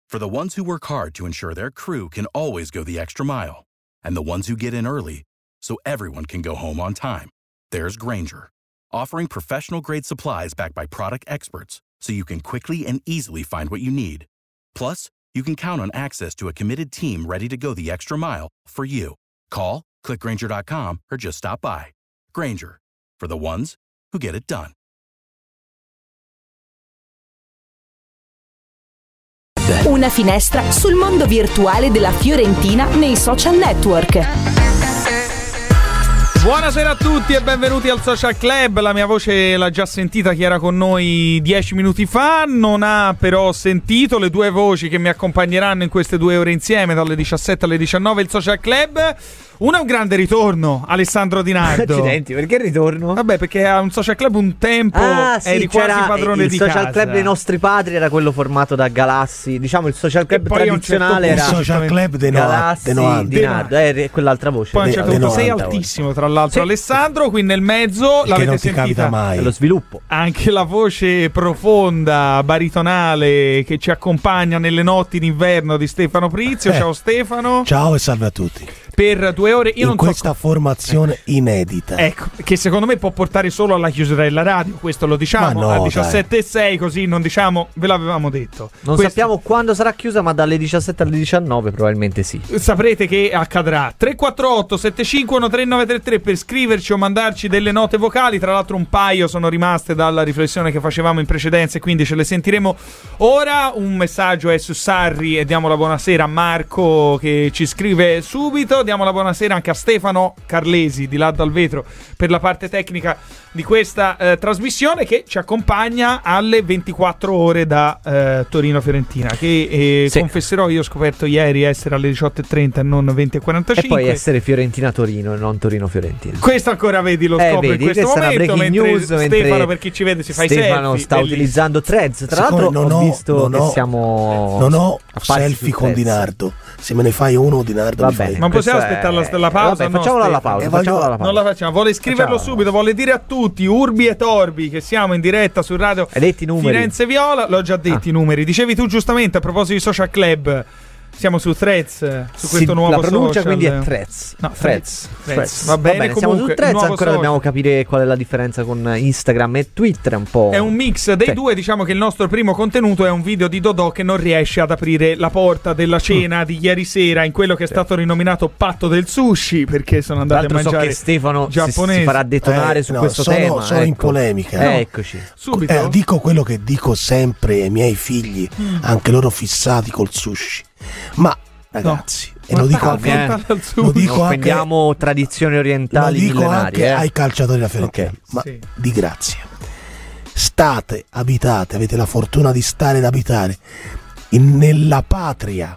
For the ones who work hard to ensure their crew can always go the extra mile, and the ones who get in early so everyone can go home on time, there's Grainger, offering professional-grade supplies backed by product experts so you can quickly and easily find what you need. Plus, you can count on access to a committed team ready to go the extra mile for you. Call, click Grainger.com, or just stop by. Grainger, for the ones who get it done. Una finestra sul mondo virtuale della Fiorentina nei social network. Buonasera a tutti e benvenuti al Social Club. La mia voce l'ha già sentita chi era con noi 10 minuti fa, non ha però sentito le due voci che mi accompagneranno in queste 2 ore insieme dalle 17 alle 19 il Social Club. Uno è un grande ritorno, Alessandro Di Nardo. Accidenti, perché il ritorno? Vabbè, perché a un Social Club un tempo eri quasi padrone di casa. Il Social Club dei nostri padri era quello formato da Galassi. Diciamo il Social Club tradizionale era il Social Club dei Galassi, Di Nardo, quell'altra voce. Poi a un certo punto sei altissimo, tra l'altro, sì. Alessandro, qui nel mezzo l'avete non sentita capita mai. È lo sviluppo. Anche la voce profonda, baritonale che ci accompagna nelle notti d'inverno di Stefano Prizio. Ciao Stefano. Ciao e salve a tutti. Per 2 ore io in non questa formazione inedita, ecco, che secondo me può portare solo alla chiusura della radio, questo lo diciamo, no, a 17:06, così non diciamo, ve l'avevamo detto. Non sappiamo quando sarà chiusa, ma dalle 17 alle 19 probabilmente sì. Saprete che accadrà. 348 751 3933 per scriverci o mandarci delle note vocali. Tra l'altro un paio sono rimaste dalla riflessione che facevamo in precedenza e quindi ce le sentiremo ora. Un messaggio è su Sarri e diamo la buonasera a Marco che ci scrive subito. Diamo la buonasera anche a Stefano Carlesi di là dal vetro per la parte tecnica di questa trasmissione che ci accompagna alle 24 ore da Torino-Fiorentina, che sì, confesserò io ho scoperto ieri essere alle 18:30 e non 20:45 e poi essere Fiorentina-Torino e non Torino-Fiorentina. Questo ancora vedi lo scopro in questo momento, news, Stefano, per chi ci vede, si fa i selfie. Stefano sta utilizzando Threads. Tra l'altro ho visto che siamo non ho selfie con Di Nardo. Se me ne fai uno Di Nardo va mi bene. fai. Ma possiamo aspettare la pausa? Vabbè, facciamola alla pausa, non la facciamo. Vuole scriverlo subito, vuole dire a tutti, urbi e torbi, che siamo in diretta su Radio Firenze Viola. L'ho già detti i numeri. Dicevi tu giustamente a proposito di Social Club. Siamo su Threads, su questo nuovo social. La pronuncia quindi è Threads. No, Threads. Va bene, siamo su Threads, ancora dobbiamo capire qual è la differenza con Instagram e Twitter, un po'. È un mix dei due, diciamo che il nostro primo contenuto è un video di Dodò che non riesce ad aprire la porta della cena di ieri sera in quello che è stato rinominato patto del sushi, perché sono andati a mangiare so che Stefano giapponese. si farà detonare su questo tema. Sono in polemica. Eccoci. Subito. Dico quello che dico sempre ai miei figli, anche loro fissati col sushi. Ma ragazzi, e lo dico anche offendiamo tradizioni orientali lo dico millenarie, anche ai calciatori della Fiorentina, ma di grazia, avete la fortuna di stare ed abitare nella patria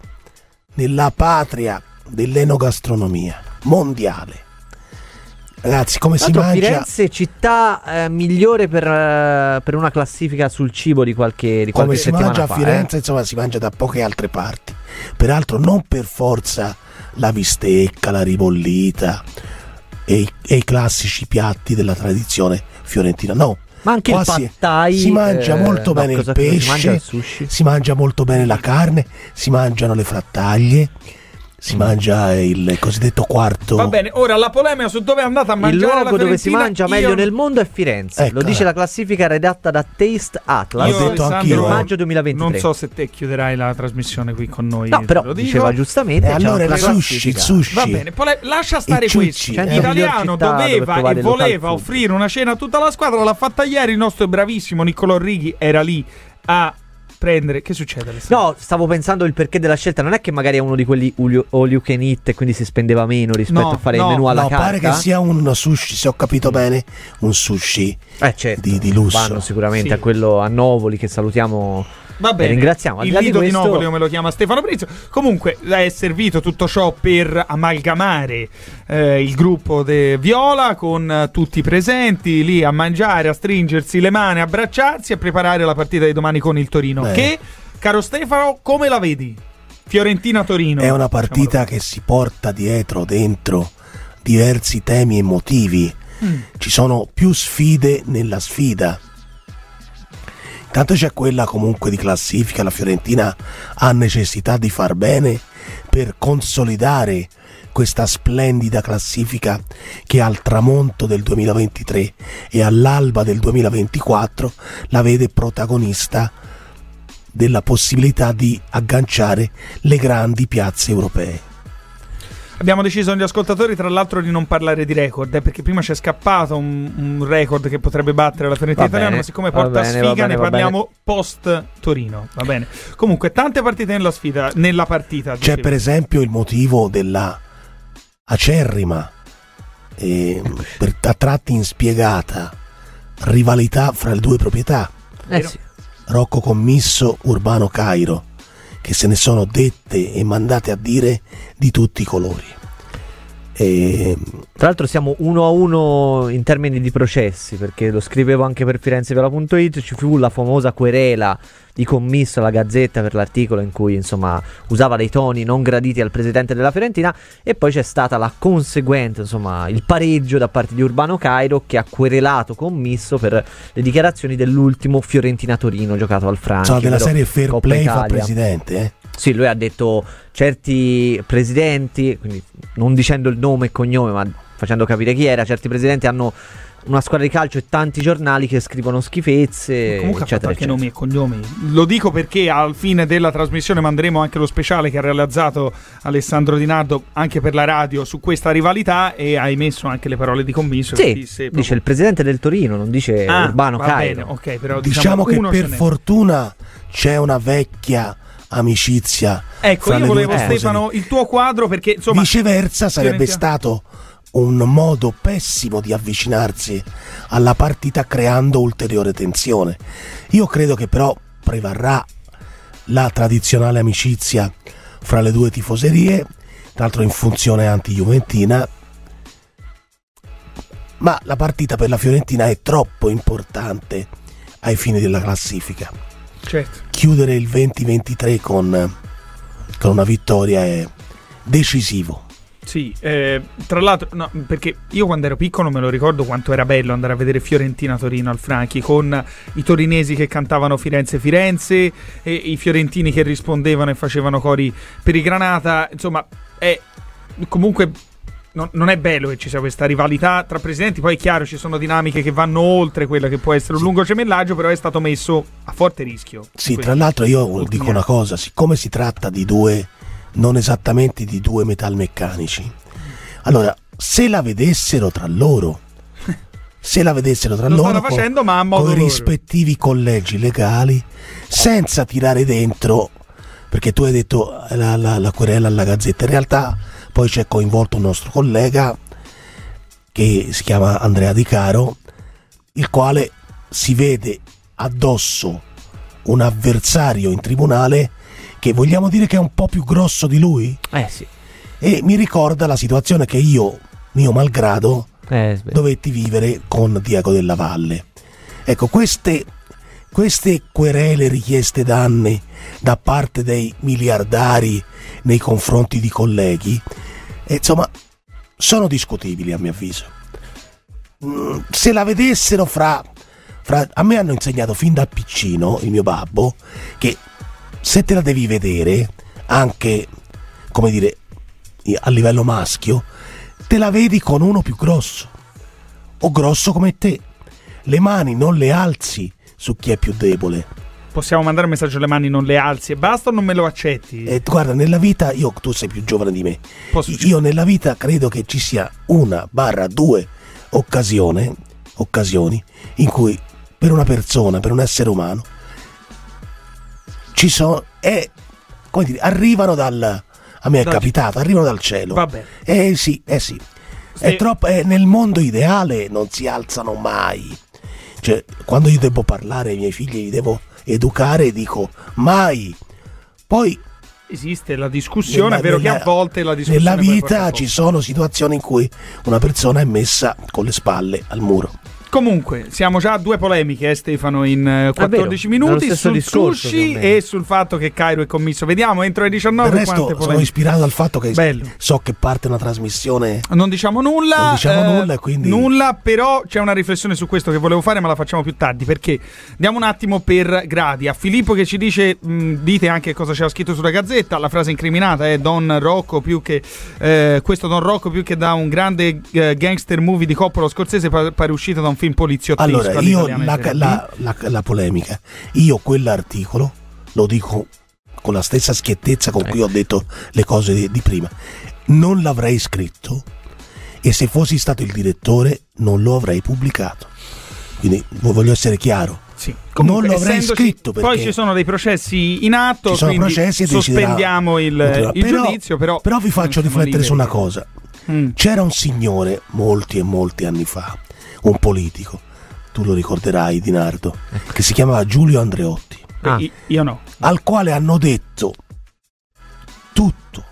dell'enogastronomia mondiale. Ragazzi, come si mangia? Firenze città migliore per una classifica sul cibo di qualche come si settimana mangia fa, a Firenze, insomma, si mangia da poche altre parti. Peraltro non per forza la bistecca, la ribollita e i classici piatti della tradizione fiorentina, no. Ma anche il pad thai, si mangia molto bene il pesce, si mangia molto bene la carne, si mangiano le frattaglie, si mangia il cosiddetto quarto. Va bene, ora la polemica su dove è andata a mangiare. Il luogo dove si mangia meglio nel mondo è Firenze. Lo dice la classifica redatta da Taste Atlas. L'ho detto anch'io. Maggio 2023. Non so se te chiuderai la trasmissione qui con noi. No, però diceva giustamente. Allora il sushi. Va bene, lascia stare questo. L'italiano doveva e voleva offrire una cena a tutta la squadra. L'ha fatta ieri il nostro bravissimo Niccolò Righi. Era lì a prendere. Che succede, Alessandro? No, stavo pensando il perché della scelta. Non è che magari è uno di quelli all you can eat e quindi si spendeva meno rispetto a fare il menù alla carta. Pare che sia un sushi, se ho capito bene, un sushi certo, di lusso. Vanno sicuramente a quello a Novoli, che salutiamo. Va bene, ringraziamo. Il lido di Novoli, come lo chiama Stefano Prizio. Comunque è servito tutto ciò per amalgamare il gruppo de Viola con tutti i presenti lì a mangiare, a stringersi le mani, a abbracciarsi e a preparare la partita di domani con il Torino. Che, caro Stefano, come la vedi? Fiorentina-Torino. È una partita che si porta dentro diversi temi emotivi. Ci sono più sfide nella sfida. Tanto c'è quella comunque di classifica, la Fiorentina ha necessità di far bene per consolidare questa splendida classifica che al tramonto del 2023 e all'alba del 2024 la vede protagonista della possibilità di agganciare le grandi piazze europee. Abbiamo deciso gli ascoltatori tra l'altro di non parlare di record, perché prima c'è scappato un record che potrebbe battere la Fiorentina italiana, ma siccome porta sfiga ne parliamo post Torino, va bene. Comunque tante partite nella partita. C'è per esempio il motivo della acerrima per a tratti inspiegata rivalità fra le due proprietà, Sì. Rocco Commisso, Urbano Cairo, che se ne sono dette e mandate a dire di tutti i colori. Tra l'altro siamo 1-1 in termini di processi, perché lo scrivevo anche per FirenzeViola.it, ci fu la famosa querela di Commisso alla Gazzetta per l'articolo in cui insomma usava dei toni non graditi al presidente della Fiorentina, e poi c'è stata la conseguente, insomma, il pareggio da parte di Urbano Cairo, che ha querelato Commisso per le dichiarazioni dell'ultimo Fiorentina-Torino giocato al Franchi, della serie Fair Coppa Play Italia. Fa presidente, Sì, lui ha detto certi presidenti, quindi non dicendo il nome e cognome ma facendo capire chi era, certi presidenti hanno una squadra di calcio e tanti giornali che scrivono schifezze, comunque eccetera, ha fatto anche eccetera. nomi e cognomi. Lo dico perché al fine della trasmissione manderemo anche lo speciale che ha realizzato Alessandro Di Nardo anche per la radio su questa rivalità, e hai messo anche le parole di Commisso. Sì, dice proprio il presidente del Torino, non dice Urbano va Cairo. bene, ok, però diciamo che per fortuna c'è una vecchia amicizia. Ecco, io volevo, Stefano, il tuo quadro, perché insomma viceversa sarebbe stato un modo pessimo di avvicinarsi alla partita creando ulteriore tensione. Io credo che però prevarrà la tradizionale amicizia fra le due tifoserie, tra l'altro in funzione anti-juventina, ma la partita per la Fiorentina è troppo importante ai fini della classifica. Certo. Chiudere il 2023 con una vittoria è decisivo. Sì, tra l'altro, no, perché io quando ero piccolo me lo ricordo quanto era bello andare a vedere Fiorentina-Torino al Franchi, con i torinesi che cantavano Firenze Firenze e i fiorentini che rispondevano e facevano cori per i Granata. Insomma, comunque non è bello che ci sia questa rivalità tra presidenti. Poi è chiaro, ci sono dinamiche che vanno oltre quella che può essere un lungo gemellaggio, però è stato messo a forte rischio. Sì, tra l'altro io dico una cosa, siccome si tratta di due, non esattamente di due metalmeccanici, allora se la vedessero tra loro con i rispettivi collegi legali, senza tirare dentro, perché tu hai detto la querela alla Gazzetta, in realtà poi c'è coinvolto un nostro collega che si chiama Andrea Di Caro, il quale si vede addosso un avversario in tribunale che vogliamo dire che è un po' più grosso di lui. Sì. E mi ricorda la situazione che io, mio malgrado, dovetti vivere con Diego Della Valle. Ecco, queste querele, richieste danni da parte dei miliardari nei confronti di colleghi, insomma, sono discutibili a mio avviso. Se la vedessero fra a me hanno insegnato fin da piccino, il mio babbo, che se te la devi vedere anche, come dire, a livello maschio, te la vedi con uno più grosso o grosso come te. Le mani non le alzi su chi è più debole. Possiamo mandare un messaggio alle mani, non le alzi e basta, o non me lo accetti? Guarda, nella vita, tu sei più giovane di me, io nella vita credo che ci sia 1/2 occasioni in cui per una persona, per un essere umano, ci sono, come dire, arrivano a me è capitato, arrivano dal cielo. Vabbè. Sì. È troppo, nel mondo ideale non si alzano mai. Cioè, quando io devo parlare ai miei figli, li devo educare, dico mai. Poi esiste la discussione, è vero che a volte la discussione nella vita ci sono situazioni in cui una persona è messa con le spalle al muro. Comunque, siamo già a 2 polemiche, Stefano, in 14 minuti sul sushi e sul fatto che Cairo è commisso. Vediamo entro le 19 del resto quante polemiche. sono ispirato dal fatto che Bello. so che parte una trasmissione. Non diciamo nulla, e quindi nulla, però c'è una riflessione su questo che volevo fare, ma la facciamo più tardi, perché andiamo un attimo per gradi. A Filippo che ci dice, dite anche cosa c'era scritto sulla Gazzetta, la frase incriminata è Don Rocco più che questo Don Rocco più che da un grande gangster movie di Coppola Scorsese pare uscito da un film poliziottesco. Allora, io la polemica, io quell'articolo lo dico con la stessa schiettezza con cui ho detto le cose di prima, non l'avrei scritto e se fossi stato il direttore non lo avrei pubblicato, quindi voglio essere chiaro. Sì. Comunque, non lo avrei scritto perché poi ci sono dei processi in atto, ci sono quindi processi e sospendiamo il giudizio, però vi faccio riflettere su una cosa. C'era un signore molti e molti anni fa, un politico, tu lo ricorderai, Dinardo, che si chiamava Giulio Andreotti. Io no. Al quale hanno detto tutto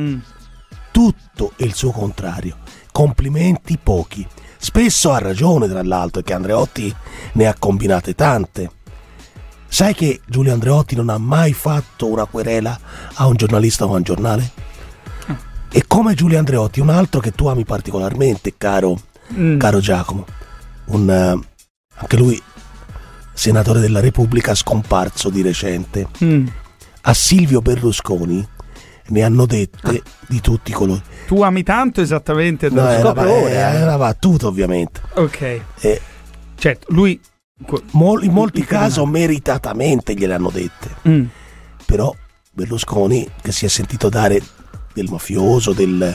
e il suo contrario. Complimenti pochi. Spesso ha ragione, tra l'altro, che Andreotti ne ha combinate tante. Sai che Giulio Andreotti non ha mai fatto una querela a un giornalista o a un giornale? E come Giulio Andreotti, un altro che tu ami particolarmente, caro Giacomo, anche lui senatore della Repubblica, scomparso di recente. A Silvio Berlusconi ne hanno dette di tutti colori. Tu ami tanto esattamente? Era battuto, ovviamente. Ok. Certo, lui in molti casi meritatamente gliele hanno dette. Però Berlusconi, che si è sentito dare del mafioso, del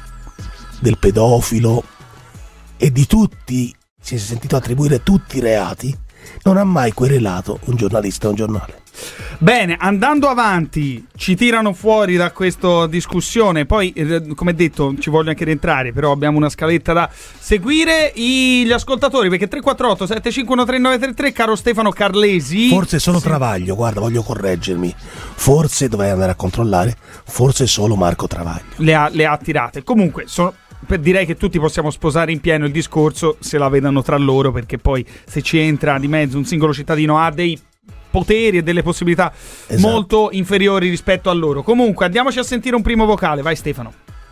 pedofilo e di tutti, si è sentito attribuire tutti i reati, non ha mai querelato un giornalista o un giornale. Bene, andando avanti, ci tirano fuori da questa discussione. Poi, come detto, ci voglio anche rientrare, però abbiamo una scaletta da seguire. Gli ascoltatori, perché 348 751 3933, caro Stefano Carlesi. Forse solo Travaglio, guarda, voglio correggermi. Forse dovrei andare a controllare. Forse solo Marco Travaglio le ha tirate. Comunque, direi che tutti possiamo sposare in pieno il discorso, se la vedano tra loro, perché poi se ci entra di mezzo un singolo cittadino ha dei poteri e delle possibilità molto inferiori rispetto a loro. Comunque andiamoci a sentire un primo vocale. Vai Stefano.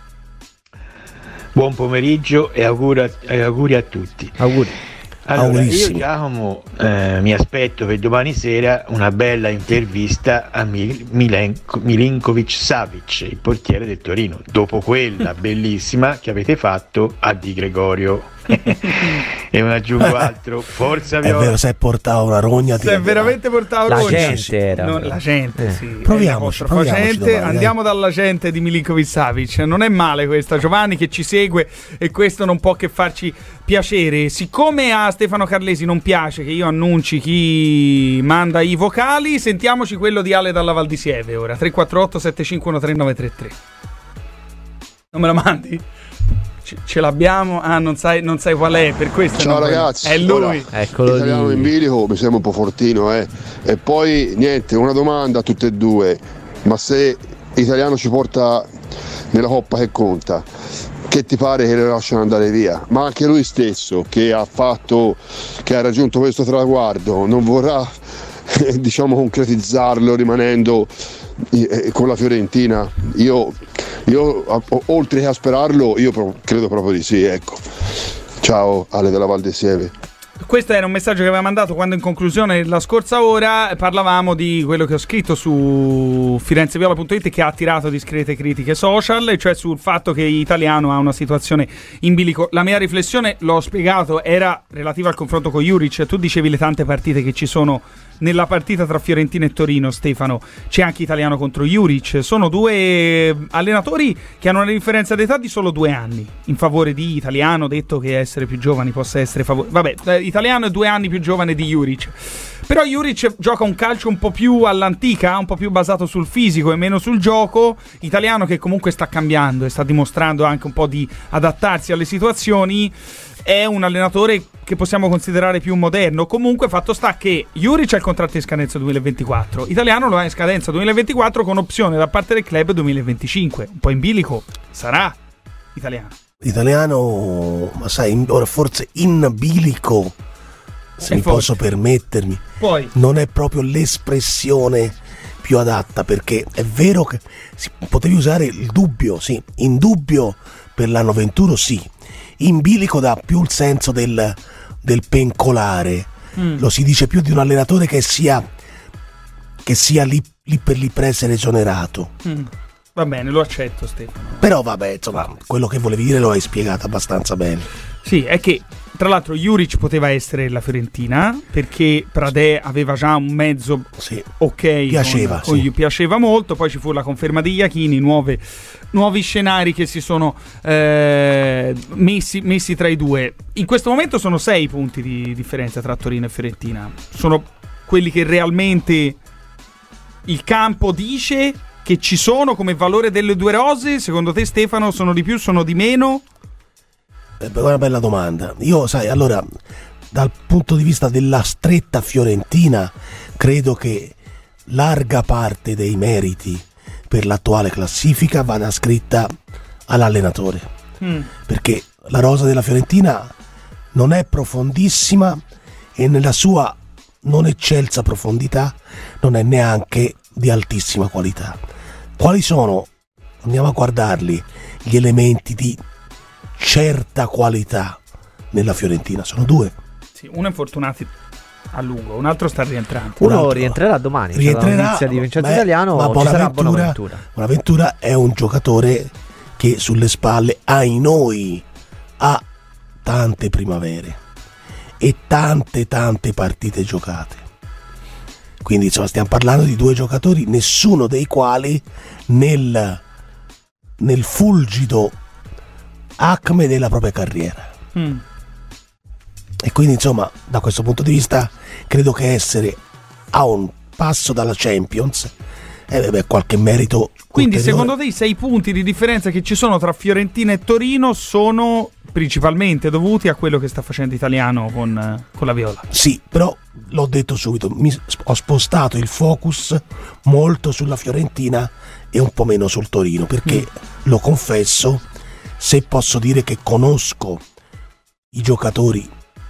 Buon pomeriggio e auguri a tutti. Auguri. Allora, io Giacomo mi aspetto per domani sera una bella intervista a Milinkovic Savic, il portiere del Torino, dopo quella bellissima che avete fatto a Di Gregorio. E non aggiungo altro, forza Viola. È vero, se è portato una rogna, se è veramente portato la rogna, gente era la gente, sì. Proviamoci domani, andiamo dalla gente di Milinkovic Savic. Non è male questa, Giovanni che ci segue, e questo non può che farci piacere. Siccome a Stefano Carlesi non piace che io annunci chi manda i vocali, sentiamoci quello di Ale dalla Val di Sieve ora. 348 751 3933. Non me la mandi? Ce l'abbiamo? Non sai qual è, per questo. Ciao ragazzi, è lui. Eccolo italiano in bilico, mi sembra un po' fortino, E poi niente, una domanda a tutte e due: ma se l'italiano ci porta nella coppa che conta, che ti pare che lo lasciano andare via? Ma anche lui stesso che ha raggiunto questo traguardo non vorrà concretizzarlo rimanendo con la Fiorentina? Io oltre che a sperarlo, io credo proprio di sì, ecco. Ciao Ale della Val di Sieve. Questo era un messaggio che aveva mandato quando in conclusione la scorsa ora parlavamo di quello che ho scritto su firenzeviola.it, che ha attirato discrete critiche social, cioè sul fatto che l'italiano ha una situazione in bilico. La mia riflessione, l'ho spiegato, era relativa al confronto con Juric. Tu dicevi le tante partite che ci sono nella partita tra Fiorentina e Torino, Stefano. C'è anche Italiano contro Juric. Sono due allenatori che hanno una differenza d'età di solo 2 anni in favore di Italiano, detto che essere più giovani possa essere Italiano è 2 anni più giovane di Juric. Però Juric gioca un calcio un po' più all'antica, un po' più basato sul fisico e meno sul gioco. Italiano che comunque sta cambiando e sta dimostrando anche un po' di adattarsi alle situazioni. È un allenatore che possiamo considerare più moderno. Comunque fatto sta che Juric ha il contratto in scadenza 2024, Italiano lo ha in scadenza 2024 con opzione da parte del club 2025. Un po' in bilico sarà Italiano. L'italiano, ma sai, ora forse in bilico, se mi posso permettermi, poi non è proprio l'espressione più adatta, perché è vero che potevi usare il dubbio, sì, in dubbio per l'anno 21 sì, in bilico dà più il senso del pencolare, lo si dice più di un allenatore che sia lì per lì per essere esonerato. Va bene, lo accetto, Stefano. Però vabbè, insomma, quello che volevi dire lo hai spiegato abbastanza bene. Sì, è che tra l'altro Juric poteva essere la Fiorentina, perché Pradè aveva già un mezzo ok, piaceva molto. Poi ci fu la conferma di Iachini, nuovi scenari che si sono messi tra i due. In questo momento sono 6 punti di differenza tra Torino e Fiorentina. Sono quelli che realmente il campo dice che ci sono come valore delle due rose. Secondo te, Stefano, sono di più, sono di meno? È una bella domanda. Io, sai, allora, dal punto di vista della stretta fiorentina, credo che larga parte dei meriti per l'attuale classifica vada ascritta all'allenatore, perché la rosa della Fiorentina non è profondissima e nella sua non eccelsa profondità non è neanche di altissima qualità. Quali sono, andiamo a guardarli, gli elementi di certa qualità nella Fiorentina? Sono 2. Sì, uno è infortunato a lungo, un altro sta rientrando. Uno rientrerà domani, l'inizio di Vincenzo Italiano, ma ci sarà Bonaventura. Bonaventura è un giocatore che sulle spalle, ai noi, ha tante primavere e tante partite giocate. Quindi insomma stiamo parlando di 2 giocatori, nessuno dei quali nel fulgido acme della propria carriera. E quindi insomma da questo punto di vista credo che essere a un passo dalla Champions qualche merito. Quindi ulteriore. secondo te i 6 punti di differenza che ci sono tra Fiorentina e Torino sono principalmente dovuti a quello che sta facendo Italiano con la Viola? Sì, però l'ho detto subito, ho spostato il focus molto sulla Fiorentina e un po' meno sul Torino, perché lo confesso, se posso dire che conosco i giocatori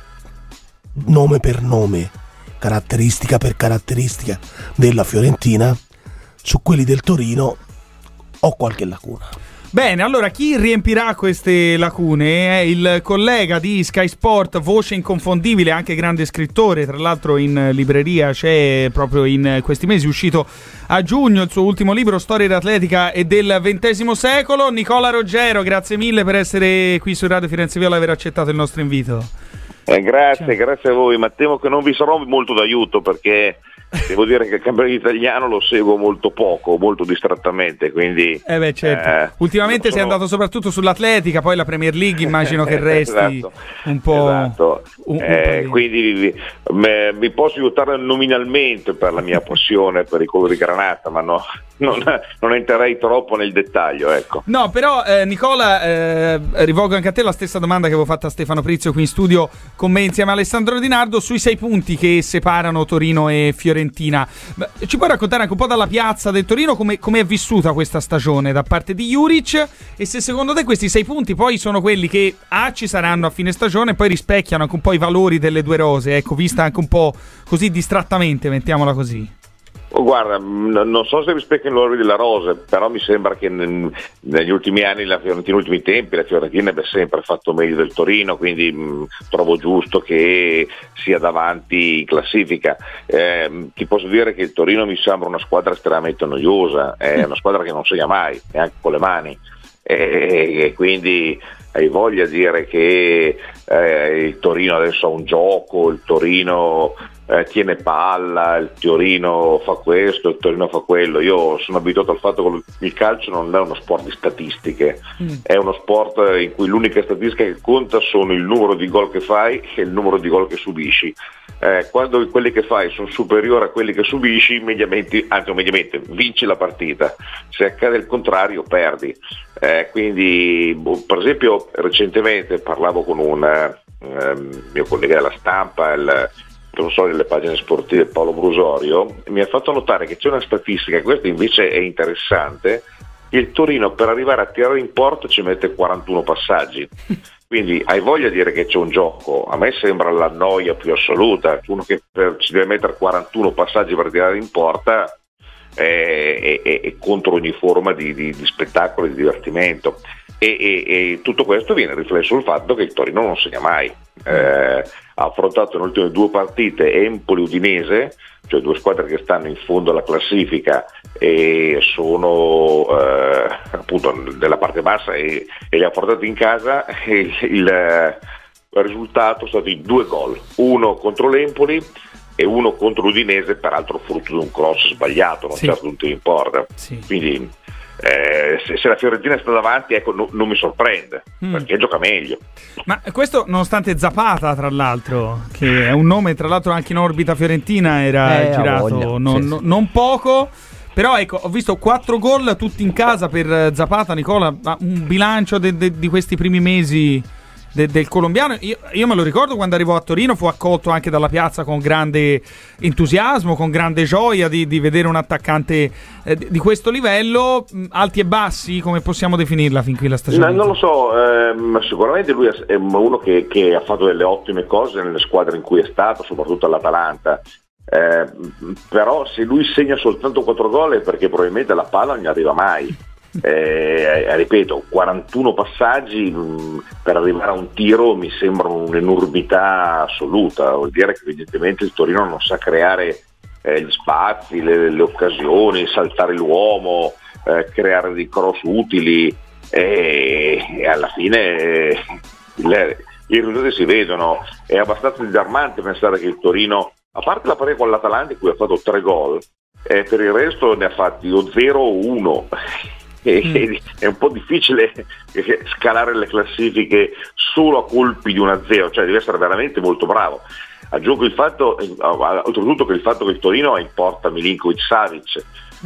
nome per nome, caratteristica per caratteristica della Fiorentina, su quelli del Torino ho qualche lacuna. Bene, allora chi riempirà queste lacune è il collega di Sky Sport, voce inconfondibile, anche grande scrittore, tra l'altro in libreria c'è proprio in questi mesi, uscito a giugno il suo ultimo libro, Storia d'atletica e del XX secolo, Nicola Roggero. Grazie mille per essere qui su Radio Firenze Viola e aver accettato il nostro invito. Grazie a voi, ma temo che non vi sarò molto d'aiuto, perché devo dire che il campionato italiano lo seguo molto poco, molto distrattamente, quindi certo. Ultimamente sei andato soprattutto sull'atletica, poi la Premier League immagino che resti un po', quindi mi posso aiutare nominalmente per la mia passione per i colori granata, ma no, non entrerei troppo nel dettaglio, ecco. No, però Nicola, rivolgo anche a te la stessa domanda che avevo fatto a Stefano Prizio qui in studio con me insieme a Alessandro Di Nardo sui 6 punti che separano Torino e Fiorentina. Ci puoi raccontare anche un po' dalla piazza del Torino come è vissuta questa stagione da parte di Juric, e se secondo te questi 6 punti poi sono quelli che ci saranno a fine stagione e poi rispecchiano anche un po' i valori delle due rose, ecco, vista anche un po' così distrattamente, mettiamola così. Guarda, non so se rispecchiano i valori della rosa, però mi sembra che negli ultimi anni, negli ultimi tempi, la Fiorentina abbia sempre fatto meglio del Torino, quindi trovo giusto che sia davanti in classifica. Ti posso dire che il Torino mi sembra una squadra estremamente noiosa, è una squadra che non segna mai, neanche con le mani, e quindi hai voglia di dire che il Torino adesso ha un gioco, il Torino tiene palla, il Torino fa questo, il Torino fa quello. Io sono abituato al fatto che il calcio non è uno sport di statistiche, è uno sport in cui l'unica statistica che conta sono il numero di gol che fai e il numero di gol che subisci. Quando quelli che fai sono superiori a quelli che subisci, mediamente vinci la partita. Se accade il contrario, perdi. Quindi, per esempio, recentemente parlavo con un mio collega della stampa, non so, delle pagine sportive, Paolo Brusorio, mi ha fatto notare che c'è una statistica, questa invece è interessante, il Torino per arrivare a tirare in porta ci mette 41 passaggi. Quindi hai voglia di dire che c'è un gioco? A me sembra la noia più assoluta. Uno che ci deve mettere 41 passaggi per tirare in porta è contro ogni forma di spettacolo e di divertimento. E tutto questo viene riflesso sul fatto che il Torino non segna mai. Ha affrontato nelle ultime 2 partite Empoli-Udinese, cioè 2 squadre che stanno in fondo alla classifica e sono appunto della parte bassa, e le ha portate in casa, e il risultato sono stati 2 gol, uno contro l'Empoli e uno contro l'Udinese, peraltro frutto di un cross sbagliato, non certo un tiro in porta. Quindi se la Fiorentina sta davanti, ecco, non mi sorprende, perché gioca meglio. Ma questo nonostante Zapata, tra l'altro, che è un nome tra l'altro anche in orbita fiorentina, era girato non poco. Però ecco, ho visto 4 gol tutti in casa per Zapata. Nicola, un bilancio di questi primi mesi del colombiano. Io me lo ricordo quando arrivò a Torino, fu accolto anche dalla piazza con grande entusiasmo, con grande gioia di vedere un attaccante di questo livello. Alti e bassi, come possiamo definirla fin qui la stagione? Non lo so, sicuramente lui è uno che ha fatto delle ottime cose nelle squadre in cui è stato, soprattutto all'Atalanta. Però se lui segna soltanto 4 gol è perché probabilmente la palla non gli arriva mai. Ripeto, 41 passaggi per arrivare a un tiro mi sembra un'enormità assoluta. Vuol dire che evidentemente il Torino non sa creare gli spazi, le occasioni, saltare l'uomo, creare dei cross utili, e alla fine i risultati si vedono. È abbastanza disarmante pensare che il Torino, a parte la partita con l'Atalanta in cui ha fatto 3 gol, per il resto ne ha fatti o 0 o 1. È un po' difficile scalare le classifiche solo a colpi di 1-0, cioè devi essere veramente molto bravo. Aggiungo il fatto, oltretutto, che il fatto che il Torino ha in porta Milinkovic-Savic,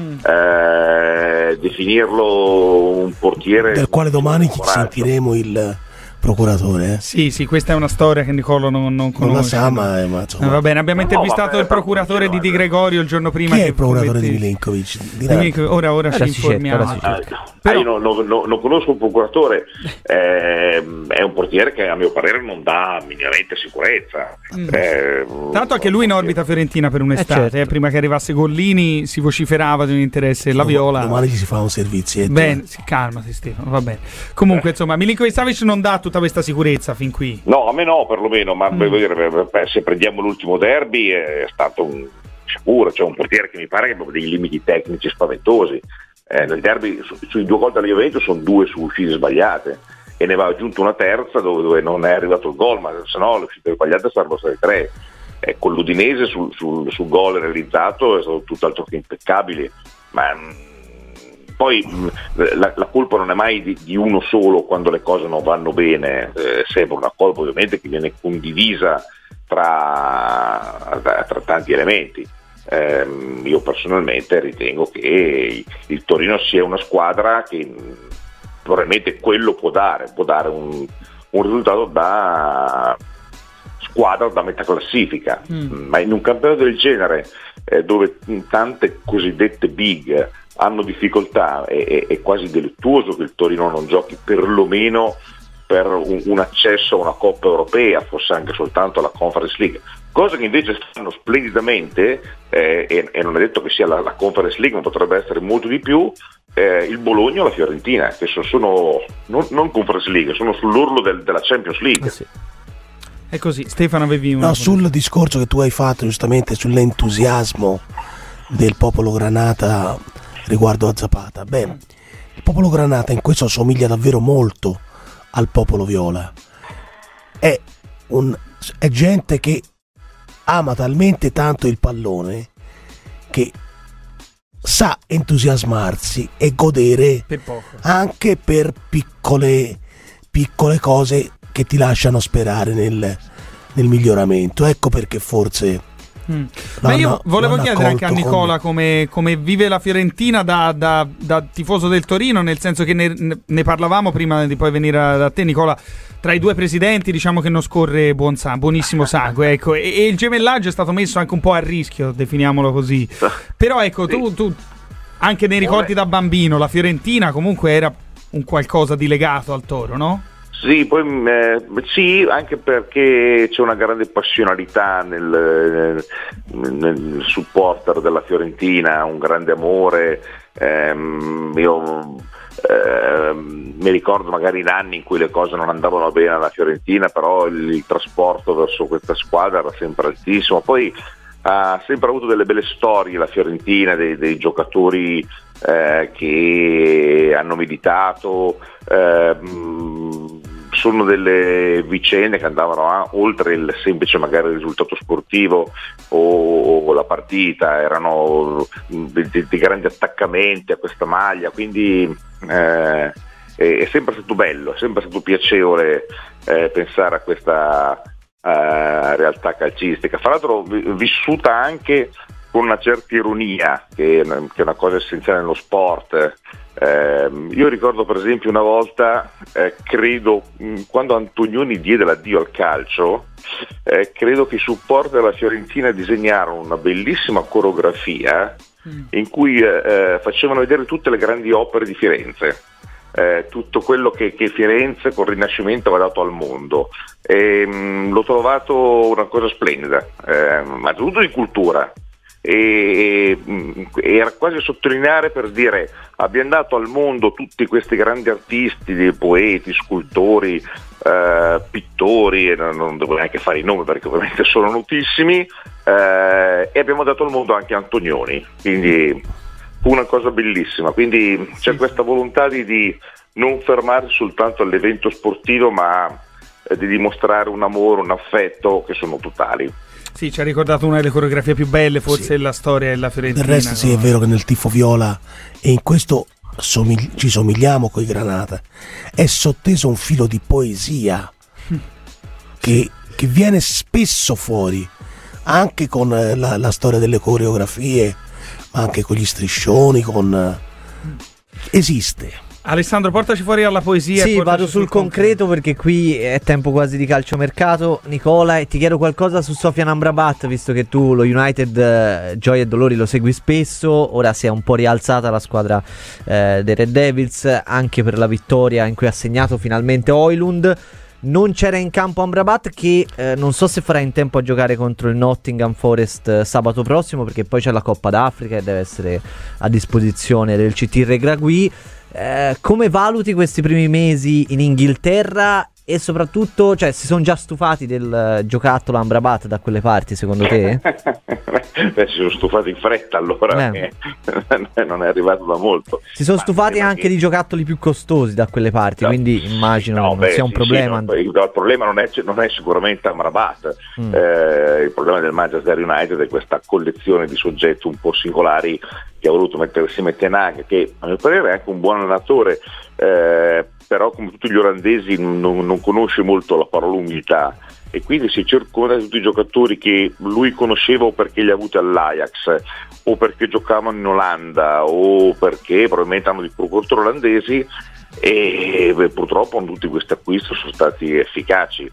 definirlo un portiere del quale domani ci sentiremo il procuratore. Sì, questa è una storia che Nicola non conosce. Non la sa, ma va bene, abbiamo intervistato il procuratore di Di Gregorio il giorno prima. Chi è il procuratore di Milinkovic? Ora ci informiamo. Io non conosco un procuratore, è un portiere che a mio parere non dà minimamente sicurezza. Tanto anche lui in orbita fiorentina per un'estate, certo. Prima che arrivasse Gollini si vociferava di un interesse la Viola. Domani ci si fa un servizietto. Bene, calmati Stefano, va bene. Comunque insomma, Milinkovic-Savic non dà tutta questa sicurezza fin qui. No, a me no, perlomeno, ma devo dire, se prendiamo l'ultimo derby è stato sicuro, c'è un portiere che mi pare che abbia dei limiti tecnici spaventosi. Nel derby sui 2 gol della Juventus sono 2 su uscite sbagliate, e ne va aggiunto una terza dove non è arrivato il gol, ma se no le uscite sbagliate sarebbero state 3. Con l'Udinese sul gol realizzato è stato tutt'altro che impeccabile, ma poi la colpa non è mai di uno solo quando le cose non vanno bene, sembra una colpa ovviamente che viene condivisa tra tanti elementi. Io personalmente ritengo che il Torino sia una squadra che probabilmente quello può dare un risultato da squadra da metà classifica, ma in un campionato del genere dove tante cosiddette big hanno difficoltà, è quasi delittuoso che il Torino non giochi perlomeno per un accesso a una Coppa Europea, forse anche soltanto alla Conference League, cosa che invece stanno splendidamente, e non è detto che sia la Conference League, ma potrebbe essere molto di più, il Bologna o la Fiorentina, che sono non Conference League, sono sull'orlo della Champions League. Sì. È così. Stefano, avevi una... No, sul discorso che tu hai fatto giustamente sull'entusiasmo del popolo granata riguardo a Zapata. Beh, il popolo granata in questo assomiglia davvero molto al popolo viola. È gente che ama talmente tanto il pallone che sa entusiasmarsi e godere anche per piccole cose che ti lasciano sperare nel miglioramento. Ecco perché forse ma io volevo chiedere anche a Nicola come vive la Fiorentina da tifoso del Torino, nel senso che ne parlavamo prima di poi venire da te, Nicola. Tra i 2 presidenti diciamo che non scorre buonissimo sangue, ecco, e il gemellaggio è stato messo anche un po' a rischio, definiamolo così. Però ecco, tu Anche nei ricordi da bambino, la Fiorentina comunque era un qualcosa di legato al Toro, no? Sì, poi sì, anche perché c'è una grande passionalità nel supporter della Fiorentina, un grande amore. Io mi ricordo magari in anni in cui le cose non andavano bene alla Fiorentina, però il trasporto verso questa squadra era sempre altissimo. Poi ha sempre avuto delle belle storie la Fiorentina, dei giocatori che hanno militato, sono delle vicende che andavano oltre il semplice magari risultato sportivo o la partita, erano dei grandi attaccamenti a questa maglia, quindi è sempre stato bello, è sempre stato piacevole pensare a questa realtà calcistica, fra l'altro vissuta anche con una certa ironia, che è una cosa essenziale nello sport. Io ricordo per esempio una volta, credo, quando Antonioni diede l'addio al calcio, credo che i supporter della Fiorentina disegnarono una bellissima coreografia in cui facevano vedere tutte le grandi opere di Firenze. Tutto quello che Firenze con il Rinascimento aveva dato al mondo, l'ho trovato una cosa splendida, ma soprattutto di cultura, e era quasi a sottolineare, per dire: abbiamo dato al mondo tutti questi grandi artisti, dei poeti, scultori, pittori, non devo neanche fare i nomi perché ovviamente sono notissimi, e abbiamo dato al mondo anche Antonioni, quindi fu una cosa bellissima. Quindi c'è questa volontà di non fermarsi soltanto all'evento sportivo, ma di dimostrare un amore, un affetto che sono totali. Sì, ci ha ricordato una delle coreografie più belle forse della storia della Fiorentina. Del resto sì, è vero che nel tifo viola, e in questo ci somigliamo coi Granata, è sotteso un filo di poesia che viene spesso fuori, anche con la storia delle coreografie, ma anche con gli striscioni, esiste. Alessandro, portaci fuori alla poesia. Sì, vado sul concreto perché qui è tempo quasi di calciomercato. Nicola, e ti chiedo qualcosa su Sofyan Amrabat, visto che tu lo United gioia e dolori lo segui spesso. Ora si è un po' rialzata la squadra dei Red Devils, anche per la vittoria in cui ha segnato finalmente Højlund. Non c'era in campo Amrabat, che non so se farà in tempo a giocare contro il Nottingham Forest sabato prossimo, perché poi c'è la Coppa d'Africa e deve essere a disposizione del CT Regragui. Come valuti questi primi mesi in Inghilterra, e soprattutto, cioè, si sono già stufati del giocattolo Amrabat da quelle parti, secondo te? Beh, si sono stufati in fretta, allora non è arrivato da molto. Si sono stufati anche di giocattoli più costosi da quelle parti, quindi immagino non sia un problema. Sì, il problema non è sicuramente Amrabat. Il problema del Manchester United è questa collezione di soggetti un po' singolari che ha voluto mettersi Tenag, che a mio parere è anche un buon allenatore, però come tutti gli olandesi non conosce molto la parola umiltà, e quindi si circonda di tutti i giocatori che lui conosceva o perché li ha avuti all'Ajax o perché giocavano in Olanda o perché probabilmente hanno dei procuratori olandesi, e purtroppo tutti questi acquisti sono stati efficaci.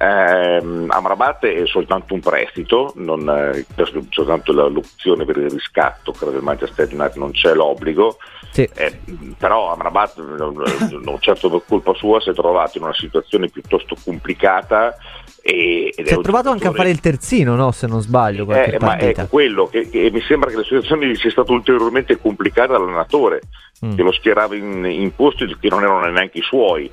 Amrabat è soltanto un prestito, c'è soltanto l'opzione per il riscatto, credo del Manchester United non c'è l'obbligo, sì. Però Amrabat non certo per colpa sua si è trovato in una situazione piuttosto complicata si è trovato anche a fare il terzino, no? Se non sbaglio, qualche partita. Ma è quello che mi sembra che la situazione sia stata ulteriormente complicata dall'allenatore che lo schierava in posti che non erano neanche i suoi.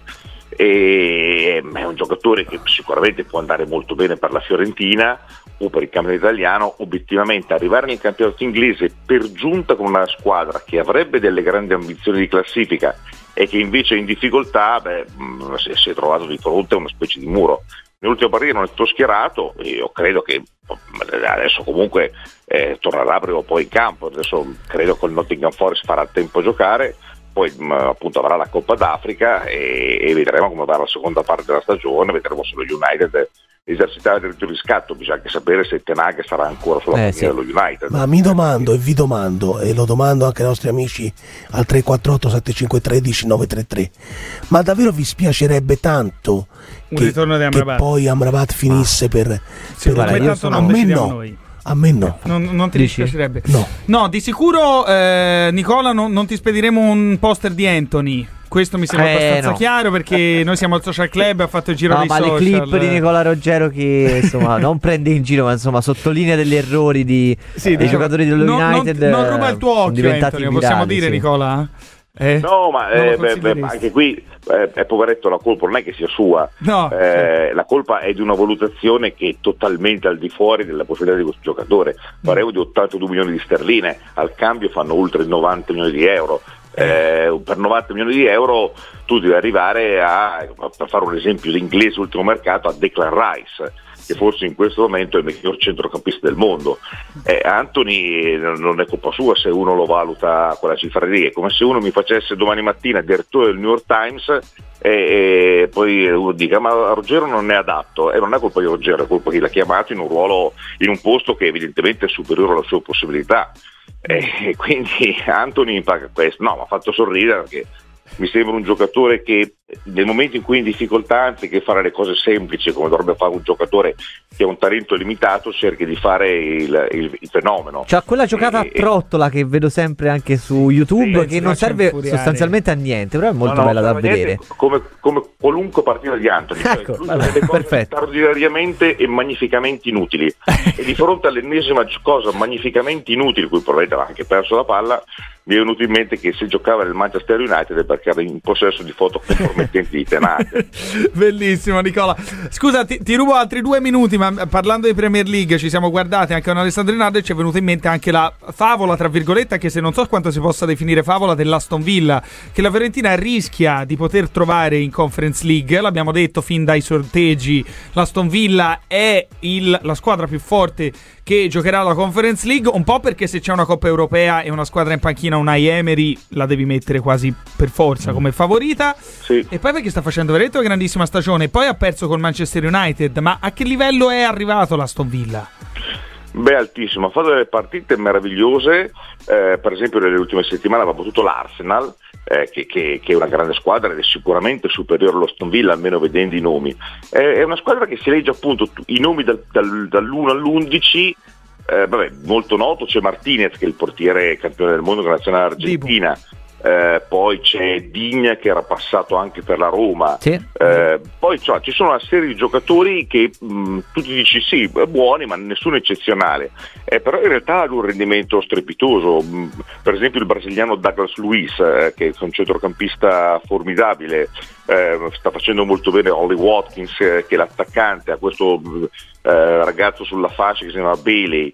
È un giocatore che sicuramente può andare molto bene per la Fiorentina o per il campionato italiano. Obiettivamente arrivare nel campionato inglese, per giunta con una squadra che avrebbe delle grandi ambizioni di classifica e che invece è in difficoltà, si è trovato di fronte a una specie di muro. Nell'ultima partita non è stato schierato, e io credo che adesso comunque tornerà prima o poi in campo. Adesso credo che il Nottingham Forest farà tempo a giocare, poi appunto avrà la Coppa d'Africa e vedremo come va la seconda parte della stagione, vedremo se lo United esercitare il diritto di riscatto. Bisogna anche sapere se Tenag sarà ancora sulla panchina dello United. Ma mi domando, e vi domando, e lo domando anche ai nostri amici al 348 753 10933, ma davvero vi spiacerebbe tanto un ritorno di Amrabat, che poi Amrabat finisse per tanto non decidiamo noi. A me no. Non ti dispiacerebbe? No, di sicuro Nicola non ti spediremo un poster di Anthony. Questo mi sembra abbastanza chiaro, perché noi siamo al social club, ha fatto il giro dei social. Ma le clip di Nicola Ruggero che insomma non prende in giro, ma insomma sottolinea degli errori dei giocatori dello United. Non ruba il tuo occhio, Anthony, possiamo dire, Nicola? No, ma anche qui è poveretto, la colpa non è che sia sua, la colpa è di una valutazione che è totalmente al di fuori della possibilità di questo giocatore. Parliamo di 82 milioni di sterline, al cambio fanno oltre 90 milioni di euro. Per 90 milioni di euro tu devi arrivare per fare un esempio d'inglese ultimo mercato, a Declan Rice, che forse in questo momento è il miglior centrocampista del mondo. Anthony non è colpa sua se uno lo valuta a quella cifra lì. È come se uno mi facesse domani mattina direttore del New York Times e poi uno dica ma Ruggero non è adatto. Non è colpa di Ruggero, è colpa di chi l'ha chiamato in un ruolo, in un posto che evidentemente è superiore alle sue possibilità. E quindi Anthony paga questo. No, mi ha fatto sorridere perché mi sembra un giocatore che nel momento in cui è in difficoltà, anziché fare le cose semplici come dovrebbe fare un giocatore che ha un talento limitato, cerchi di fare il fenomeno. C'ha quella giocata a trottola che vedo sempre anche su YouTube, che non serve sostanzialmente a niente, però è molto bella da vedere. Come qualunque partita di Anthony, ecco, delle cose straordinariamente e magnificamente inutili. E di fronte all'ennesima cosa magnificamente inutile, cui probabilmente aveva anche perso la palla, mi è venuto in mente che se giocava nel Manchester United è perché era in possesso di foto compromettenti di Tenate. Bellissimo, Nicola. Scusa, ti rubo altri 2 minuti, ma parlando di Premier League ci siamo guardati anche con Alessandro Rinaldo e ci è venuta in mente anche la favola, tra virgolette, che se non so quanto si possa definire favola, dell'Aston Villa, che la Fiorentina rischia di poter trovare in Conference League. L'abbiamo detto fin dai sorteggi, l'Aston Villa è la squadra più forte che giocherà la Conference League, un po' perché se c'è una Coppa Europea e una squadra in panchina, Unai Emery la devi mettere quasi per forza come favorita, sì. E poi perché sta facendo veramente una grandissima stagione, poi ha perso col Manchester United. Ma a che livello è arrivato l'Aston Villa? Beh, altissimo, ha fatto delle partite meravigliose, per esempio nelle ultime settimane ha battuto l'Arsenal, che è una grande squadra ed è sicuramente superiore all'Aston Villa, almeno vedendo i nomi. È una squadra che si legge appunto i nomi dall'1 all'11. Molto noto c'è Martinez, che è il portiere campione del mondo con la nazionale argentina. Poi c'è Digna, che era passato anche per la Roma, sì. Poi ci sono una serie di giocatori che tu ti dici sì, buoni, ma nessuno eccezionale, però in realtà hanno un rendimento strepitoso. Per esempio il brasiliano Douglas Luiz, che è un centrocampista formidabile, sta facendo molto bene. Ollie Watkins, che è l'attaccante, a questo ragazzo sulla fascia che si chiama Bailey.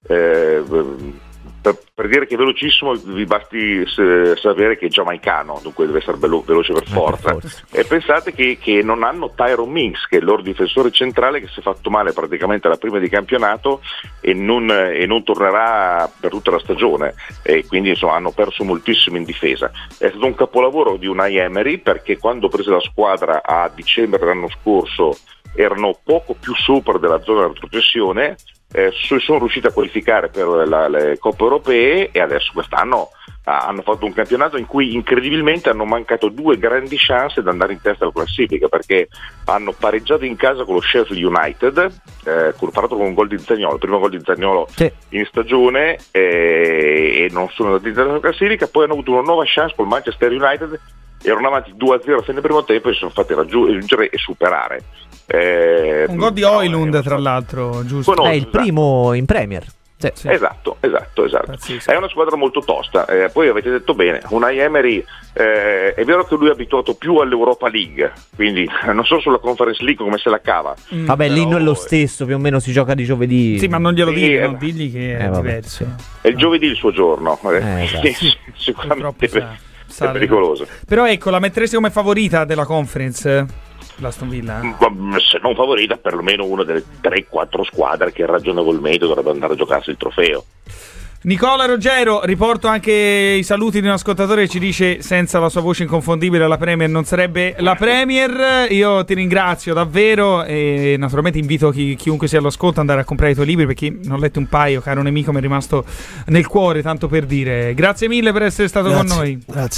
Per dire che è velocissimo vi basti sapere che è giamaicano, dunque deve essere veloce per forza. E pensate che non hanno Tyrone Mings, che è il loro difensore centrale, che si è fatto male praticamente alla prima di campionato e non tornerà per tutta la stagione, e quindi insomma hanno perso moltissimo in difesa. È stato un capolavoro di Unai Emery, perché quando prese la squadra a dicembre dell'anno scorso erano poco più sopra della zona della retrocessione, sono riusciti a qualificare per le Coppe Europee, e adesso quest'anno hanno fatto un campionato in cui incredibilmente hanno mancato 2 grandi chance ad andare in testa alla classifica, perché hanno pareggiato in casa con lo Sheffield United, fatto con un gol di Zaniolo, il primo gol di Zaniolo in stagione, e non sono andati in testa alla classifica. Poi hanno avuto una nuova chance col Manchester United, erano avanti 2-0 a fine del primo tempo e si sono fatti raggiungere e superare. Un gol di Højlund, tra l'altro, giusto? È il primo in Premier. Sì. Esatto. Pazzesco. È una squadra molto tosta. Poi avete detto bene, Unai Emery, è vero che lui è abituato più all'Europa League, quindi non so sulla Conference League come se la cava. Vabbè, lì non è lo stesso, più o meno si gioca di giovedì. Sì, ma non glielo dire, non digli che è diverso. È il giovedì il suo giorno. Sicuramente è pericoloso. Però ecco, la metteresti come favorita della Conference? L'Aston Villa? Se non favorita, perlomeno una delle 3-4 squadre che ragionevolmente dovrebbe andare a giocarsi il trofeo. Nicola Ruggero, riporto anche i saluti di un ascoltatore che ci dice: senza la sua voce inconfondibile la Premier non sarebbe la Premier. Io ti ringrazio davvero e naturalmente invito chiunque sia all'ascolto ad andare a comprare i tuoi libri, perché ne ho letti un paio, caro nemico, mi è rimasto nel cuore, tanto per dire. Grazie mille per essere stato con noi. Grazie.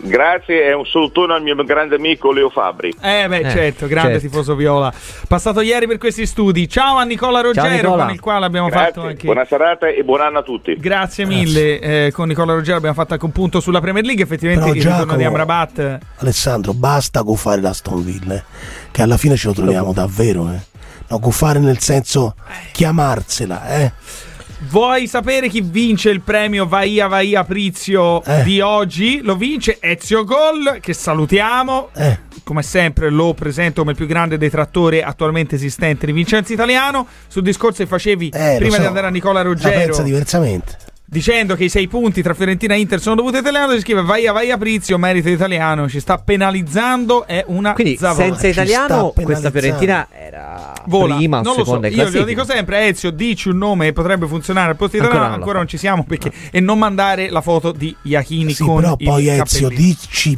Grazie, e un salutone al mio grande amico Leo Fabbri. Certo, grande tifoso viola. Passato ieri per questi studi. Ciao a Nicola Ruggero, Nicola. con il quale abbiamo fatto anche... Buona serata e buon anno a tutti. Grazie mille. Con Nicola Ruggero abbiamo fatto anche un punto sulla Premier League. Effettivamente il ritorno di Amrabat. Alessandro, basta gufare l'Aston Villa, che alla fine ce lo troviamo davvero. No, gufare nel senso chiamarsela. Vuoi sapere chi vince il premio Vaia Prizio di oggi? Lo vince Ezio Gol, che salutiamo. Come sempre lo presento come il più grande detrattore attualmente esistente di Vincenzo Italiano. Sul discorso che facevi prima di andare a Nicola Ruggero, pensa diversamente, dicendo che i 6 punti tra Fiorentina e Inter sono dovuti a Italiano, si scrive Vaia Prizio, merito Italiano, ci sta penalizzando, è una quindi zavorra. senza Italiano questa Fiorentina era vola. prima o non seconda lo so, in io glielo dico sempre, Ezio, dici un nome che potrebbe funzionare al posto di Italiano, ancora non ci siamo, perché e non mandare la foto di Iachini con però poi Ezio capelli. dici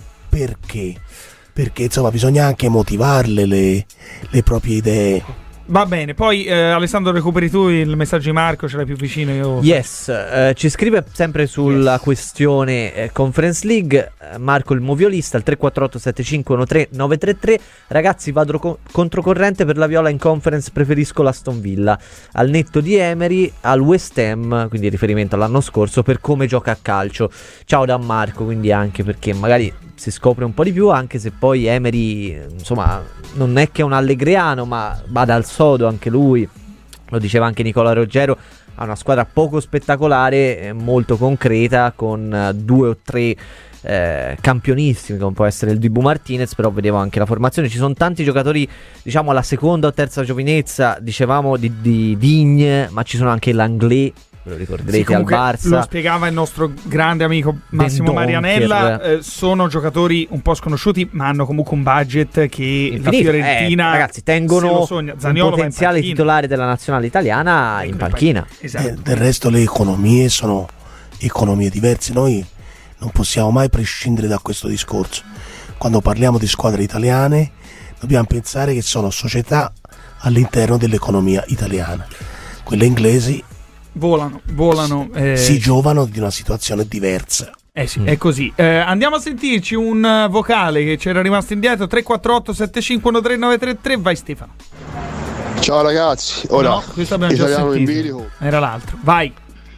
perché insomma bisogna anche motivarle le proprie idee. Va bene, poi Alessandro recuperi tu il messaggio di Marco, ce l'hai più vicino io. Yes, ci scrive sempre sulla questione Conference League Marco il moviolista al 348 7513 933. Ragazzi, vado controcorrente per la viola in Conference, preferisco l'Aston Villa al netto di Emery al West Ham, quindi riferimento all'anno scorso per come gioca a calcio. Ciao da Marco, quindi anche perché magari si scopre un po' di più, anche se poi Emery insomma non è che è un allegriano, ma bada al sodo anche lui, lo diceva anche Nicola Ruggero, ha una squadra poco spettacolare, molto concreta, con 2 o 3 campionissimi, come può essere il Dibu Martinez, però vedevo anche la formazione, ci sono tanti giocatori diciamo alla seconda o terza giovinezza, dicevamo di Digne, ma ci sono anche l'Anglais, lo ricorderete, al Barça. Lo spiegava il nostro grande amico Massimo Marianella, sono giocatori un po' sconosciuti, ma hanno comunque un budget che infinito. La Fiorentina ragazzi, tengono Zaniolo un potenziale titolare della nazionale italiana in panchina. Esatto. Del resto le economie sono economie diverse, noi non possiamo mai prescindere da questo discorso. Quando parliamo di squadre italiane dobbiamo pensare che sono società all'interno dell'economia italiana. Quelle inglesi volano si giovano di una situazione diversa. Sì, è così. Andiamo a sentirci un vocale che c'era rimasto indietro, 348 7513 933. Vai Stefano. Ciao ragazzi, ora no, questo abbiamo già Italiano in sentito. bilico. Era l'altro. Vai.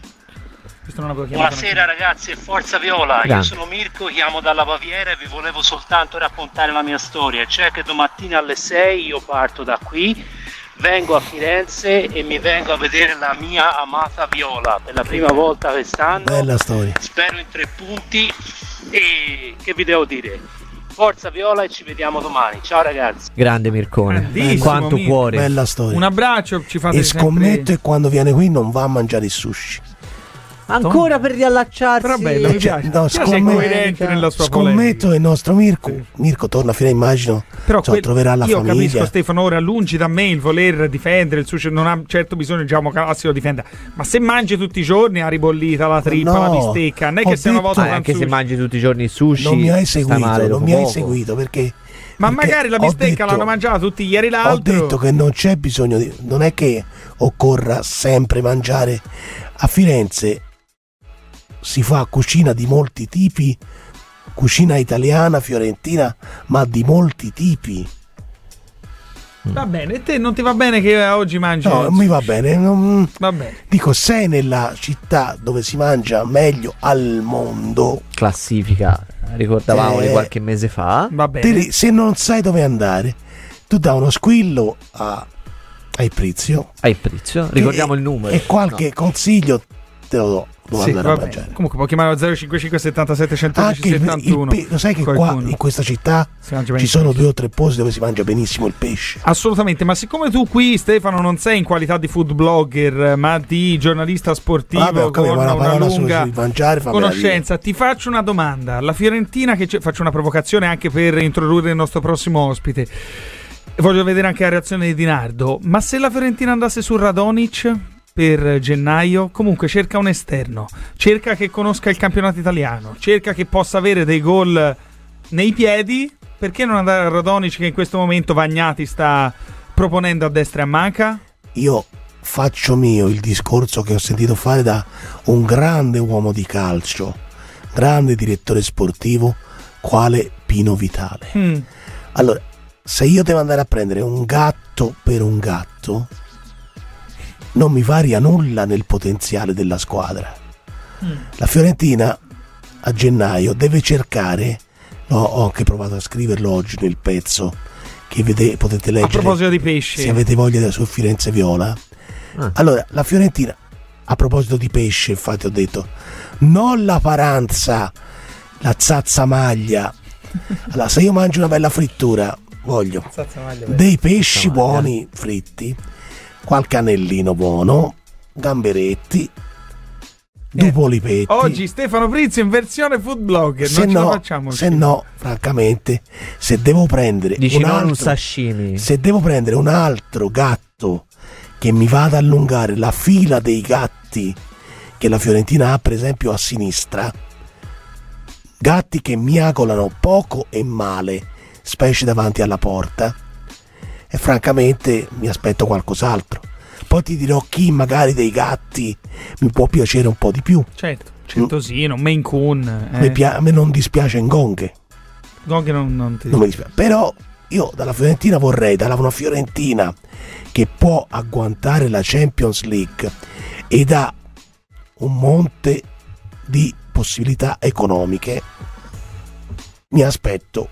Buonasera ragazzi e forza Viola. Io sono Mirko, chiamo dalla Baviera e vi volevo soltanto raccontare la mia storia. Cioè che domattina alle 6 io parto da qui, vengo a Firenze e mi vengo a vedere la mia amata Viola per la prima volta quest'anno. Bella storia. Spero in 3 punti e che vi devo dire? Forza Viola e ci vediamo domani. Ciao ragazzi. Grande Mircone. Quanto Mirko. cuore. Bella storia. Un abbraccio, ci fate e scommetto sempre... che quando viene qui non va a mangiare il sushi. Ancora per riallacciarsi. Però bello, mi piace. No, Sei coerente nella sua scommetto che il nostro Mirko torna fino a immagino, però troverà la io famiglia. Io capisco Stefano, ora lungi da me il voler difendere il sushi, non ha certo bisogno diciamo che lo difenda, ma se mangi tutti i giorni la ribollita, la trippa, la bistecca, non è che se una volta anche se mangi tutti i giorni il sushi non mi hai seguito, non mi hai seguito perché magari la bistecca l'hanno mangiata tutti ieri l'altro. Ho detto che non c'è bisogno di, non è che occorra sempre mangiare. A Firenze si fa cucina di molti tipi, cucina italiana, fiorentina, ma di molti tipi. Va bene, te non ti va bene che oggi mangi? No, mi va bene, va bene. Dico, sei nella città dove si mangia meglio al mondo. Classifica, ricordavamo di qualche mese fa. Va bene. Se non sai dove andare, tu dai uno squillo ai Prizio. Ricordiamo il numero. E qualche consiglio te lo do. Sì, comunque puoi chiamare 055 77 110 71. Lo sai che qua in questa città ci sono 2 o 3 posti dove si mangia benissimo il pesce? Assolutamente, ma siccome tu qui Stefano non sei in qualità di food blogger ma di giornalista sportivo con una lunga conoscenza, ti faccio una domanda. La Fiorentina, faccio una provocazione anche per introdurre il nostro prossimo ospite, voglio vedere anche la reazione di Dinardo, ma se la Fiorentina andasse su Radonic per gennaio, comunque cerca un esterno, cerca che conosca il campionato italiano, cerca che possa avere dei gol nei piedi, perché non andare a Radonic che in questo momento Vagnati sta proponendo a destra e a manca? Io faccio mio il discorso che ho sentito fare da un grande uomo di calcio, grande direttore sportivo, quale Pino Vitale. Allora, se io devo andare a prendere un gatto per un gatto, non mi varia nulla nel potenziale della squadra. La Fiorentina a gennaio deve cercare, ho anche provato a scriverlo oggi nel pezzo che potete leggere a proposito di pesce, se avete voglia su Firenze Viola. Allora, la Fiorentina, a proposito di pesce, infatti ho detto non la paranza, la zazzamaglia. Allora, se io mangio una bella frittura, voglio dei pesci buoni fritti, qualche anellino buono, gamberetti, due polipetti. Oggi Stefano Prizio in versione food blogger, non ce la facciamo. Se no, francamente, se devo prendere un sashimi, se devo prendere un altro gatto che mi vada a allungare la fila dei gatti che la Fiorentina ha, per esempio a sinistra, gatti che miagolano poco e male, specie davanti alla porta, e francamente mi aspetto qualcos'altro. Poi ti dirò chi magari dei gatti mi può piacere un po' di più. Certo, Certosino, Maine Coon. A me non dispiace Ngonghe. Ngonghe non ti mi dispiace. Però io dalla Fiorentina vorrei, dalla una Fiorentina che può agguantare la Champions League ed ha un monte di possibilità economiche, mi aspetto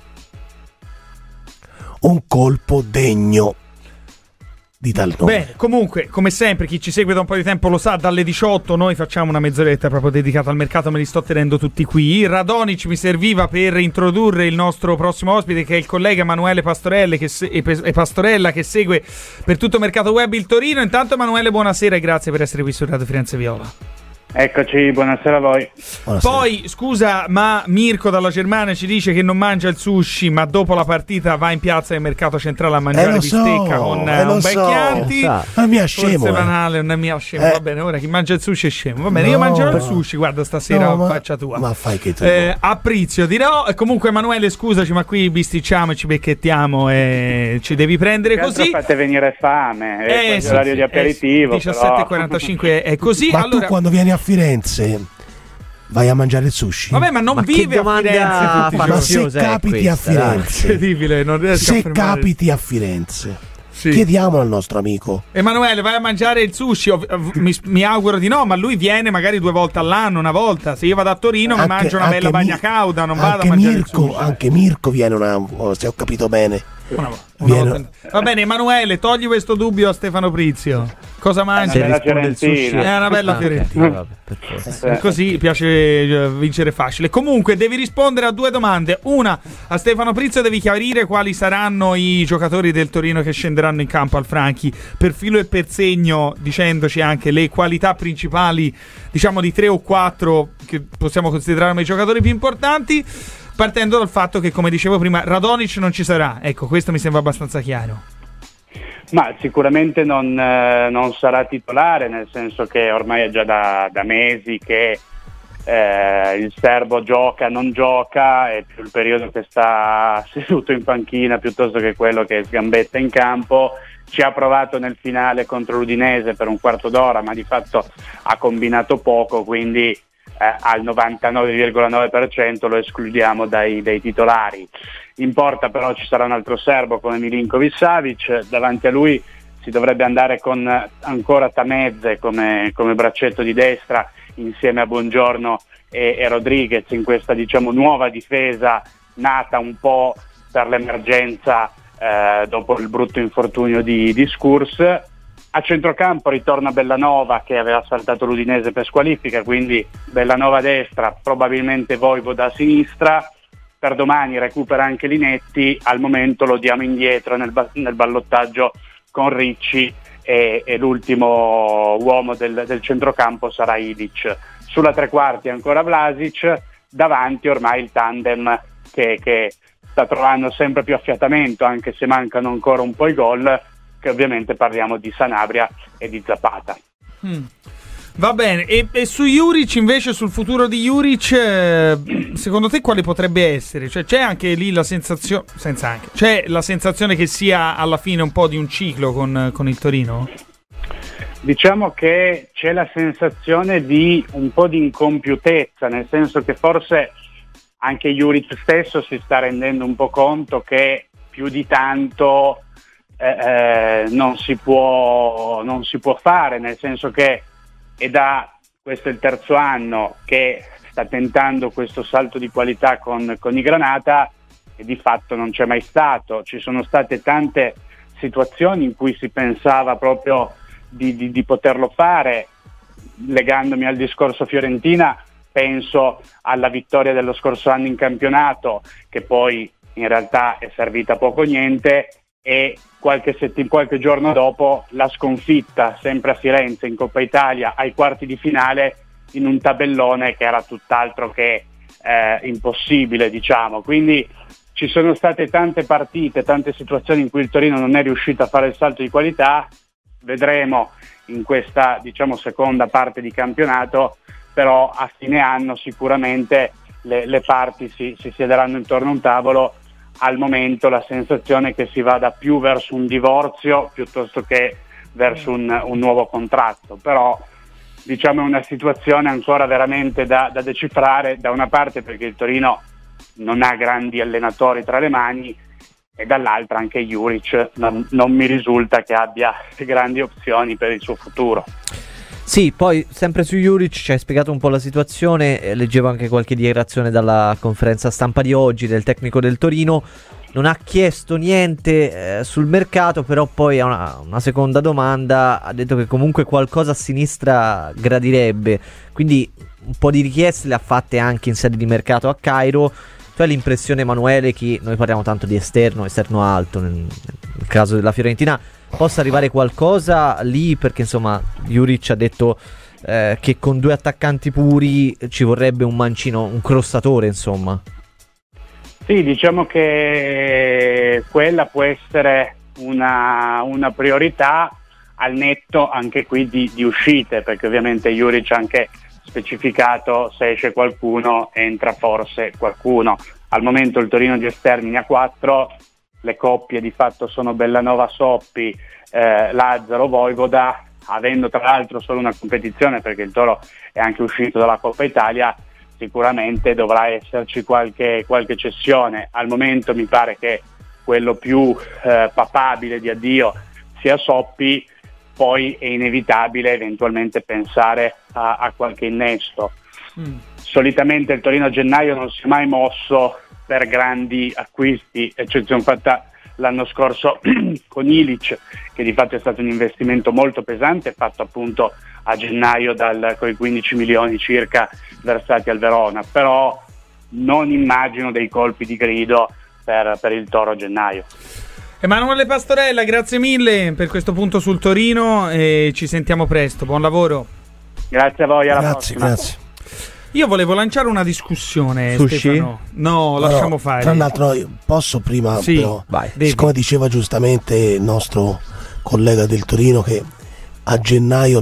un colpo degno di tal nome. Bene, comunque, come sempre, chi ci segue da un po' di tempo lo sa, dalle 18 noi facciamo una mezz'oretta proprio dedicata al mercato, me li sto tenendo tutti qui. Radonic mi serviva per introdurre il nostro prossimo ospite, che è il collega Emanuele Pastorella, che segue per tutto Mercato Web il Torino. Intanto Emanuele, buonasera e grazie per essere qui su Radio Firenze Viola. Eccoci, buonasera a voi. Buonasera. Poi, scusa, ma Mirko dalla Germania ci dice che non mangia il sushi, ma dopo la partita va in piazza del Mercato Centrale a mangiare bistecca con un bel Chianti. Ma mia scemo. Forse banale, non è mia scemo. Va bene, ora chi mangia il sushi è scemo. Va bene, io mangerò il sushi, guarda, stasera faccia tua. Ma fai che tu. A Prizio dirò. Comunque, Emanuele, scusaci, ma qui bisticciamo e ci becchettiamo e ci devi prendere così. Fate venire fame, è l'orario di aperitivo. 17:45 è così. Ma allora, tu quando vieni a Firenze vai a mangiare il sushi? Vabbè, ma non vive a Firenze tutti i giorni. Ma se capiti a Firenze, incredibile, non riesco se capiti a Firenze, chiediamolo al nostro amico Emanuele, vai a mangiare il sushi. Mi auguro di no, ma lui viene magari 2 volte all'anno, una volta. Se io vado a Torino mi mangio una bella bagna cauda, non vado a mangiare il sushi. Anche Mirko viene se ho capito bene. Una volta. Va bene, Emanuele, togli questo dubbio a Stefano Prizio. Cosa mangi? È una bella fiorentina. Così piace vincere facile. Comunque devi rispondere a 2 domande. Una, a Stefano Prizio devi chiarire quali saranno i giocatori del Torino che scenderanno in campo al Franchi, per filo e per segno, dicendoci anche le qualità principali, diciamo di 3 o 4 che possiamo considerare i giocatori più importanti, partendo dal fatto che, come dicevo prima, Radonic non ci sarà. Ecco, questo mi sembra abbastanza chiaro. Ma sicuramente non sarà titolare, nel senso che ormai è già da mesi che il serbo non gioca, è più il periodo che sta seduto in panchina piuttosto che quello che sgambetta in campo. Ci ha provato nel finale contro l'Udinese per un quarto d'ora, ma di fatto ha combinato poco, quindi al 99,9% lo escludiamo dai titolari. In porta però ci sarà un altro serbo come Milinkovic Savic, davanti a lui si dovrebbe andare con ancora Tameze come braccetto di destra insieme a Buongiorno e Rodriguez in questa, diciamo, nuova difesa nata un po' per l'emergenza dopo il brutto infortunio di Scurs. A centrocampo ritorna Bellanova, che aveva saltato l'Udinese per squalifica, quindi Bellanova a destra, probabilmente Voivoda a sinistra. Per domani recupera anche Linetti, al momento lo diamo indietro nel ballottaggio con Ricci e l'ultimo uomo del centrocampo sarà Ilic. Sulla tre quarti ancora Vlasic, davanti ormai il tandem che sta trovando sempre più affiatamento, anche se mancano ancora un po' i gol, che ovviamente parliamo di Sanabria e di Zapata. Va bene, e su Juric invece, sul futuro di Juric, secondo te quale potrebbe essere? Cioè, c'è anche lì la sensazione, c'è la sensazione che sia alla fine un po' di un ciclo con il Torino? Diciamo che c'è la sensazione di un po' di incompiutezza, nel senso che forse anche Juric stesso si sta rendendo un po' conto che più di tanto non si può fare, nel senso che questo è il terzo anno che sta tentando questo salto di qualità con i Granata e di fatto non c'è mai stato. Ci sono state tante situazioni in cui si pensava proprio di poterlo fare. Legandomi al discorso Fiorentina, penso alla vittoria dello scorso anno in campionato, che poi in realtà è servita poco o niente, e qualche giorno dopo la sconfitta sempre a Firenze in Coppa Italia ai quarti di finale in un tabellone che era tutt'altro che impossibile, diciamo. Quindi ci sono state tante partite, tante situazioni in cui il Torino non è riuscito a fare il salto di qualità. Vedremo in questa, diciamo, seconda parte di campionato, però a fine anno sicuramente le parti si siederanno intorno a un tavolo. Al momento la sensazione è che si vada più verso un divorzio piuttosto che verso un nuovo contratto, però diciamo è una situazione ancora veramente da decifrare, da una parte perché il Torino non ha grandi allenatori tra le mani e dall'altra anche Juric non mi risulta che abbia grandi opzioni per il suo futuro. Sì, poi sempre su Juric ci hai spiegato un po' la situazione, leggevo anche qualche dichiarazione dalla conferenza stampa di oggi del tecnico del Torino, non ha chiesto niente sul mercato, però poi a una seconda domanda ha detto che comunque qualcosa a sinistra gradirebbe, quindi un po' di richieste le ha fatte anche in sede di mercato a Cairo. Tu hai l'impressione, Emanuele, che noi parliamo tanto di esterno alto nel caso della Fiorentina, possa arrivare qualcosa lì, perché insomma Juric ha detto che con 2 attaccanti puri ci vorrebbe un mancino, un crosstatore, insomma. Sì, diciamo che quella può essere una priorità, al netto anche qui di uscite, perché ovviamente Juric ha anche specificato: se esce qualcuno entra forse qualcuno. Al momento il Torino di esterni ne ha 4, le coppie di fatto sono Bellanova Soppi, Lazzaro Voivoda, avendo tra l'altro solo una competizione perché il Toro è anche uscito dalla Coppa Italia, sicuramente dovrà esserci qualche cessione. Al momento mi pare che quello più papabile di addio sia Soppi, poi è inevitabile eventualmente pensare a qualche innesto. Solitamente il Torino a gennaio non si è mai mosso per grandi acquisti, eccezione fatta l'anno scorso con Ilic, che di fatto è stato un investimento molto pesante, fatto appunto a gennaio con i 15 milioni circa versati al Verona, però non immagino dei colpi di grido per il Toro a gennaio. Emanuele Pastorella, grazie mille per questo punto sul Torino e ci sentiamo presto, buon lavoro. Grazie a voi, alla prossima. Grazie. Io volevo lanciare una discussione, Sushi? Stefano. No, lasciamo fare. Tra l'altro posso prima, sì, però, vai, siccome diceva giustamente il nostro collega del Torino che a gennaio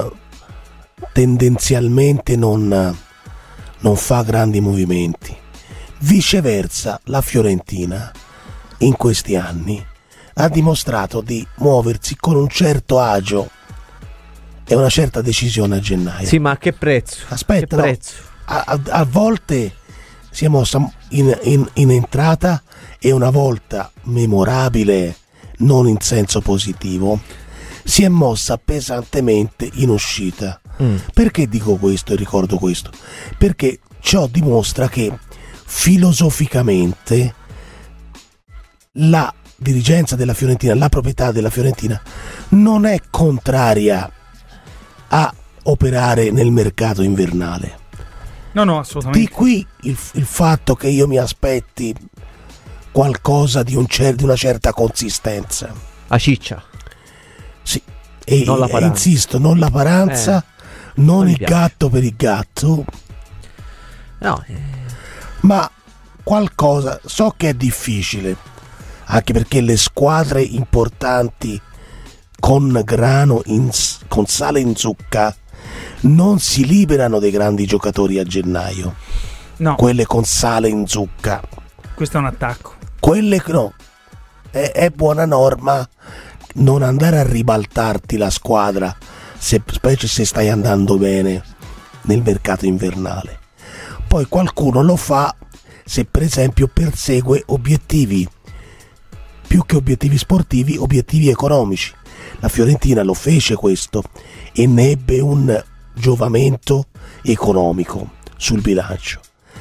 tendenzialmente non fa grandi movimenti, viceversa la Fiorentina in questi anni ha dimostrato di muoversi con un certo agio e una certa decisione a gennaio. Sì, ma a che prezzo? Aspetta, che prezzo? A volte si è mossa in entrata e una volta memorabile, non in senso positivo, si è mossa pesantemente in uscita. Perché dico questo e ricordo questo? Perché ciò dimostra che filosoficamente la dirigenza della Fiorentina, la proprietà della Fiorentina non è contraria a operare nel mercato invernale. No, assolutamente. Di qui il fatto che io mi aspetti qualcosa di una certa consistenza. A ciccia. Sì, e non la paranza. Insisto, non la paranza, non il piace. gatto per il gatto. No. Ma qualcosa, so che è difficile, anche perché le squadre importanti con grano con sale in zucca non si liberano dei grandi giocatori a gennaio. No. Quelle con sale in zucca. Questo è un attacco. Quelle no. È buona norma non andare a ribaltarti la squadra, specie se stai andando bene nel mercato invernale. Poi qualcuno lo fa se per esempio persegue obiettivi, più che obiettivi sportivi, obiettivi economici. La Fiorentina lo fece questo e ne ebbe un giovamento economico sul bilancio.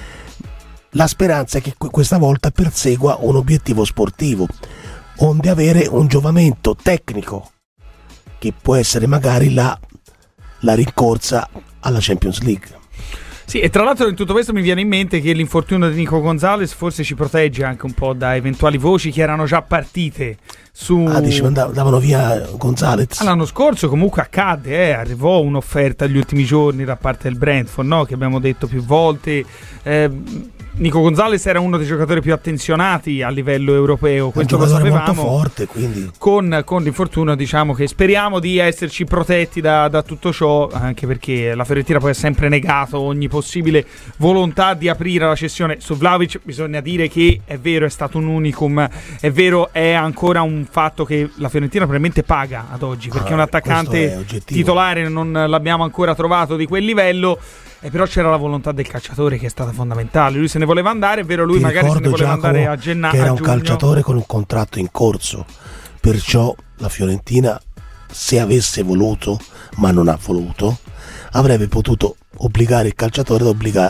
La speranza è che questa volta persegua un obiettivo sportivo, onde avere un giovamento tecnico, che può essere magari la rincorsa alla Champions League. Sì, e tra l'altro in tutto questo mi viene in mente che l'infortunio di Nico Gonzalez forse ci protegge anche un po' da eventuali voci che erano già partite su... dici, andavano via Gonzalez? L'anno scorso comunque accadde, arrivò un'offerta agli ultimi giorni da parte del Brentford, no? Che abbiamo detto più volte. Nico Gonzalez era uno dei giocatori più attenzionati a livello europeo, questo lo sapevamo, molto forte, quindi. Con l'infortunio, diciamo che speriamo di esserci protetti da tutto ciò, anche perché la Fiorentina poi ha sempre negato ogni possibile volontà di aprire la cessione. Su Vlahovic bisogna dire che è vero, è stato un unicum, è vero, è ancora un fatto che la Fiorentina probabilmente paga ad oggi, perché un attaccante titolare non l'abbiamo ancora trovato di quel livello. E però c'era la volontà del calciatore che è stata fondamentale. Lui se ne voleva andare, è vero, lui magari se ne voleva andare a gennaio. Che era un calciatore con un contratto in corso, perciò la Fiorentina, se avesse voluto, ma non ha voluto, avrebbe potuto obbligare il calciatore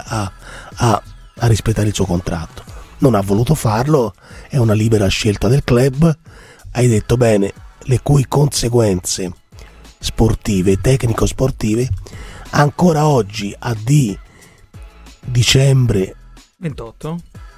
a rispettare il suo contratto. Non ha voluto farlo, è una libera scelta del club. Hai detto bene, le cui conseguenze sportive, tecnico-sportive, ancora oggi a dicembre 28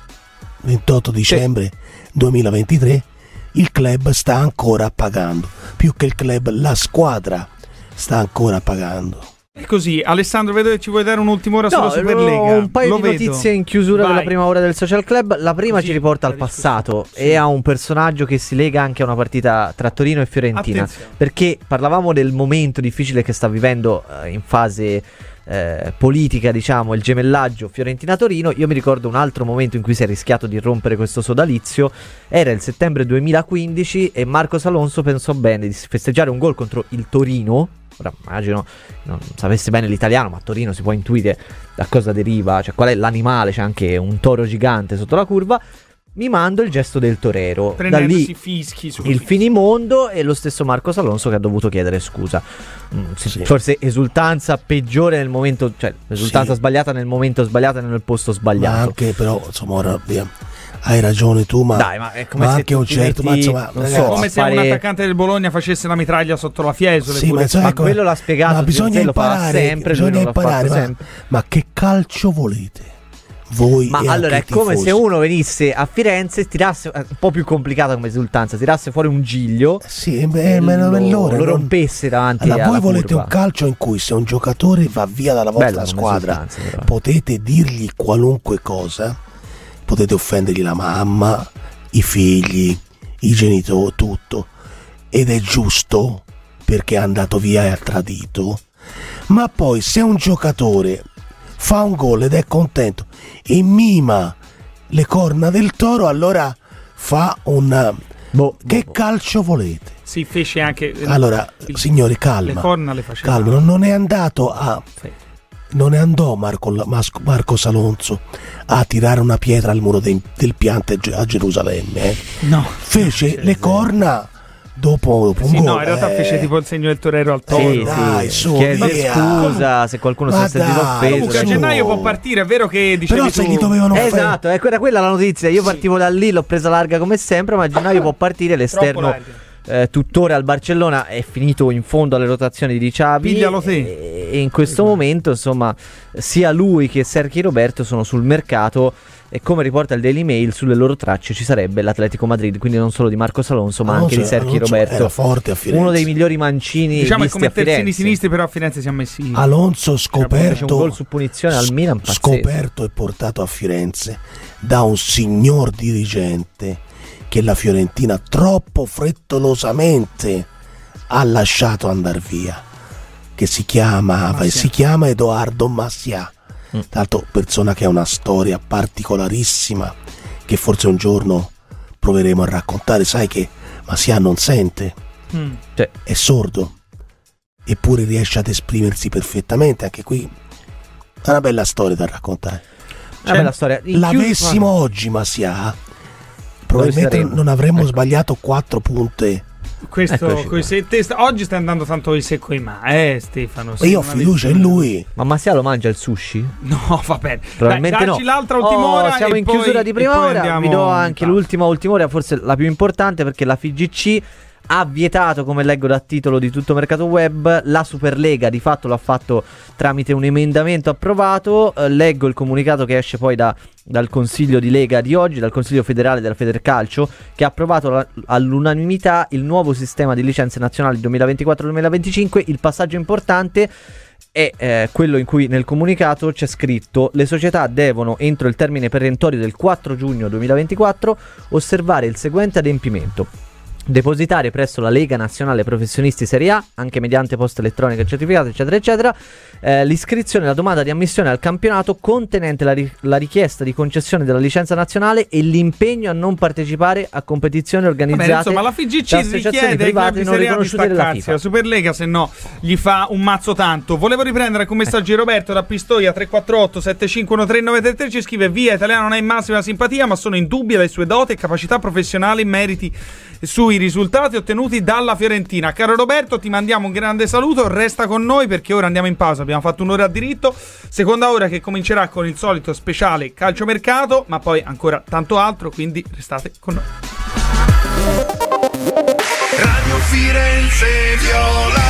dicembre 2023 il club sta ancora pagando, più che il club, la squadra sta ancora pagando. E così, Alessandro, vedo che ci vuoi dare un'ultima ora sulla Superlega. Un paio di notizie in chiusura della prima ora del Social Club. La prima ci riporta al passato e a un personaggio che si lega anche a una partita tra Torino e Fiorentina. Attenzione. Perché parlavamo del momento difficile che sta vivendo in fase politica, diciamo, il gemellaggio Fiorentina-Torino. Io mi ricordo un altro momento in cui si è rischiato di rompere questo sodalizio. Era il settembre 2015 e Marcos Alonso pensò bene di festeggiare un gol contro il Torino. Ora immagino non sapesse bene l'italiano, ma a Torino si può intuire da cosa deriva, cioè qual è l'animale, c'è anche un toro gigante sotto la curva. Mi mando il gesto del torero, da lì fischi il finimondo e lo stesso Marcos Alonso che ha dovuto chiedere scusa. Forse esultanza peggiore nel momento, cioè esultanza sbagliata nel momento sbagliato e nel posto sbagliato. Ma anche però insomma ora hai ragione tu, ma, dai, ma è come ma se anche un certo, metti, ma come se un attaccante del Bologna facesse la mitraglia sotto la Fiesole. Sì, ma quello l'ha spiegato, ma bisogna imparare, ma che calcio volete? Voi ma allora è come se uno venisse a Firenze, tirasse un po' più complicata come esultanza, tirasse fuori un giglio, lo rompesse davanti alla voi volete curva. Un calcio in cui se un giocatore va via dalla vostra squadra potete dirgli qualunque cosa, potete offendergli la mamma, i figli, i genitori, tutto, ed è giusto perché è andato via e ha tradito. Ma poi se un giocatore fa un gol ed è contento e mima le corna del toro, allora fa un calcio volete? Si fece anche allora signori, calma, le corna le faceva, calma, non è andato non è andò Marcos Alonso a tirare una pietra al muro del piante a Gerusalemme, no, fece le corna dopo un gol. No, in realtà fece tipo il segno del torero al toro. Chiede scusa se qualcuno si è sentito offeso. Comunque a gennaio può partire, è vero che dicevi però se gli dovevano esatto, era quella la notizia. Io partivo da lì, l'ho presa larga come sempre, ma a gennaio può partire l'esterno tutore al Barcellona, è finito in fondo alle rotazioni di Xavi e in questo momento insomma sia lui che Sergio Roberto sono sul mercato e come riporta il Daily Mail sulle loro tracce ci sarebbe l'Atletico Madrid, quindi non solo di Marcos Alonso ma anche di Sergio Roberto, era forte a Firenze, uno dei migliori mancini, diciamo, come terzini sinistri, però a Firenze si è messi Alonso scoperto, un gol su punizione al Milan, scoperto e portato a Firenze da un signor dirigente che la Fiorentina troppo frettolosamente ha lasciato andare via, che si chiama Edoardo Macià. Tra l'altro persona che ha una storia particolarissima che forse un giorno proveremo a raccontare. Sai che Macià non sente, è sordo, eppure riesce ad esprimersi perfettamente. Anche qui è una bella storia da raccontare. bella storia. L'avessimo oggi, Masia, probabilmente non avremmo sbagliato 4 punte. Questo oggi stai andando tanto il secco in Stefano. Io ho fiducia in lui. Ma Masia lo mangia il sushi? No, va bene. Probabilmente dacci no. l'altra ultima ora. Siamo in chiusura di prima ora. Vi do anche l'ultima ora, forse la più importante, perché la FIGC ha vietato, come leggo dal titolo di Tutto Mercato Web, la Superlega. Di fatto l'ha fatto tramite un emendamento approvato. Leggo il comunicato che esce poi dal Consiglio di Lega di oggi, dal Consiglio federale della Federcalcio, che ha approvato all'unanimità il nuovo sistema di licenze nazionali 2024-2025. Il passaggio importante è quello in cui nel comunicato c'è scritto: le società devono, entro il termine perentorio del 4 giugno 2024, osservare il seguente adempimento: depositare presso la Lega Nazionale Professionisti Serie A, anche mediante posta elettronica certificata, eccetera eccetera, l'iscrizione e la domanda di ammissione al campionato contenente la richiesta di concessione della licenza nazionale e l'impegno a non partecipare a competizioni organizzate ma la FIGC da associazioni private non riconosciute dalla FIFA. La Superlega, se no, gli fa un mazzo tanto. Volevo riprendere con messaggi Roberto da Pistoia 348 751 3933. Ci scrive: via Italiano non è in massima simpatia, ma sono indubbie le sue doti e capacità professionali in meriti sui risultati ottenuti dalla Fiorentina. Caro Roberto, ti mandiamo un grande saluto, resta con noi perché ora andiamo in pausa, abbiamo fatto un'ora a diritto, seconda ora che comincerà con il solito speciale calciomercato, ma poi ancora tanto altro, quindi restate con noi. Radio Firenze Viola,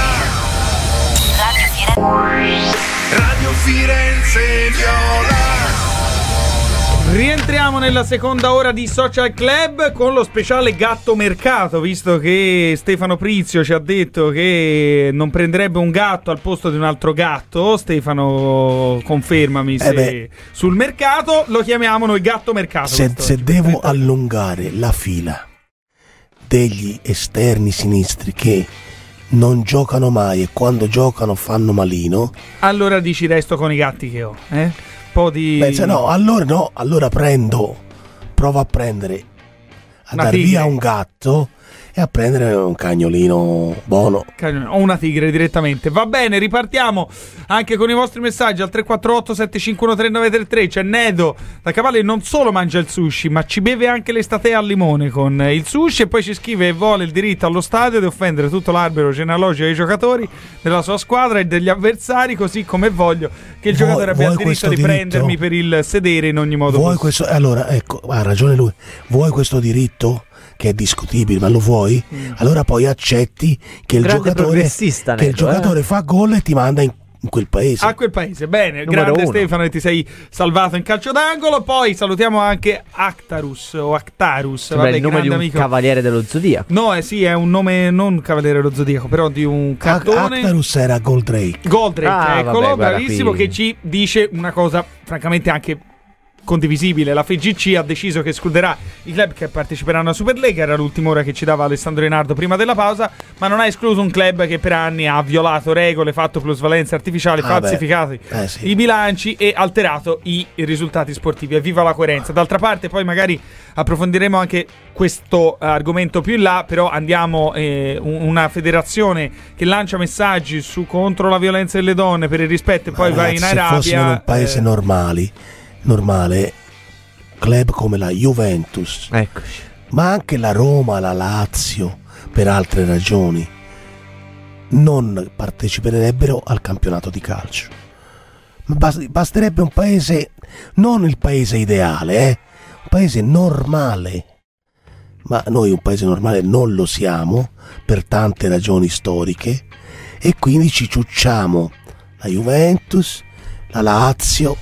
Radio Firenze Viola. Rientriamo nella seconda ora di Social Club con lo speciale gatto mercato, visto che Stefano Prizio ci ha detto che non prenderebbe un gatto al posto di un altro gatto. Stefano, confermami se sul mercato lo chiamiamo noi gatto mercato. Se devo allungare la fila degli esterni sinistri che non giocano mai e quando giocano fanno malino, allora dici resto con i gatti che ho, allora provo a prendere, a dar via un gatto e a prendere un cagnolino buono o una tigre direttamente. Va bene, ripartiamo anche con i vostri messaggi al 348 751 3933. C'è Nedo da Cavalli, non solo mangia il sushi ma ci beve anche l'estate al limone con il sushi, e poi ci scrive: vuole il diritto allo stadio di offendere tutto l'albero genealogico dei giocatori della sua squadra e degli avversari, così come voglio che il giocatore abbia il diritto di prendermi per il sedere in ogni modo possibile. Allora, ecco, ha ragione lui. Vuoi questo diritto? Che è discutibile, ma lo vuoi? Allora poi accetti che il giocatore fa gol e ti manda in quel paese. A quel paese, bene, Numero grande 1. Stefano, e ti sei salvato in calcio d'angolo. Poi salutiamo anche Actarus o Actarus, il nome di un amico. cavaliere dello Zodiaco. No, sì, è un nome non cavaliere dello Zodiaco, però di un cartone. Actarus era Goldrake, eccolo, bravissimo, che ci dice una cosa francamente anche condivisibile. La FIGC ha deciso che escluderà i club che parteciperanno a Superlega. Era l'ultima ora che ci dava Alessandro Renardo prima della pausa, ma non ha escluso un club che per anni ha violato regole, fatto plusvalenze artificiali, falsificato i bilanci e alterato i risultati sportivi. Evviva la coerenza. D'altra parte poi magari approfondiremo anche questo argomento più in là, però andiamo una federazione che lancia messaggi contro la violenza delle donne, per il rispetto, e poi va in Arabia. Se fossimo in un paese normale, club come la Juventus, eccoci, ma anche la Roma, la Lazio, per altre ragioni, non parteciperebbero al campionato di calcio. Basterebbe un paese, non il paese ideale, un paese normale. Ma noi un paese normale non lo siamo per tante ragioni storiche, e quindi ci ciucciamo la Juventus, la Lazio,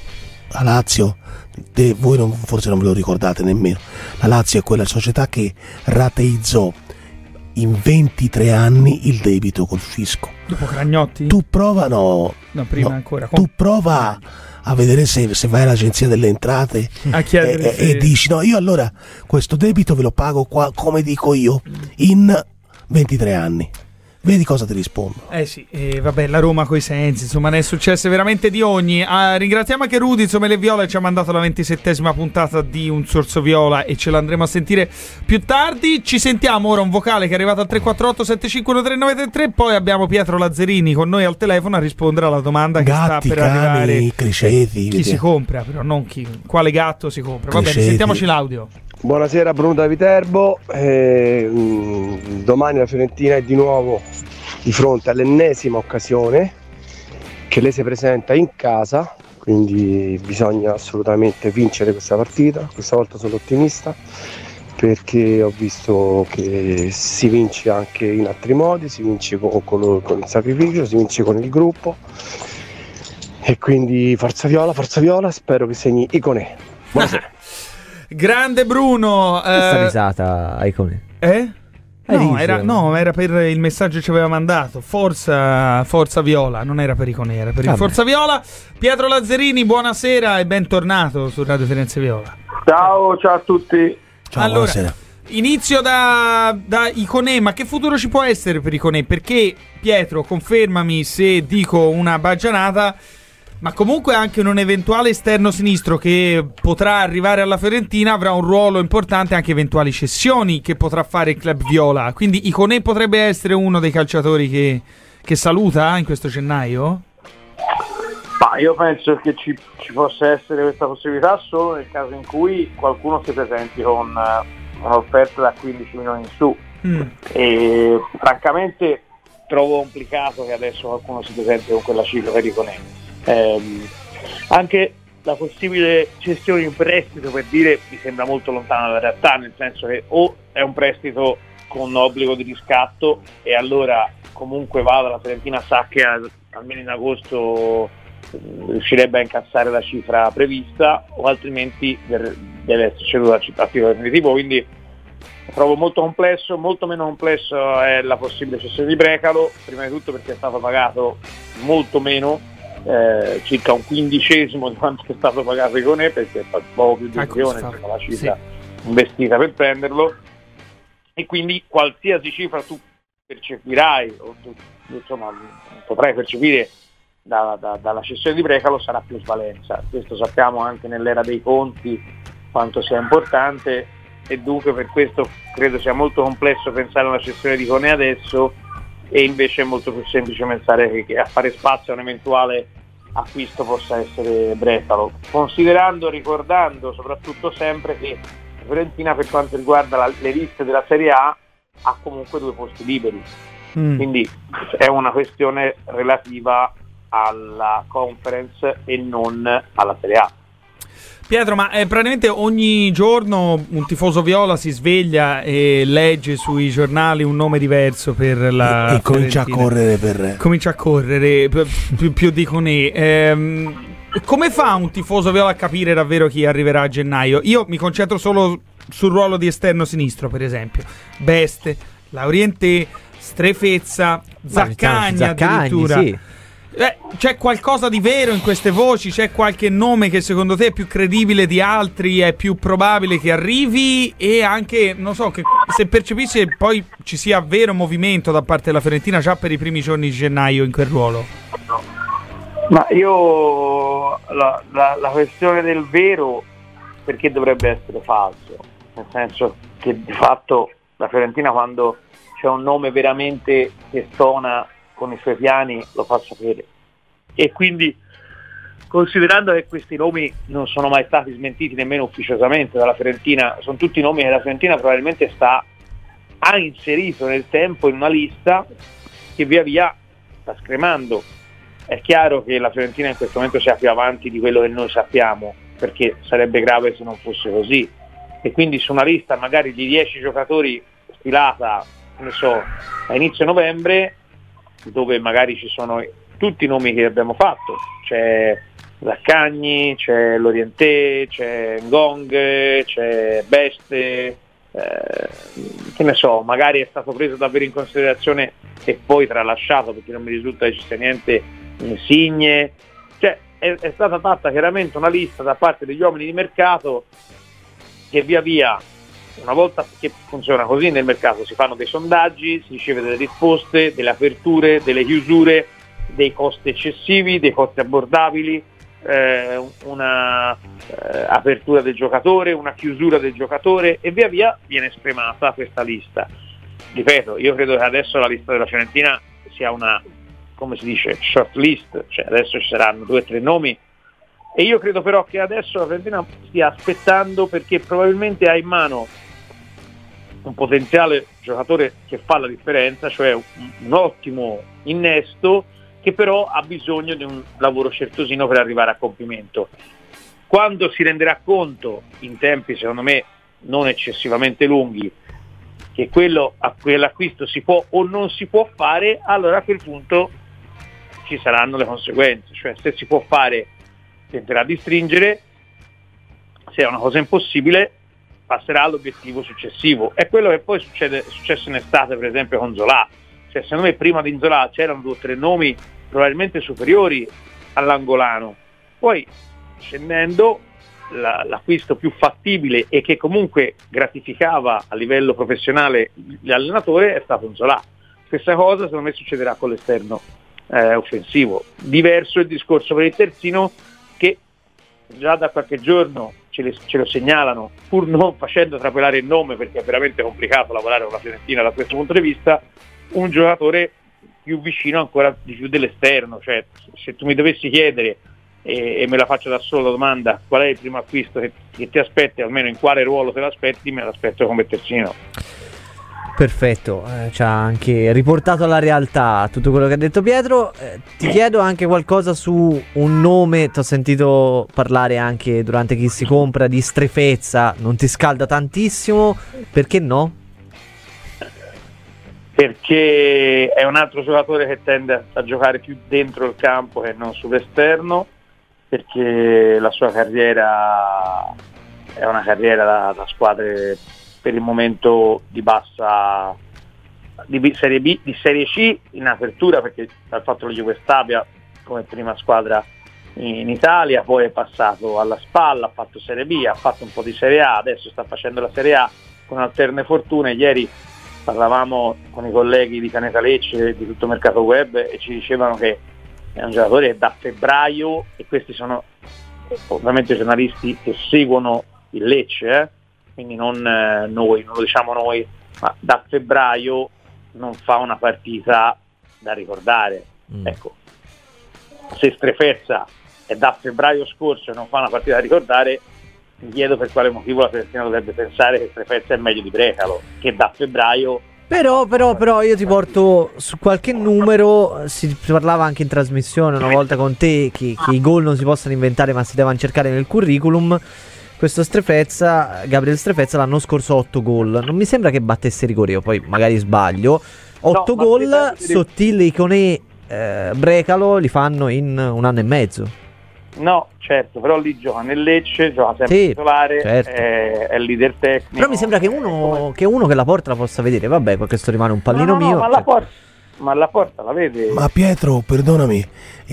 voi forse non ve lo ricordate nemmeno. La Lazio è quella società che rateizzò in 23 anni il debito col fisco. Dopo Cragnotti? Tu prova ancora. Tu prova a vedere se vai all'agenzia delle entrate e dici: no, io allora questo debito ve lo pago qua, come dico io, in 23 anni. Vedi cosa ti rispondo. Sì, vabbè, la Roma coi sensi, insomma, ne è successe veramente di ogni. Ringraziamo anche Rudy, insomma, le Viola ci ha mandato la 27ª puntata di Un Sorso Viola e ce l'andremo a sentire più tardi. Ci sentiamo ora un vocale che è arrivato al 348 7513 poi abbiamo Pietro Lazzarini con noi al telefono a rispondere alla domanda Gatti, che sta per cani, arrivare. criceti, chi si compra, però non chi, quale gatto si compra. Va bene, Criceti. sentiamoci l'audio. Buonasera Bruno da Viterbo, domani la Fiorentina è di nuovo di fronte all'ennesima occasione che lei si presenta in casa, quindi bisogna assolutamente vincere questa partita. Questa volta sono ottimista perché ho visto che si vince anche in altri modi, si vince con il sacrificio, si vince con il gruppo e quindi forza Viola, spero che segni Iconè. Buonasera. Grande Bruno. Questa risata, Icone. No, era per il messaggio che ci aveva mandato. Forza Viola, non era per Icone, era per il Forza Viola. Pietro Lazzarini, buonasera e bentornato su Radio Firenze Viola. Ciao a tutti. Ciao, allora, buonasera. Inizio da Icone, ma che futuro ci può essere per Icone? Perché, Pietro, confermami se dico una baggianata, ma comunque anche un eventuale esterno sinistro che potrà arrivare alla Fiorentina avrà un ruolo importante, anche eventuali cessioni che potrà fare il club viola. Quindi Icone potrebbe essere uno dei calciatori che saluta in questo gennaio? Ma io penso che ci possa essere questa possibilità solo nel caso in cui qualcuno si presenti con un'offerta da 15 milioni in su. E francamente trovo complicato che adesso qualcuno si presenti con quella cifra per Icone. Anche la possibile cessione in prestito, per dire, mi sembra molto lontana dalla realtà, nel senso che o è un prestito con obbligo di riscatto e allora comunque la Fiorentina sa che almeno in agosto riuscirebbe a incassare la cifra prevista, o altrimenti deve essere ceduta a titolo definitivo. Quindi trovo molto complesso. Molto meno complesso è la possibile cessione di Brecalo, prima di tutto perché è stato pagato molto meno, circa un 15° di quanto è stato pagato Icone, perché è poco più di un milione la cifra investita per prenderlo, e quindi qualsiasi cifra tu percepirai o tu, insomma, potrai percepire dalla cessione di Brecalo sarà plusvalenza. Questo sappiamo anche nell'era dei conti quanto sia importante, e dunque per questo credo sia molto complesso pensare a una cessione di Icone adesso, e invece è molto più semplice pensare che a fare spazio a un eventuale acquisto possa essere Brecalo, ricordando soprattutto sempre che la Fiorentina, per quanto riguarda le liste della Serie A, ha comunque 2 posti liberi, quindi è una questione relativa alla Conference e non alla Serie A. Pietro, ma praticamente ogni giorno un tifoso viola si sveglia e legge sui giornali un nome diverso per la e comincia a correre comincia a correre più di Icone. Come fa un tifoso viola a capire davvero chi arriverà a gennaio? Io mi concentro solo sul ruolo di esterno sinistro, per esempio. Beste, Laurienté, Strefezza, Zaccagni addirittura. Sì. C'è qualcosa di vero in queste voci? C'è qualche nome che secondo te è più credibile di altri, è più probabile che arrivi? E anche, non so, che se percepisci che poi ci sia vero movimento da parte della Fiorentina già per i primi giorni di gennaio in quel ruolo? Ma io la questione del vero, perché dovrebbe essere falso? Nel senso che di fatto la Fiorentina, quando c'è un nome veramente che stona con i suoi piani, lo fa sapere, e quindi, considerando che questi nomi non sono mai stati smentiti nemmeno ufficiosamente dalla Fiorentina, sono tutti nomi che la Fiorentina probabilmente ha inserito nel tempo in una lista che via via sta scremando. È chiaro che la Fiorentina in questo momento sia più avanti di quello che noi sappiamo, perché sarebbe grave se non fosse così, e quindi su una lista magari di 10 giocatori stilata, ne so, a inizio novembre, dove magari ci sono tutti i nomi che abbiamo fatto, c'è Zaccagni, c'è Laurienté, c'è Ngong, c'è Beste, che ne so, magari è stato preso davvero in considerazione e poi tralasciato, perché non mi risulta che ci sia niente Insigne. Cioè è stata fatta chiaramente una lista da parte degli uomini di mercato che via via una volta che funziona così nel mercato, si fanno dei sondaggi, si riceve delle risposte, delle aperture, delle chiusure, dei costi eccessivi, dei costi abbordabili, una apertura del giocatore, una chiusura del giocatore, e via via viene spremata questa lista. Ripeto, io credo che adesso la lista della Fiorentina sia una, come si dice, short list, cioè adesso ci saranno 2 o 3 nomi, e io credo però che adesso la Fiorentina stia aspettando, perché probabilmente ha in mano un potenziale giocatore che fa la differenza, cioè un ottimo innesto, che però ha bisogno di un lavoro certosino per arrivare a compimento. Quando si renderà conto, in tempi secondo me non eccessivamente lunghi, che quell'acquisto si può o non si può fare, allora a quel punto ci saranno le conseguenze, cioè se si può fare tenterà di stringere, se è una cosa impossibile passerà all'obiettivo successivo. È quello che poi è successo in estate per esempio con Zola. Cioè, secondo me prima di Zola c'erano 2 o 3 nomi probabilmente superiori all'angolano, poi scendendo l'acquisto più fattibile e che comunque gratificava a livello professionale l'allenatore è stato Zola. Stessa cosa secondo me succederà con l'esterno offensivo. Diverso il discorso per il terzino, che già da qualche giorno ce lo segnalano, pur non facendo trapelare il nome, perché è veramente complicato lavorare con la Fiorentina da questo punto di vista, un giocatore più vicino ancora di più dell'esterno. Cioè, se tu mi dovessi chiedere, e me la faccio da solo la domanda, qual è il primo acquisto che ti aspetti, almeno in quale ruolo te l'aspetti, me l'aspetto come terzino. Perfetto, ci ha anche riportato alla realtà tutto quello che ha detto Pietro. Ti chiedo anche qualcosa su un nome, ti ho sentito parlare anche durante Chi si compra di Strefezza, non ti scalda tantissimo, perché no? Perché è un altro giocatore che tende a giocare più dentro il campo che non sull'esterno, perché la sua carriera è una carriera da squadre per il momento di bassa, di Serie B, di Serie C in apertura, perché ha fatto lo Juve Stabia come prima squadra in Italia, poi è passato alla Spalla, ha fatto Serie B, ha fatto un po' di Serie A, adesso sta facendo la Serie A con alterne fortune. Ieri parlavamo con i colleghi di Caneta Lecce, di Tutto Mercato Web, e ci dicevano che è un giocatore da febbraio, e questi sono ovviamente giornalisti che seguono il Lecce, quindi non noi, non lo diciamo noi, ma da febbraio non fa una partita da ricordare. Ecco, se Strefezza è da febbraio scorso e non fa una partita da ricordare, mi chiedo per quale motivo la Fiorentina dovrebbe pensare che Strefezza è meglio di Brecalo, che da febbraio. Però io ti porto su qualche numero. Si parlava anche in trasmissione una volta con te che i gol non si possono inventare ma si devono cercare nel curriculum. Questo Strefezza, Gabriel Strefezza, l'anno scorso 8 gol. Non mi sembra che battesse rigore, io poi magari sbaglio. 8 gol, Sottile, Iconè, Brecalo li fanno in 1 anno e mezzo. No, certo, però lì gioca nel Lecce, gioca sempre titolare, certo. È il leader tecnico. Però mi sembra che uno che la porta la possa vedere. Vabbè, questo rimane un pallino mio. Ma la porta la vede. Ma Pietro, perdonami,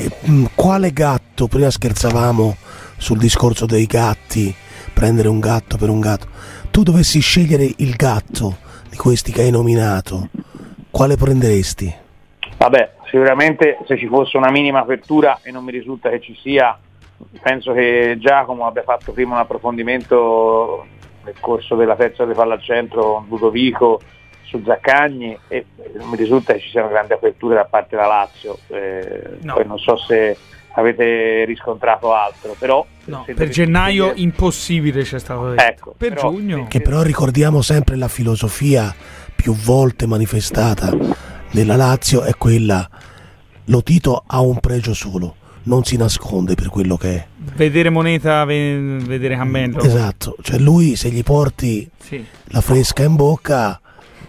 quale gatto? Prima scherzavamo sul discorso dei gatti, prendere un gatto per un gatto. Tu dovessi scegliere il gatto di questi che hai nominato, quale prenderesti? Vabbè, sicuramente se ci fosse una minima apertura, e non mi risulta che ci sia, penso che Giacomo abbia fatto prima un approfondimento nel corso della terza di palla al centro con Ludovico su Zaccagni, e non mi risulta che ci siano grandi aperture da parte della Lazio. No. Poi non so se avete riscontrato altro, però no, per gennaio impossibile c'è stato detto. Ecco, per giugno. Che però ricordiamo sempre la filosofia più volte manifestata della Lazio è quella: Lotito ha un pregio solo, non si nasconde per quello che è. Vedere moneta, vedere cammello. Esatto, cioè lui se gli porti la fresca in bocca,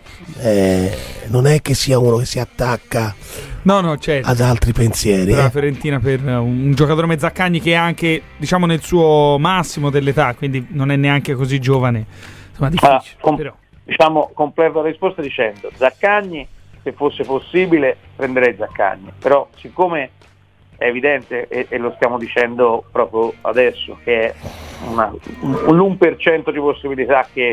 non è che sia uno che si attacca certo, ad altri pensieri. Per la Fiorentina, per un giocatore come Zaccagni, che è anche, diciamo, nel suo massimo dell'età, quindi non è neanche così giovane, insomma, difficile. Però diciamo, completo la risposta dicendo: Zaccagni, se fosse possibile prenderei Zaccagni, però siccome è evidente, e lo stiamo dicendo proprio adesso, che è un 1% di possibilità che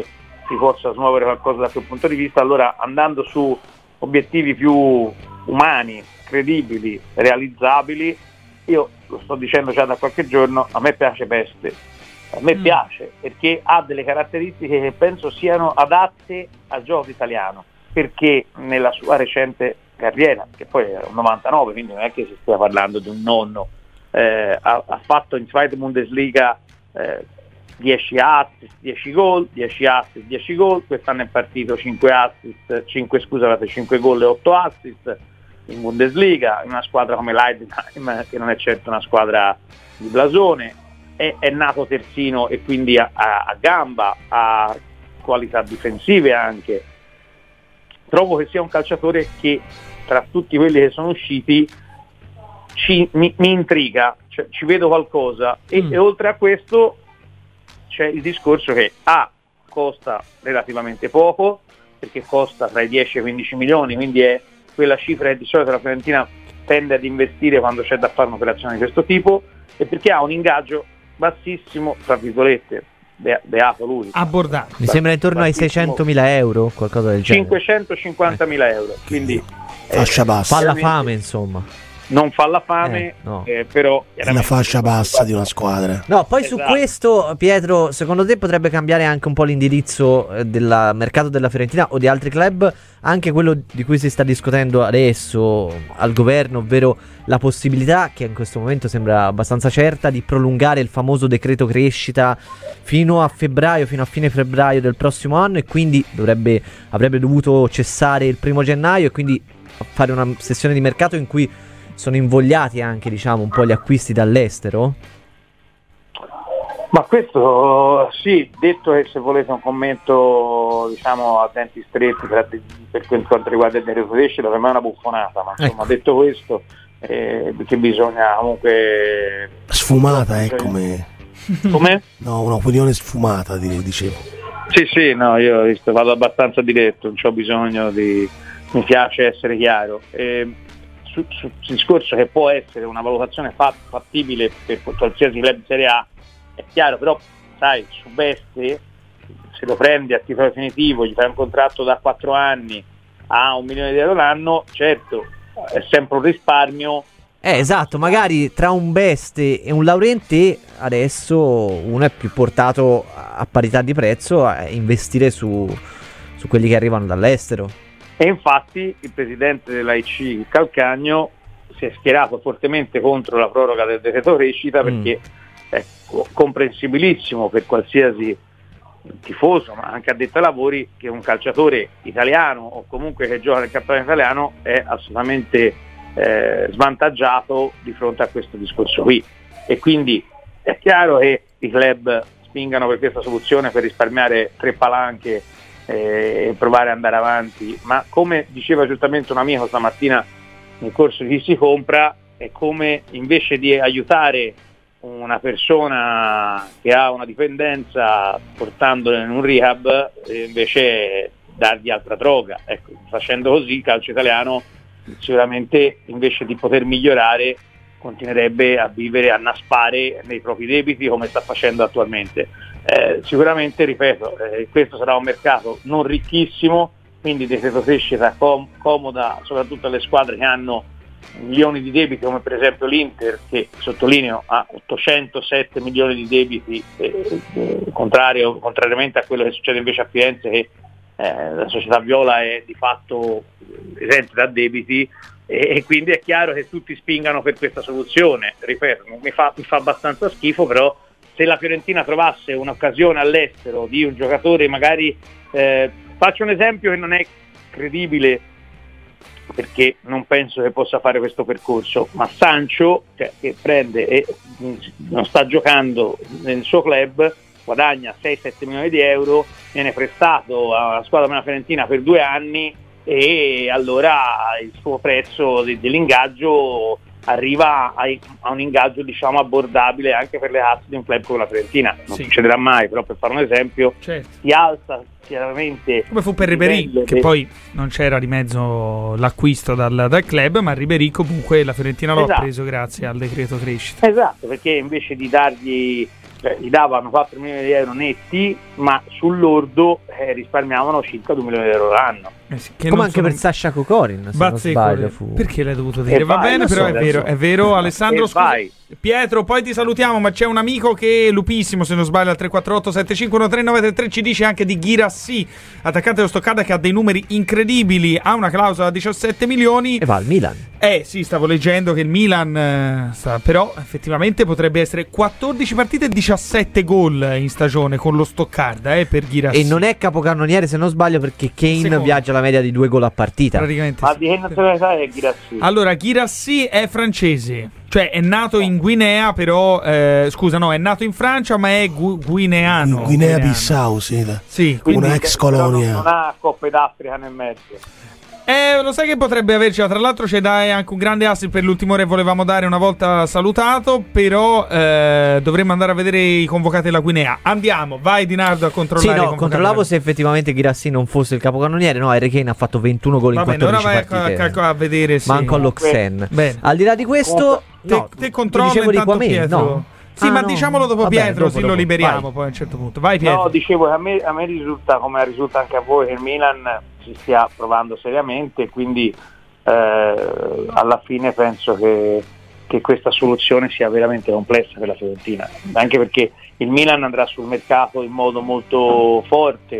si possa smuovere qualcosa da quel punto di vista. Allora, andando su obiettivi più umani, credibili, realizzabili, io lo sto dicendo già da qualche giorno, a me piace Peste, a me piace perché ha delle caratteristiche che penso siano adatte al gioco italiano, perché nella sua recente carriera, che poi è un 99, quindi non è che si stia parlando di un nonno, ha fatto in Zweite Bundesliga 10 assist, 10 gol, 10 assist, 10 gol, quest'anno è partito 5 gol e 8 assist in Bundesliga, in una squadra come l'Heidenheim, che non è certo una squadra di blasone, è nato terzino e quindi ha gamba, ha qualità difensive anche. Trovo che sia un calciatore che tra tutti quelli che sono usciti mi intriga, cioè, ci vedo qualcosa e oltre a questo c'è il discorso che costa relativamente poco, perché costa tra i 10 e i 15 milioni, quindi è quella cifra che di solito la Fiorentina tende ad investire quando c'è da fare un'operazione di questo tipo, e perché ha un ingaggio bassissimo, tra virgolette, beato lui, abbordante. Mi sembra intorno ai 600.000 euro, qualcosa del genere. 550.000 euro, quindi fascia bassa. Fa la fame, insomma. Non fa la fame, no. però è la fascia bassa di una squadra. No, poi su questo, Pietro, secondo te potrebbe cambiare anche un po' l'indirizzo del mercato della Fiorentina o di altri club, anche quello di cui si sta discutendo adesso al governo, ovvero la possibilità, che in questo momento sembra abbastanza certa, di prolungare il famoso decreto crescita fino a fine febbraio del prossimo anno, e quindi avrebbe dovuto cessare il 1 gennaio, e quindi fare una sessione di mercato in cui sono invogliati anche, diciamo, un po' gli acquisti dall'estero? Ma questo sì, detto che se volete un commento, diciamo, a denti stretti per quanto riguarda il decreto crescita, per me è una buffonata, ma insomma, detto questo, che bisogna comunque sfumata, come no, un'opinione sfumata, dicevo. Sì, no, io vado abbastanza diretto, non c'ho bisogno mi piace essere chiaro. Sul discorso che può essere una valutazione fattibile per qualsiasi club Serie A, è chiaro, però sai, su Beste, se lo prendi a titolo definitivo, gli fai un contratto da 4 anni a €1 milione l'anno, certo, è sempre un risparmio. Esatto, magari tra un Beste e un Laurenti adesso uno è più portato a parità di prezzo a investire su quelli che arrivano dall'estero. E infatti il presidente dell'AIC Calcagno si è schierato fortemente contro la proroga del decreto crescita, perché è comprensibilissimo per qualsiasi tifoso, ma anche addetto ai lavori, che un calciatore italiano o comunque che gioca nel campionato italiano è assolutamente svantaggiato di fronte a questo discorso qui, e quindi è chiaro che i club spingano per questa soluzione per risparmiare 3 palanche e provare ad andare avanti, ma come diceva giustamente un amico stamattina nel corso di Chi si compra, è come invece di aiutare una persona che ha una dipendenza portandola in un rehab, invece dargli altra droga. Ecco, facendo così il calcio italiano sicuramente, invece di poter migliorare, continuerebbe a vivere, a naspare nei propri debiti come sta facendo attualmente. Sicuramente, ripeto, questo sarà un mercato non ricchissimo, quindi decreto crescita comoda soprattutto alle squadre che hanno milioni di debiti, come per esempio l'Inter, che sottolineo ha 807 milioni di debiti, contrariamente a quello che succede invece a Firenze, che la società viola è di fatto esente da debiti, e quindi è chiaro che tutti spingano per questa soluzione. Ripeto, mi fa abbastanza schifo, però se la Fiorentina trovasse un'occasione all'estero di un giocatore, magari faccio un esempio che non è credibile perché non penso che possa fare questo percorso, ma Sancho, che prende e non sta giocando nel suo club, guadagna 6-7 milioni di euro, viene prestato alla squadra della Fiorentina per 2 anni, e allora il suo prezzo dell'ingaggio arriva a un ingaggio, diciamo, abbordabile anche per le casse di un club come la Fiorentina. Non succederà mai, però per fare un esempio, si alza chiaramente, come fu per Ribéry, che poi non c'era di mezzo l'acquisto dal club, ma Ribéry comunque la Fiorentina l'ha preso grazie al decreto crescita. Esatto, perché invece di dargli gli davano 4 milioni di euro netti, ma sul lordo risparmiavano circa 2 milioni di euro l'anno. Come anche per Sasha Kokorin, se non sbaglio, perché l'hai dovuto dire? Va bene, però è vero. Alessandro, scusa. Pietro, poi ti salutiamo, ma c'è un amico che è lupissimo, se non sbaglio, al 348 751 3933 ci dice anche di Guirassy, attaccante dello Stoccarda, che ha dei numeri incredibili, ha una clausola da 17 milioni e va al Milan. Sì, stavo leggendo che il Milan però effettivamente potrebbe essere 14 partite e 17 gol in stagione con lo Stoccarda per Guirassy. E non è capocannoniere, se non sbaglio, perché Kane viaggia alla media di 2 gol a partita. Praticamente ma di che nazionalità è Guirassy? Allora, Guirassy è francese, cioè è nato in Guinea, però è nato in Francia, ma è guineano. Guinea-Bissau, sì. Una ex colonia. Non ha Coppe d'Africa nel mezzo. Lo sai che potrebbe avercela. Tra l'altro c'è anche un grande assist per l'ultimo ore, volevamo dare una volta salutato, però dovremmo andare a vedere i convocati della Guinea. Andiamo, vai Dinardo a controllare. Sì, controllavo se effettivamente Guirassy non fosse il capocannoniere. No, Harry Kane ha fatto 21 gol in 14 partite. A vedere, sì. Manco all'Oxen. Al di là di questo, te controlla intanto Pietro. No. Sì, ma diciamolo dopo Pietro, dopo, lo liberiamo vai. Poi a un certo punto. Vai Pietro. No, dicevo che a me risulta, come risulta anche a voi, che il Milan si stia provando seriamente, quindi alla fine penso che questa soluzione sia veramente complessa per la Fiorentina, anche perché il Milan andrà sul mercato in modo molto forte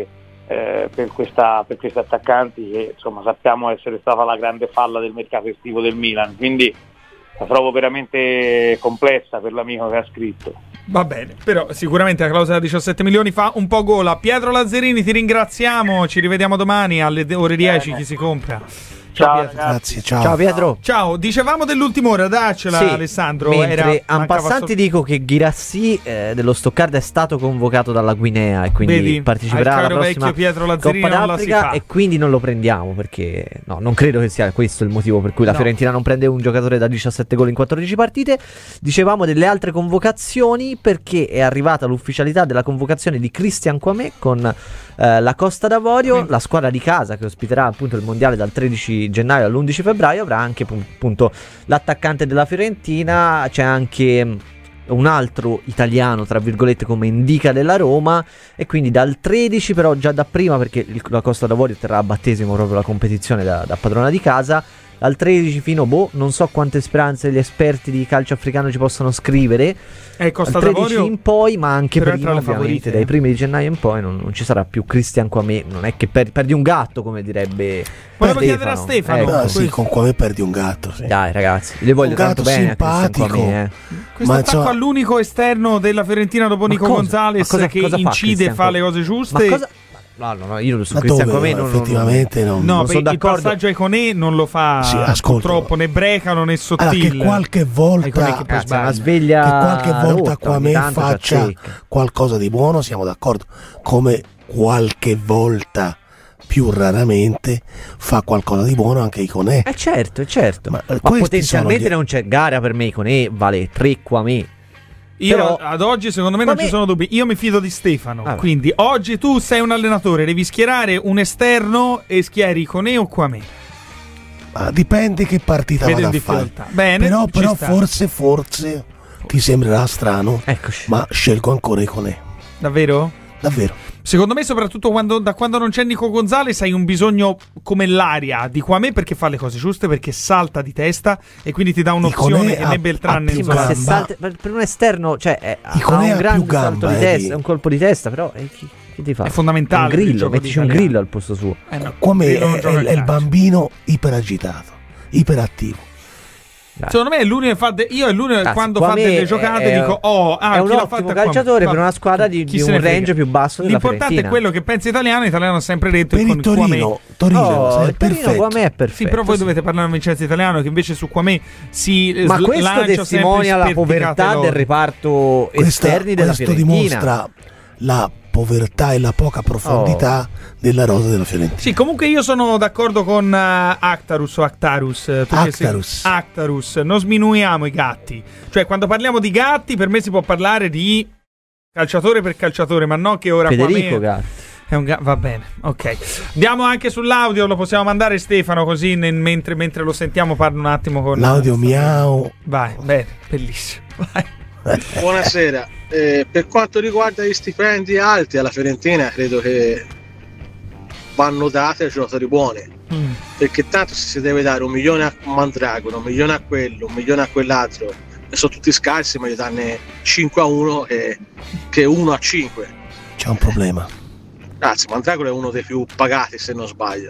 per questi attaccanti che insomma sappiamo essere stata la grande falla del mercato estivo del Milan, quindi la trovo veramente complessa per l'amico che ha scritto. Va bene, però sicuramente la clausola da 17 milioni fa un po' gola. Pietro Lazzarini, ti ringraziamo, ci rivediamo domani alle ore 10. Chi si compra. Ciao Pietro. Grazie, ciao. Ciao Pietro. Ciao, dicevamo dell'ultima ora, daccela Alessandro. Mentre en passant dico che Guirassy dello Stoccarda è stato convocato dalla Guinea e quindi parteciperà alla prossima Coppa d'Africa e quindi non lo prendiamo perché non credo che sia questo il motivo per cui la Fiorentina non prende un giocatore da 17 gol in 14 partite. Dicevamo delle altre convocazioni perché è arrivata l'ufficialità della convocazione di Christian Kouamé con la Costa d'Avorio, la squadra di casa che ospiterà appunto il mondiale dal 13 gennaio all'11 febbraio avrà anche appunto l'attaccante della Fiorentina, c'è anche un altro italiano tra virgolette come Indica della Roma e quindi dal 13 però già da prima perché la Costa d'Avorio terrà a battesimo proprio la competizione da padrona di casa. Dal 13 fino non so quante speranze gli esperti di calcio africano ci possono scrivere. Costa dal 13 d'Avorio in poi, ma anche prima ovviamente favorite. Dai primi di gennaio in poi non ci sarà più Christian Kouamé. Non è che perdi un gatto, come direbbe Volevo chiedere a Stefano. Sì, con Kouamé perdi un gatto, sì. Dai ragazzi, le voglio tanto bene simpatico. A Kouamé, Questo attacco all'unico esterno della Fiorentina dopo Nico Gonzalez che incide e fa le cose giuste. No, io su Christian Kouamé effettivamente non sono d'accordo. Il passaggio a Iconé non lo fa purtroppo né Brecalo né Sottile. Che qualche volta una sveglia che qualche volta rotta, Kouamé faccia qualcosa di buono, siamo d'accordo, come qualche volta più raramente fa qualcosa di buono anche Iconé. Certo. Ma questi potenzialmente non c'è gara per me. Iconé vale 3 Kouamé. Io ad oggi secondo me non ci sono dubbi. Io mi fido di Stefano. Quindi oggi tu sei un allenatore, devi schierare un esterno e schieri Iconé o Kouamé. Dipende che partita vado a fare. Bene, però forse ti sembrerà strano. Eccoci. Ma scelgo ancora Iconé. Davvero? Secondo me, soprattutto da quando non c'è Nico Gonzalez, hai un bisogno come l'aria di Kouamé perché fa le cose giuste, perché salta di testa e quindi ti dà un'opzione che né Beltran né Zola. Per un esterno, cioè ha un grande salto di testa, un colpo di testa, però che ti fa? È fondamentale. Un grillo, mettici un grillo al posto suo. Kouamé è il bambino iperagitato, iperattivo. Secondo me è l'unico che fa io è l'unico che quando fa delle giocate dico è un ottimo calciatore per una squadra di un range più basso della Fiorentina. L'importante è quello che pensa italiano ha sempre detto per il Torino è perfetto. Kouamé è perfetto. Sì, però voi dovete parlare a Vincenzo Italiano che invece su Kouamé ma questo testimonia la povertà del reparto esterni della Fiorentina. Questo dimostra la povertà e la poca profondità della rosa della Fiorentina. Sì, comunque io sono d'accordo con Actarus. Non sminuiamo i gatti. Cioè, quando parliamo di gatti, per me si può parlare di calciatore per calciatore, ma non che ora Federico Gatti. È un va bene, ok. Andiamo anche sull'audio, lo possiamo mandare Stefano così mentre lo sentiamo parlo un attimo con l'audio miau. Vai, bene, bellissimo. Vai. Buonasera. Per quanto riguarda gli stipendi alti alla Fiorentina, credo che vanno dati ai giocatori buoni, perché tanto se si deve dare 1 milione a Mandragora, 1 milione a quello, 1 milione a quell'altro, e sono tutti scarsi, meglio darne 5 a uno che 1 a 5. C'è un problema. Anzi, Mandragora è uno dei più pagati, se non sbaglio.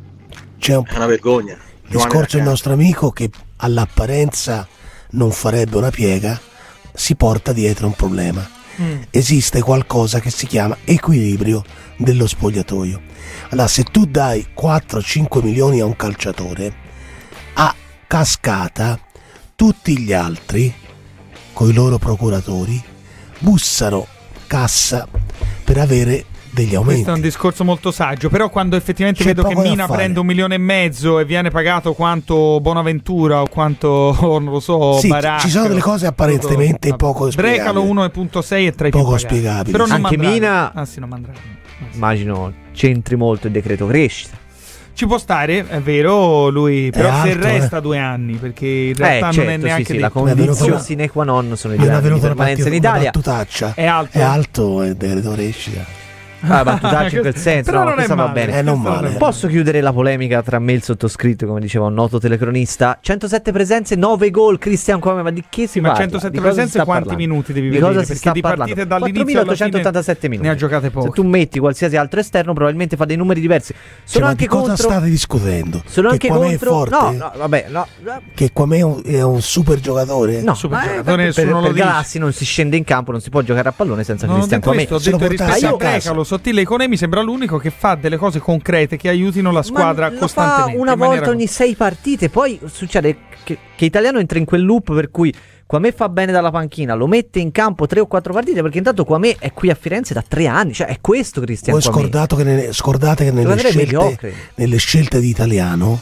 È una vergogna. Il discorso del nostro amico, che all'apparenza non farebbe una piega, si porta dietro un problema. Esiste qualcosa che si chiama equilibrio dello spogliatoio. Allora, se tu dai 4-5 milioni a un calciatore, a cascata tutti gli altri, coi loro procuratori, bussano cassa per avere degli aumenti. Questo è un discorso molto saggio, però quando effettivamente vedo che Mina prende 1,5 milioni e viene pagato quanto Bonaventura o quanto non lo so, sì, Baracca, ci sono delle cose apparentemente poco spiegabili. Brecalo 1,6 e tra i poco più spiegabili. Però non anche Mandragora. Mina, sì, non Mandragora. immagino c'entri molto il decreto crescita. Ci può stare, è vero, lui però alto, se resta 2 anni, perché in realtà certo, non è neanche la condizione sine qua non sono i 2 anni di permanenza in Italia. È alto e decreto crescita. Battutaccia in quel senso, però no, non questa è va male, bene. non male. Posso chiudere la polemica tra me e il sottoscritto, come diceva un noto telecronista? 107 presenze, 9 gol, Cristian Come, ma di che si parla? Ma 107 presenze quanti minuti devi vedere? Cosa si sta perché di parlando? partite dall'inizio alla fine 4.887 minuti. ne ha giocate poche. Se tu metti qualsiasi altro esterno probabilmente fa dei numeri diversi. Sono anche ma di cosa contro... state discutendo? Sono che anche Quamè contro... è forte? No, vabbè, no. Che Quamè è un super giocatore? No, super giocatore, per nessuno lo dice. Galassi non si scende in campo, non si può giocare a pallone senza Non ho Cristian detto Quamè. questo, ho detto rispetto a Brecalo, Sottile Iconè mi sembra l'unico che fa delle cose concrete che aiutino la squadra lo costantemente. Fa una volta ogni 6 partite, poi succede che Italiano entra in quel loop per cui Quamè fa bene dalla panchina, lo mette in campo 3 o 4 partite, perché intanto Quamè è qui a Firenze da 3 anni, cioè è questo Cristian Quamè. Scordate che nelle scelte di Italiano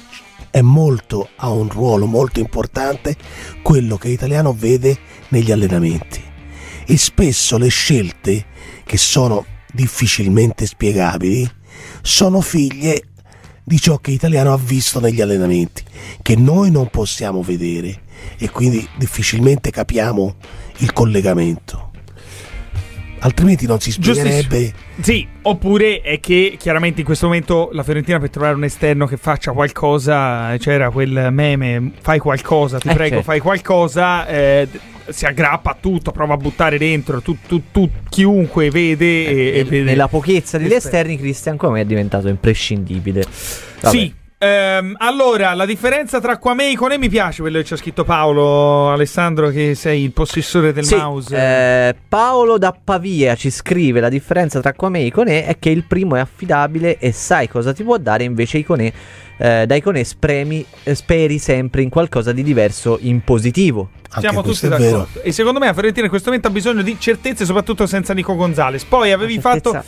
ha un ruolo molto importante quello che Italiano vede negli allenamenti, e spesso le scelte che sono difficilmente spiegabili sono figlie di ciò che Italiano ha visto negli allenamenti, che noi non possiamo vedere, e quindi difficilmente capiamo il collegamento, altrimenti non si spiegherebbe. Sì, oppure è che chiaramente in questo momento la Fiorentina, per trovare un esterno che faccia qualcosa, c'era quel meme, fai qualcosa, ti prego, fai qualcosa, si aggrappa a tutto, prova a buttare dentro chiunque vede e vede. Nella pochezza degli esterni Cristian Quamè è diventato imprescindibile. Vabbè. Sì. Allora, la differenza tra Quamè e Iconè mi piace, quello che ci ha scritto Paolo. Alessandro, che sei il possessore del mouse. Paolo da Pavia ci scrive: la differenza tra Quamè e Iconè è che il primo è affidabile e sai cosa ti può dare, invece Iconè da Iconè speri sempre in qualcosa di diverso, in positivo. Siamo tutti d'accordo. E secondo me la Fiorentina in questo momento ha bisogno di certezze, soprattutto senza Nico Gonzalez. Poi avevi fatto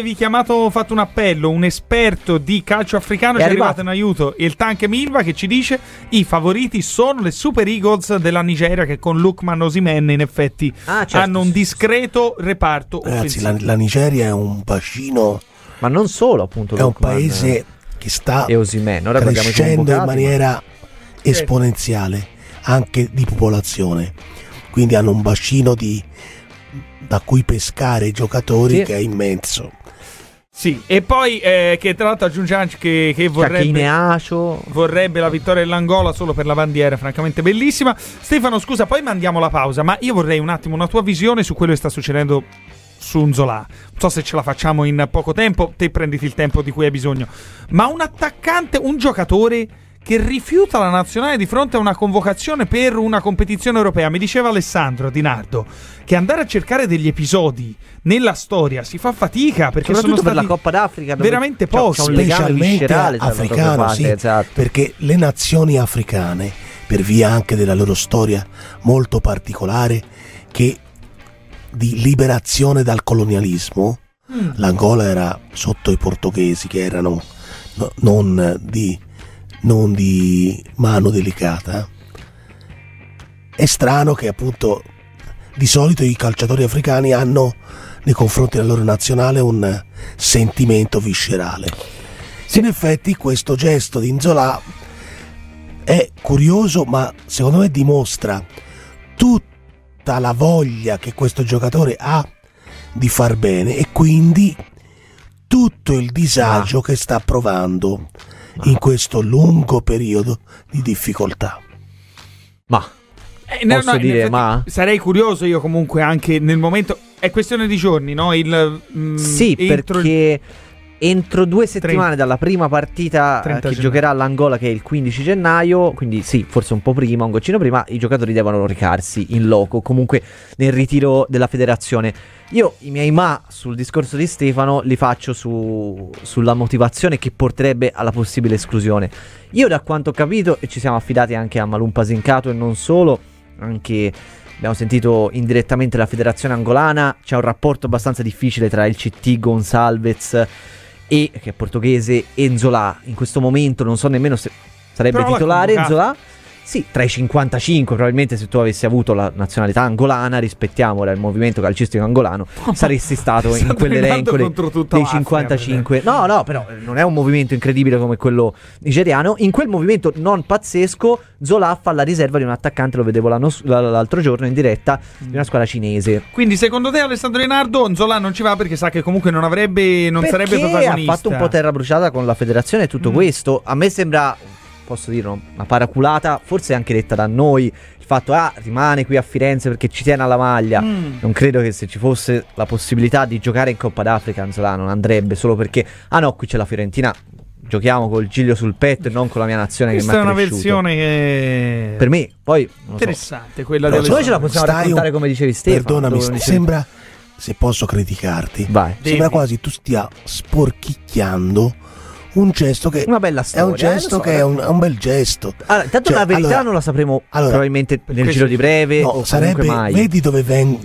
un appello, un esperto di calcio africano ci è arrivato in aiuto, il Tanke Milva, che ci dice i favoriti sono le Super Eagles della Nigeria, che con Lukman Osimhen in effetti hanno un discreto reparto offensivo. Ragazzi, la Nigeria è un bacino, ma non solo, appunto, è un paese che sta crescendo in maniera esponenziale anche di popolazione, quindi hanno un bacino da cui pescare i giocatori che è immenso. Sì, e poi che tra l'altro aggiunge anche che vorrebbe la vittoria dell'Angola solo per la bandiera, francamente bellissima. Stefano, scusa, poi mandiamo la pausa, ma io vorrei un attimo una tua visione su quello che sta succedendo su Nzola. Non so se ce la facciamo in poco tempo, te prenditi il tempo di cui hai bisogno, ma un attaccante, un giocatore che rifiuta la nazionale di fronte a una convocazione per una competizione europea. Mi diceva Alessandro Di Nardo che andare a cercare degli episodi nella storia si fa fatica, perché soprattutto sono per la Coppa d'Africa veramente pochi, un legame viscerale africano, perché le nazioni africane, per via anche della loro storia molto particolare, che di liberazione dal colonialismo, l'Angola era sotto i portoghesi, che erano non di mano delicata. È strano che appunto di solito i calciatori africani hanno nei confronti della loro nazionale un sentimento viscerale. In effetti questo gesto di Nzola è curioso, ma secondo me dimostra tutta la voglia che questo giocatore ha di far bene e quindi tutto il disagio che sta provando in questo lungo periodo di difficoltà. Ma posso dire, ma sarei curioso io comunque anche nel momento. È questione di giorni, no? Sì, perché entro 2 settimane dalla prima partita che giocherà all'Angola, che è il 15 gennaio, quindi sì, forse un po' prima, un goccino prima, i giocatori devono recarsi in loco, comunque nel ritiro della federazione. Io i miei sul discorso di Stefano li faccio sulla motivazione che porterebbe alla possibile esclusione. Io, da quanto ho capito, e ci siamo affidati anche a Malum Pasincato e non solo, anche abbiamo sentito indirettamente la federazione angolana, c'è un rapporto abbastanza difficile tra il CT Gonçalves e, che è portoghese, e Nzola. In questo momento non so nemmeno se sarebbe titolare Nzola. Sì, tra i 55, probabilmente se tu avessi avuto la nazionalità angolana, rispettiamo ora il movimento calcistico angolano, saresti stato in quell'elenco dei 55. No, però non è un movimento incredibile come quello nigeriano. In quel movimento non pazzesco, Zola fa la riserva di un attaccante, lo vedevo l'altro giorno in diretta, di una squadra cinese. Quindi secondo te, Alessandro Leonardo, Zola non ci va perché sa che comunque non sarebbe protagonista? Ha fatto un po' terra bruciata con la federazione e tutto questo. A me sembra, posso dirlo, una paraculata, forse anche detta da noi, il fatto rimane qui a Firenze perché ci tiene alla maglia. Non credo che se ci fosse la possibilità di giocare in Coppa d'Africa Nzola non andrebbe, solo perché no, qui c'è la Fiorentina, giochiamo col giglio sul petto e non con la mia nazione. Questa che mi ha è una cresciuto. versione che per me poi non interessante, quella delle noi ce la possiamo raccontare come dicevi Stefano. Perdonami, sembra, se posso criticarti, sembra quasi tu stia sporchicchiando un gesto che una bella storia, è un gesto che è un bel gesto. Allora, intanto la verità non la sapremo probabilmente nel giro di breve, o sarebbe mai. Vedi dove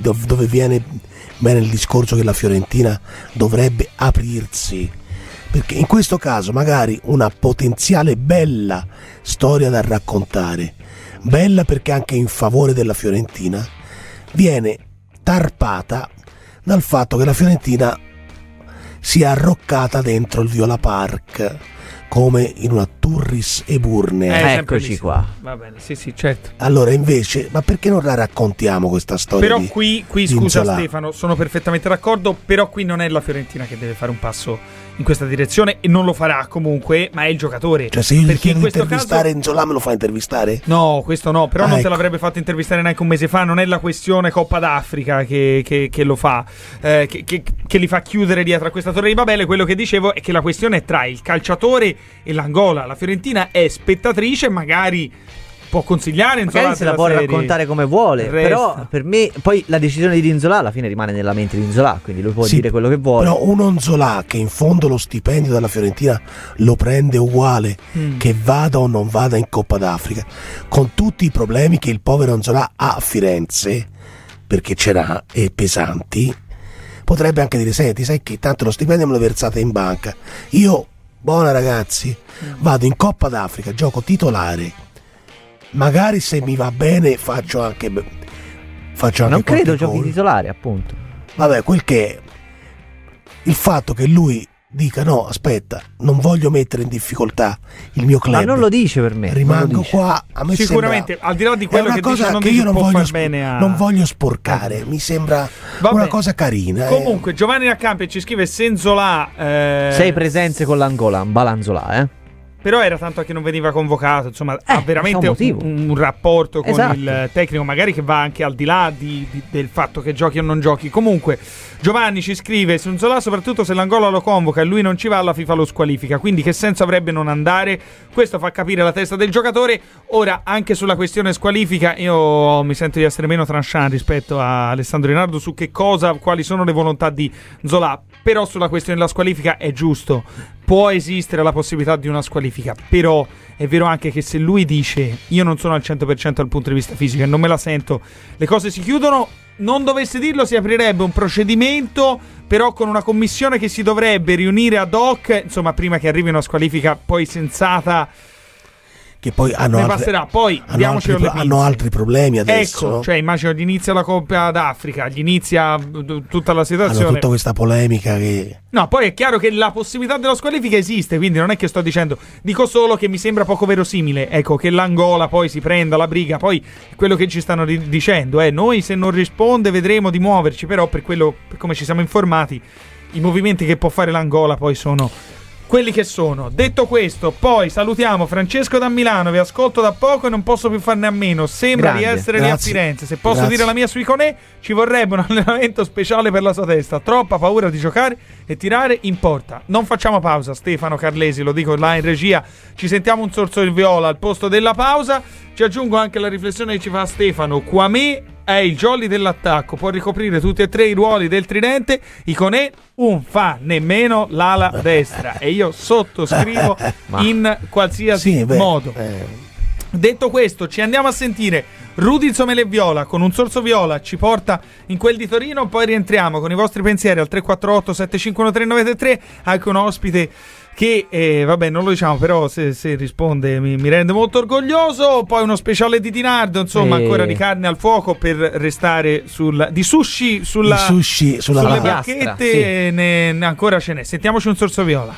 viene bene il discorso che la Fiorentina dovrebbe aprirsi, perché in questo caso magari una potenziale bella storia da raccontare, bella perché anche in favore della Fiorentina, viene tarpata dal fatto che la Fiorentina si è arroccata dentro il Viola Park come in una Turris Eburnea. Eccoci qua. Va bene, sì, certo. Allora invece, ma perché non la raccontiamo questa storia? Però qui scusa Stefano, sono perfettamente d'accordo, però qui non è la Fiorentina che deve fare un passo in questa direzione e non lo farà comunque, ma è il giocatore. Cioè se io gli chiedo di intervistare Nzola, me lo fa intervistare? No, questo no, però non te l'avrebbe fatto intervistare neanche un mese fa, non è la questione Coppa d'Africa che lo fa, che li fa chiudere dietro a questa torre di Babele. Quello che dicevo è che la questione è tra il calciatore e l'Angola. La Fiorentina è spettatrice, magari può consigliare Nzola, magari se la può raccontare come vuole, però per me poi la decisione di Nzola alla fine rimane nella mente di Nzola, quindi lui può dire quello che vuole. Però uno Nzola che in fondo lo stipendio della Fiorentina lo prende uguale, che vada o non vada in Coppa d'Africa, con tutti i problemi che il povero Nzola ha a Firenze, perché ce n'ha, e pesanti, potrebbe anche dire: senti, sai che tanto lo stipendio me lo versate in banca, io, buona ragazzi, vado in Coppa d'Africa, gioco titolare, magari se mi va bene faccio anche non credo giochi titolare, appunto. Vabbè, quel che è il fatto che lui dica: no, aspetta, non voglio mettere in difficoltà il mio club, ma non lo dice per me, rimango qua. A me sicuramente sembra, al di là di quello che dice, non che io non voglio sporcare, mi sembra una cosa carina. Comunque Giovanni Raccampi ci scrive: se Nzola 6 presenze con l'Angola, un Balanzola, però era tanto che non veniva convocato, insomma ha veramente un rapporto con il tecnico, magari che va anche al di là del fatto che giochi o non giochi. Comunque Giovanni ci scrive: su Nzola, soprattutto se l'Angola lo convoca e lui non ci va, alla FIFA lo squalifica, quindi che senso avrebbe non andare? Questo fa capire la testa del giocatore. Ora, anche sulla questione squalifica, io mi sento di essere meno tranchant rispetto a Alessandro Leonardo su quali sono le volontà di Nzola, però sulla questione della squalifica è giusto, può esistere la possibilità di una squalifica, però è vero anche che se lui dice: io non sono al 100% dal punto di vista fisico e non me la sento, le cose si chiudono. Non dovesse dirlo, si aprirebbe un procedimento, però con una commissione che si dovrebbe riunire ad hoc, insomma, prima che arrivi una squalifica poi sensata. che poi hanno altri problemi adesso. Ecco, cioè immagino gli inizia la Coppa d'Africa, gli inizia tutta la situazione. Hanno tutta questa polemica che... No, poi è chiaro che la possibilità della squalifica esiste, quindi non è che sto dicendo, dico solo che mi sembra poco verosimile, ecco, che l'Angola poi si prenda la briga, poi quello che ci stanno dicendo è noi se non risponde vedremo di muoverci, però per come ci siamo informati, i movimenti che può fare l'Angola poi sono quelli che sono. Detto questo, poi salutiamo Francesco da Milano, vi ascolto da poco e non posso più farne a meno, sembra di essere lì a Firenze. Se posso dire la mia sui Iconè, ci vorrebbe un allenamento speciale per la sua testa, troppa paura di giocare e tirare in porta. Non facciamo pausa, Stefano Carlesi, lo dico là in regia, ci sentiamo un sorso del viola al posto della pausa. Ci aggiungo anche la riflessione che ci fa Stefano: Kouamé è il jolly dell'attacco, può ricoprire tutti e tre i ruoli del tridente, Iconè non fa nemmeno l'ala destra, e io sottoscrivo in qualsiasi modo. Detto questo, ci andiamo a sentire Rudy Zomele Viola con un sorso viola, ci porta in quel di Torino, poi rientriamo con i vostri pensieri al 348 751 3933, anche un ospite che vabbè non lo diciamo, però se risponde mi rende molto orgoglioso. Poi uno speciale di Dinardo, insomma ancora di carne al fuoco per restare di sushi sulle bacchette, sì. Ancora ce n'è. Sentiamoci un sorso viola.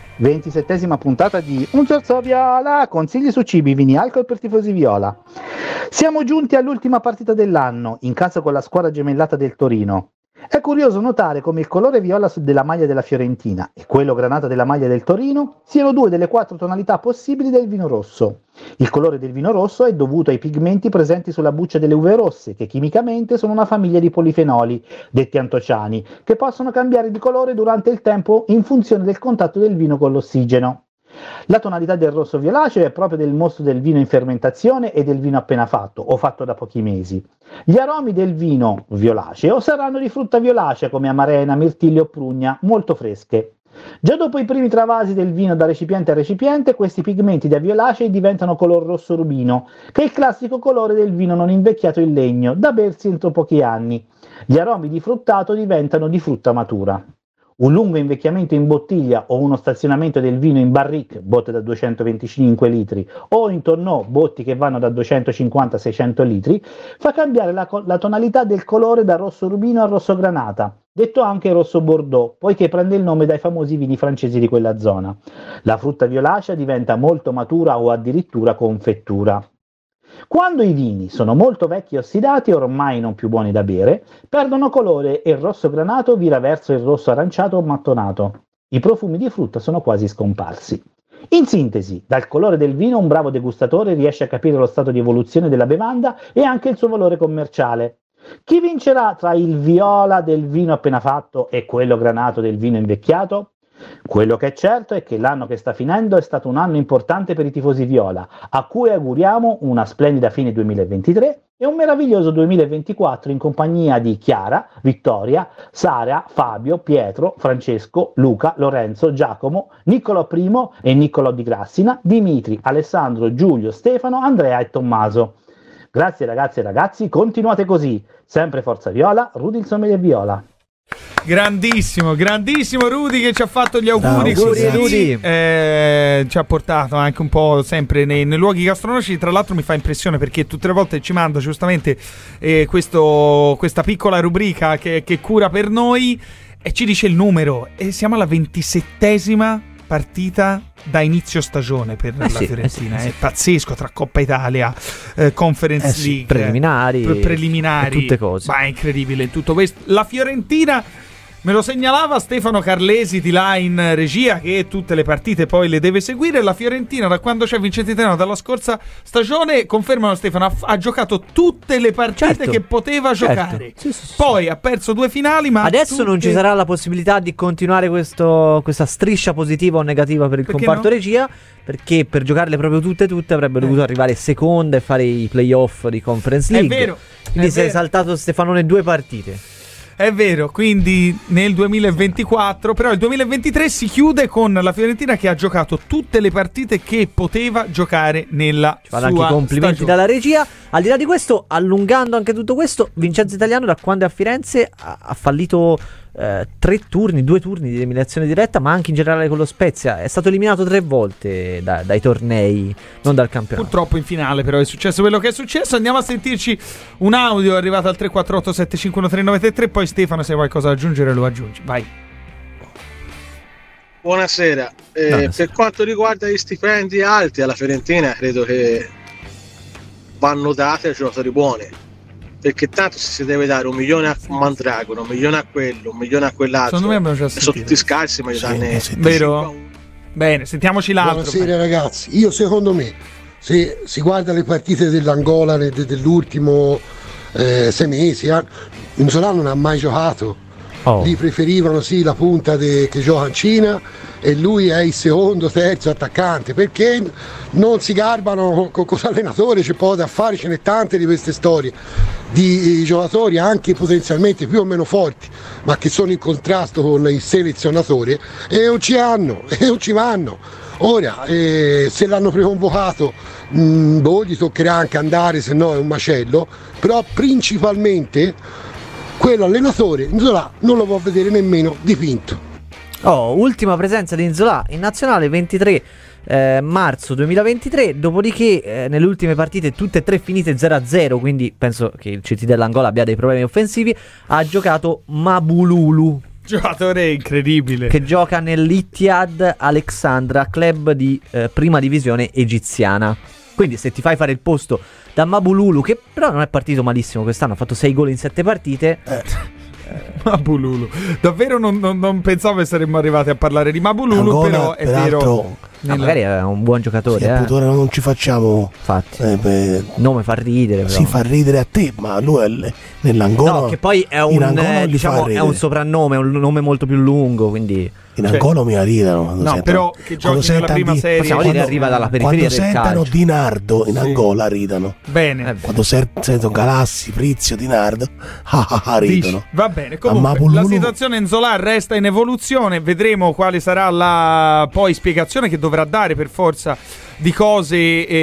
27esima puntata di Un Sorso Viola, consigli su cibi, vini, alcol per tifosi viola. Siamo giunti all'ultima partita dell'anno, in casa con la squadra gemellata del Torino. È curioso notare come il colore viola della maglia della Fiorentina e quello granata della maglia del Torino siano due delle 4 tonalità possibili del vino rosso. Il colore del vino rosso è dovuto ai pigmenti presenti sulla buccia delle uve rosse, che chimicamente sono una famiglia di polifenoli, detti antociani, che possono cambiare di colore durante il tempo in funzione del contatto del vino con l'ossigeno. La tonalità del rosso violaceo è proprio del mostro del vino in fermentazione e del vino appena fatto o fatto da pochi mesi. Gli aromi del vino violaceo saranno di frutta violacea come amarena, mirtillo o prugna, molto fresche. Già dopo i primi travasi del vino da recipiente a recipiente, questi pigmenti da violacei diventano color rosso rubino, che è il classico colore del vino non invecchiato in legno, da bersi entro pochi anni. Gli aromi di fruttato diventano di frutta matura. Un lungo invecchiamento in bottiglia o uno stazionamento del vino in barrique, botte da 225 litri, o in tonneau, botti che vanno da 250 a 600 litri, fa cambiare la tonalità del colore da rosso rubino a rosso granata, detto anche rosso bordeaux, poiché prende il nome dai famosi vini francesi di quella zona. La frutta violacea diventa molto matura o addirittura confettura. Quando i vini sono molto vecchi e ossidati, ormai non più buoni da bere, perdono colore e il rosso granato vira verso il rosso aranciato o mattonato. I profumi di frutta sono quasi scomparsi. In sintesi, dal colore del vino un bravo degustatore riesce a capire lo stato di evoluzione della bevanda e anche il suo valore commerciale. Chi vincerà tra il viola del vino appena fatto e quello granato del vino invecchiato? Quello che è certo è che l'anno che sta finendo è stato un anno importante per i tifosi viola, a cui auguriamo una splendida fine 2023 e un meraviglioso 2024 in compagnia di Chiara, Vittoria, Sara, Fabio, Pietro, Francesco, Luca, Lorenzo, Giacomo, Niccolò I e Niccolò di Grassina, Dimitri, Alessandro, Giulio, Stefano, Andrea e Tommaso. Grazie ragazzi e ragazzi, continuate così. Sempre Forza Viola, Rudy il sommelier Viola. Grandissimo Rudy che ci ha fatto gli auguri, Rudy. Ci ha portato anche un po' sempre nei luoghi gastronomici. Tra l'altro mi fa impressione perché tutte le volte ci manda giustamente questa piccola rubrica che cura per noi e ci dice il numero, e siamo alla 27esima partita da inizio stagione per la Fiorentina. È pazzesco, tra Coppa Italia, Conference League, preliminari, tutte cose. Ma è incredibile tutto questo. La Fiorentina, me lo segnalava Stefano Carlesi di là in regia, che tutte le partite poi le deve seguire. La Fiorentina, da quando c'è Vincenzo Italiano dalla scorsa stagione, confermano Stefano, ha giocato tutte le partite che poteva giocare. Sì. Poi ha perso 2 finali, ma adesso non ci sarà la possibilità di continuare questa striscia positiva o negativa per il comparto regia, perché per giocarle proprio tutte avrebbe dovuto arrivare seconda e fare i playoff di Conference League. È vero. Quindi sei saltato, Stefanone, 2 partite. È vero, quindi nel 2024, però il 2023 si chiude con la Fiorentina che ha giocato tutte le partite che poteva giocare nella sua anche complimenti stagione. Dalla regia. Al di là di questo, allungando anche tutto questo, Vincenzo Italiano da quando è a Firenze ha fallito 2 turni di eliminazione diretta, ma anche in generale con lo Spezia. È stato eliminato 3 volte dai tornei, non dal campionato. Purtroppo in finale però è successo quello che è successo. Andiamo a sentirci un audio arrivato al 348 751 3933. Poi Stefano, se hai qualcosa da aggiungere lo aggiungi. Vai. Buonasera. Per quanto riguarda gli stipendi alti alla Fiorentina, credo che vanno dati a giocatori buoni, perché tanto se si deve dare 1 milione a Mandragora, 1 milione a quello, 1 milione a quell'altro, secondo me abbiamo già sono tutti scarsi, ma vero? Bene, sentiamoci l'altro. Buonasera ragazzi, io secondo me, se si guarda le partite dell'Angola dell'ultimo 6 mesi, Nzola non ha mai giocato. Lì preferivano la punta che gioca in Cina e lui è il secondo, terzo attaccante, perché non si garbano con l'allenatore. C'è poco da fare, ce n'è tante di queste storie di giocatori anche potenzialmente più o meno forti, ma che sono in contrasto con il selezionatore e non ci vanno. Ora, se l'hanno preconvocato, gli toccherà anche andare, se no è un macello, però principalmente quell'allenatore Nzola non lo può vedere nemmeno dipinto. Ultima presenza di Nzola in nazionale 23 marzo 2023, dopodiché nelle ultime partite tutte e 3 finite 0-0, quindi penso che il CT dell'Angola abbia dei problemi offensivi. Ha giocato Mabululu, giocatore incredibile, che gioca nell'Ittihad Alexandra, club di prima divisione egiziana. Quindi se ti fai fare il posto da Mabululu, che però non è partito malissimo quest'anno, ha fatto 6 gol in 7 partite. Mabululu, davvero non pensavo che saremmo arrivati a parlare di Mabululu. Angola, però è vero, magari è un buon giocatore. Ora non ci facciamo. Infatti, nome fa ridere. Però. Si fa ridere a te, ma lui nell'Angola. No, che poi è un soprannome, è un nome molto più lungo, quindi. In Angola mi ridano. No, però che giochi nella prima serie. Possiamo dire arriva dalla periferia del calcio. Quando sentono Di Nardo in Angola ridano. Bene. Quando sentono Galassi, Prizio, Di Nardo ridono. Va bene, comunque la situazione Nzola resta in evoluzione. Vedremo quale sarà la poi spiegazione che dovrà dare per forza di cose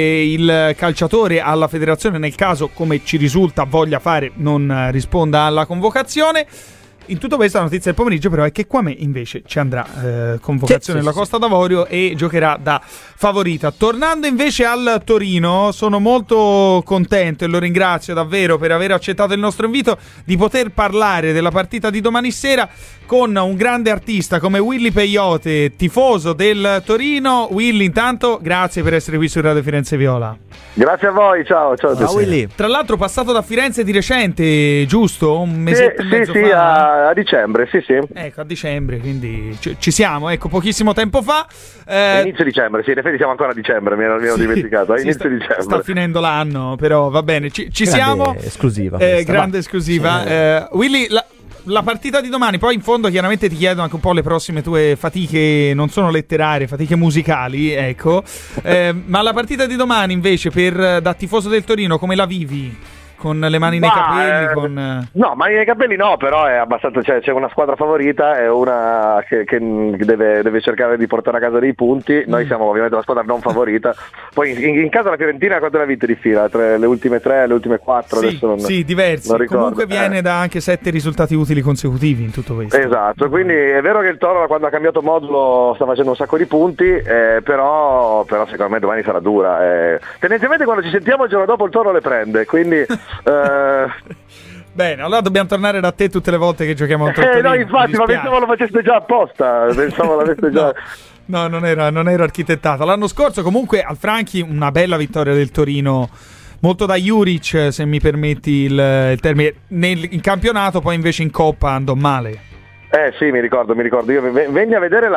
il calciatore alla federazione, nel caso, come ci risulta, voglia fare, non risponda alla convocazione. In tutto questo la notizia del pomeriggio però è che Kwame invece ci andrà, convocazione alla Costa d'Avorio, e giocherà da favorita. Tornando invece al Torino, sono molto contento e lo ringrazio davvero per aver accettato il nostro invito di poter parlare della partita di domani sera con un grande artista come Willy Peyote, tifoso del Torino. Willy, intanto grazie per essere qui su Radio Firenze Viola. Grazie a voi, ciao Willy. Tra l'altro passato da Firenze di recente, giusto? Un mesetto e mezzo fa? A dicembre, sì. Ecco, a dicembre, quindi ci siamo, ecco, pochissimo tempo fa. Inizio dicembre, sì, in effetti siamo ancora a dicembre, mi ero dimenticato. Inizio dicembre. Sta finendo l'anno, però va bene, ci siamo. Esclusiva. Grande esclusiva. Sì. Willy, la partita di domani, poi in fondo chiaramente ti chiedo anche un po' le prossime tue fatiche, non sono letterarie, fatiche musicali, ecco. Ma la partita di domani invece, da tifoso del Torino, come la vivi? Con le mani nei capelli? No, mani nei capelli no, però è abbastanza, c'è una squadra favorita e una che deve cercare di portare a casa dei punti. Noi siamo ovviamente la squadra non favorita. Poi in casa la Fiorentina quante ne ha vinte di fila? Le ultime 3, le ultime 4? Sì, diversi. Non ricordo. Comunque viene da anche 7 risultati utili consecutivi in tutto questo. Esatto, quindi è vero che il Toro quando ha cambiato modulo sta facendo un sacco di punti, però secondo me domani sarà dura. Tendenzialmente quando ci sentiamo il giorno dopo il Toro le prende, quindi... Bene, allora dobbiamo tornare da te tutte le volte che giochiamo contro Torino. No, infatti, ma pensavo lo faceste già apposta. Pensavo l'aveste già. No, non era architettata. L'anno scorso comunque al Franchi una bella vittoria del Torino, molto da Juric, se mi permetti il termine, in campionato, poi invece in Coppa andò male. Sì, mi ricordo. Io venni a vedere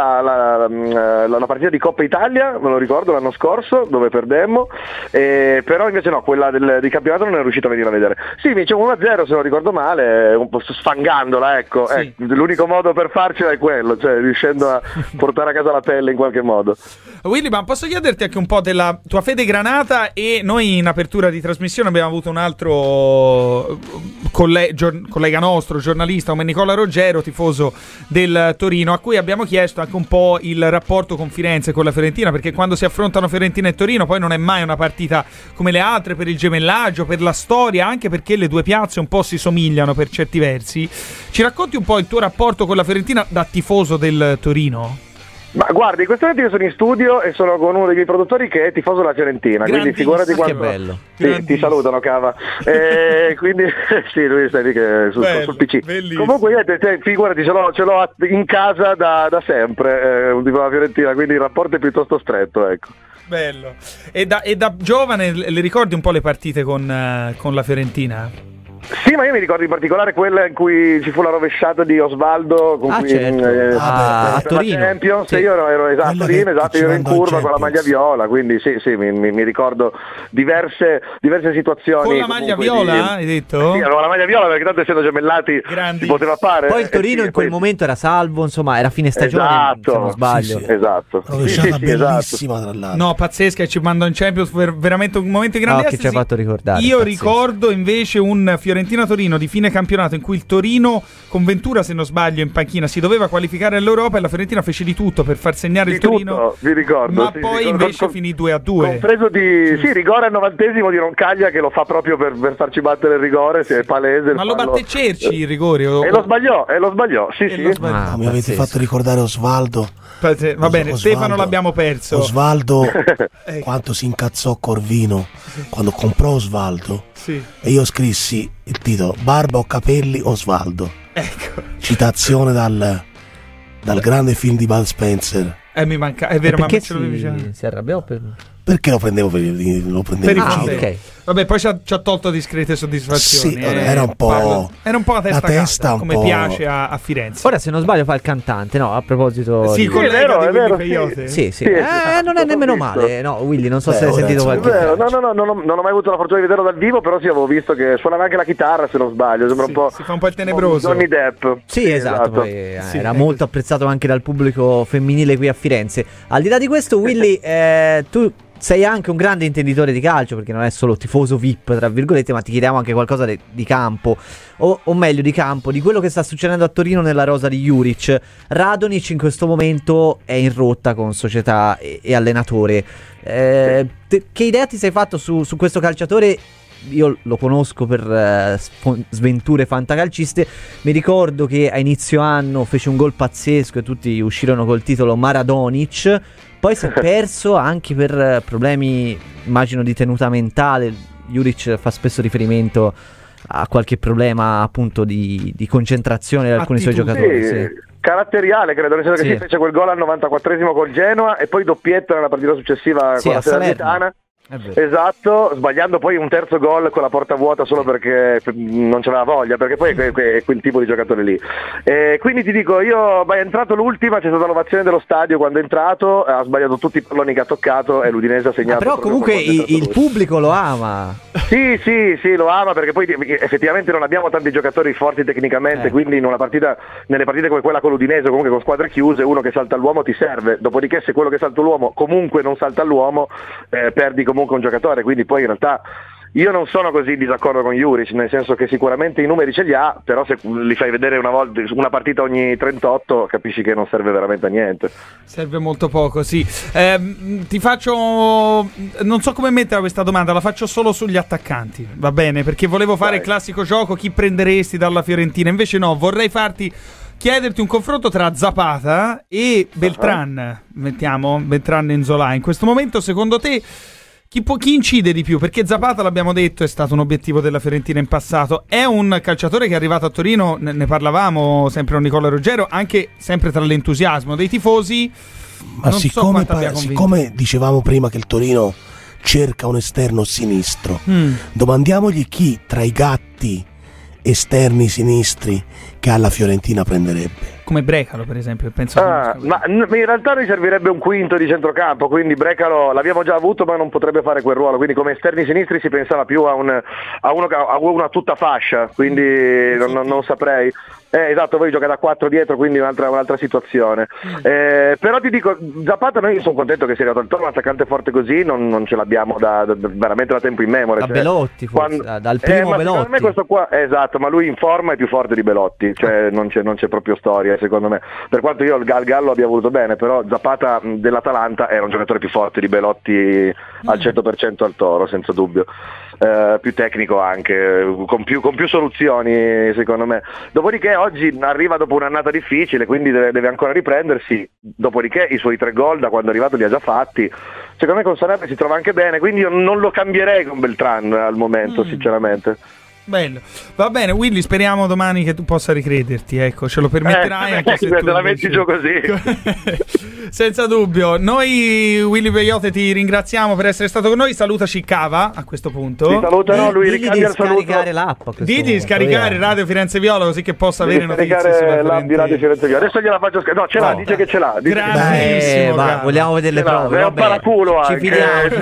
la partita di Coppa Italia, me lo ricordo, l'anno scorso, dove perdemmo, però invece no, quella di campionato non ero riuscito a venire a vedere. Sì, vinciamo 1-0 se non ricordo male, un po' sfangandola, ecco. Sì. L'unico modo per farcela è quello, cioè riuscendo a portare a casa la pelle in qualche modo. Willy, ma posso chiederti anche un po' della tua fede granata? E noi in apertura di trasmissione abbiamo avuto un altro collega nostro, giornalista come Nicola Ruggero, tifoso del Torino, a cui abbiamo chiesto anche un po' il rapporto con Firenze e con la Fiorentina, perché quando si affrontano Fiorentina e Torino poi non è mai una partita come le altre, per il gemellaggio, per la storia, anche perché le due piazze un po' si somigliano per certi versi. Ci racconti un po' il tuo rapporto con la Fiorentina da tifoso del Torino? Ma guardi, in questo momento io sono in studio e sono con uno dei miei produttori che è tifoso della Fiorentina, quindi figurati quanto... Che bello. Sì, ti salutano, Cava. Quindi sì, lui sta lì che sul PC. Bellissimo. Comunque figurati, ce l'ho in casa da sempre, un tipo della Fiorentina, quindi il rapporto è piuttosto stretto, ecco. Bello. E da giovane le ricordi un po' le partite con la Fiorentina? Sì, ma io mi ricordo in particolare quella in cui ci fu la rovesciata di Osvaldo con cui a Torino. Champions, sì. Io ero esatto, io ero in curva con la maglia viola, quindi sì, mi ricordo diverse situazioni. Con la maglia viola, hai detto? Sì, avevo la maglia viola perché tanto essendo gemellati si poteva fare. Poi il Torino in quel momento era salvo, insomma, era fine stagione, esatto, se non sbaglio. Sì, esatto. Rovesciata bellissima tra l'altro. No, pazzesca, ci mandò in Champions, veramente un momento di grande che ci ha fatto ricordare. Io ricordo invece un Fiorentina-Torino di fine campionato in cui il Torino con Ventura, se non sbaglio, in panchina si doveva qualificare all'Europa e la Fiorentina fece di tutto per far segnare il Torino, vi ricordo, ma poi invece finì 2-2, compreso rigore al 90° di Roncaglia che lo fa proprio per farci battere il rigore, se è palese. Ma lo batte Cerci il rigore e lo sbagliò, sì. Mi avete fatto ricordare Osvaldo. Va bene, Stefano l'abbiamo perso. Osvaldo quanto si incazzò Corvino quando comprò Osvaldo. Sì. E io scrissi il titolo Barba o capelli Osvaldo. Ecco. Citazione dal grande film di Bud Spencer. Mi manca, è vero, ma perché ce lo diciamo. si arrabbiò perché lo prendevo per il ok. Vabbè, poi ci ha tolto discrete soddisfazioni. Sì, era un po' la testa calda, come un po'... piace a Firenze. Ora, se non sbaglio, fa il cantante, no? A proposito sì, di... collega è di vero, Peyote. Sì. Non è nemmeno male, no, Willy, non so se hai sentito qualche... No, non ho mai avuto la fortuna di vederlo dal vivo, però sì, avevo visto che suonava anche la chitarra, se non sbaglio, sembra un po'... Si fa un po' il tenebroso. Johnny Depp. Sì, esatto. Poi, era molto apprezzato anche dal pubblico femminile qui a Firenze. Al di là di questo, Willy, tu sei anche un grande intenditore di calcio, perché non è solo tifoso VIP, tra virgolette, ma ti chiediamo anche qualcosa di campo, o meglio di campo, di quello che sta succedendo a Torino nella rosa di Juric. Radonic in questo momento è in rotta con società e allenatore. Che idea ti sei fatto su questo calciatore? Io lo conosco per sventure fantacalciste. Mi ricordo che a inizio anno fece un gol pazzesco e tutti uscirono col titolo Maradonic. Poi si è perso anche per problemi, immagino, di tenuta mentale. Juric fa spesso riferimento a qualche problema appunto di concentrazione di alcuni suoi giocatori. Sì. Caratteriale, credo, nel senso che si fece quel gol al 94esimo col Genoa e poi doppietta nella partita successiva con la Salernitana. Esatto, sbagliando poi un terzo gol con la porta vuota solo perché non c'aveva voglia, perché poi è quel tipo di giocatore lì. Quindi ti dico, è entrato l'ultima, c'è stata l'ovazione dello stadio quando è entrato, ha sbagliato tutti i palloni che ha toccato e l'udinese ha segnato. Però comunque il pubblico lo ama. Sì, lo ama, perché poi effettivamente non abbiamo tanti giocatori forti tecnicamente, quindi in una partita, nelle partite come quella con l'Udinese, comunque con squadre chiuse, uno che salta all'uomo ti serve, dopodiché se quello che salta l'uomo comunque non salta all'uomo, perdi comunque un giocatore, quindi poi in realtà io non sono così in disaccordo con Juric, nel senso che sicuramente i numeri ce li ha, però se li fai vedere una partita ogni 38 capisci che non serve veramente a niente. Serve molto poco, sì. Ti faccio, non so come mettere questa domanda, la faccio solo sugli attaccanti, va bene? Perché volevo fare il classico gioco, chi prenderesti dalla Fiorentina, invece no, vorrei chiederti un confronto tra Zapata e Beltran. Mettiamo Beltran e Nzola. In questo momento, secondo te, chi incide di più? Perché Zapata, l'abbiamo detto, è stato un obiettivo della Fiorentina in passato. È un calciatore che è arrivato a Torino, ne parlavamo sempre con Nicola Ruggero, anche sempre tra l'entusiasmo dei tifosi. Ma siccome dicevamo prima che il Torino cerca un esterno sinistro, domandiamogli chi tra i gatti esterni sinistri che alla Fiorentina prenderebbe. Come Brecalo, per esempio, penso. Ma in realtà mi servirebbe un quinto di centrocampo, quindi Brecalo l'abbiamo già avuto, ma non potrebbe fare quel ruolo. Quindi come esterni sinistri si pensava più a uno a tutta fascia, quindi non saprei. Esatto, voi giocate a 4 dietro, quindi un'altra situazione. Però ti dico, Zapata, noi sono contento che sia arrivato al Toro, un attaccante forte così non ce l'abbiamo veramente da tempo in memoria. Da Belotti, forse, dal primo Belotti. Secondo me questo qua, esatto, ma lui in forma è più forte di Belotti, cioè non c'è proprio storia, secondo me. Per quanto io al Gallo abbia voluto bene, però Zapata dell'Atalanta era un giocatore più forte di Belotti al 100% al Toro, senza dubbio. Più tecnico anche, con più soluzioni, secondo me. Dopodiché oggi arriva dopo un'annata difficile, quindi deve ancora riprendersi. Dopodiché i suoi 3 gol da quando è arrivato li ha già fatti. Secondo me con Sanabria si trova anche bene, quindi io non lo cambierei con Beltran al momento, sinceramente. Bello, va bene Willy, speriamo domani che tu possa ricrederti, ecco, ce lo permetterai anche se tu te la metti giù così. Senza dubbio. Noi Willy Peyote ti ringraziamo per essere stato con noi, salutaci Cava a questo punto. Ti salutano, lui ricambia il saluto. Scaricare l'app di scaricare Radio Firenze Viola così che possa avere notizie l'app di Radio Firenze Viola. Adesso gliela faccio scaricare. No, ce l'ha, dice che ce l'ha. Grandissimo, vogliamo vedere le prove. È un paraculo anche. Ci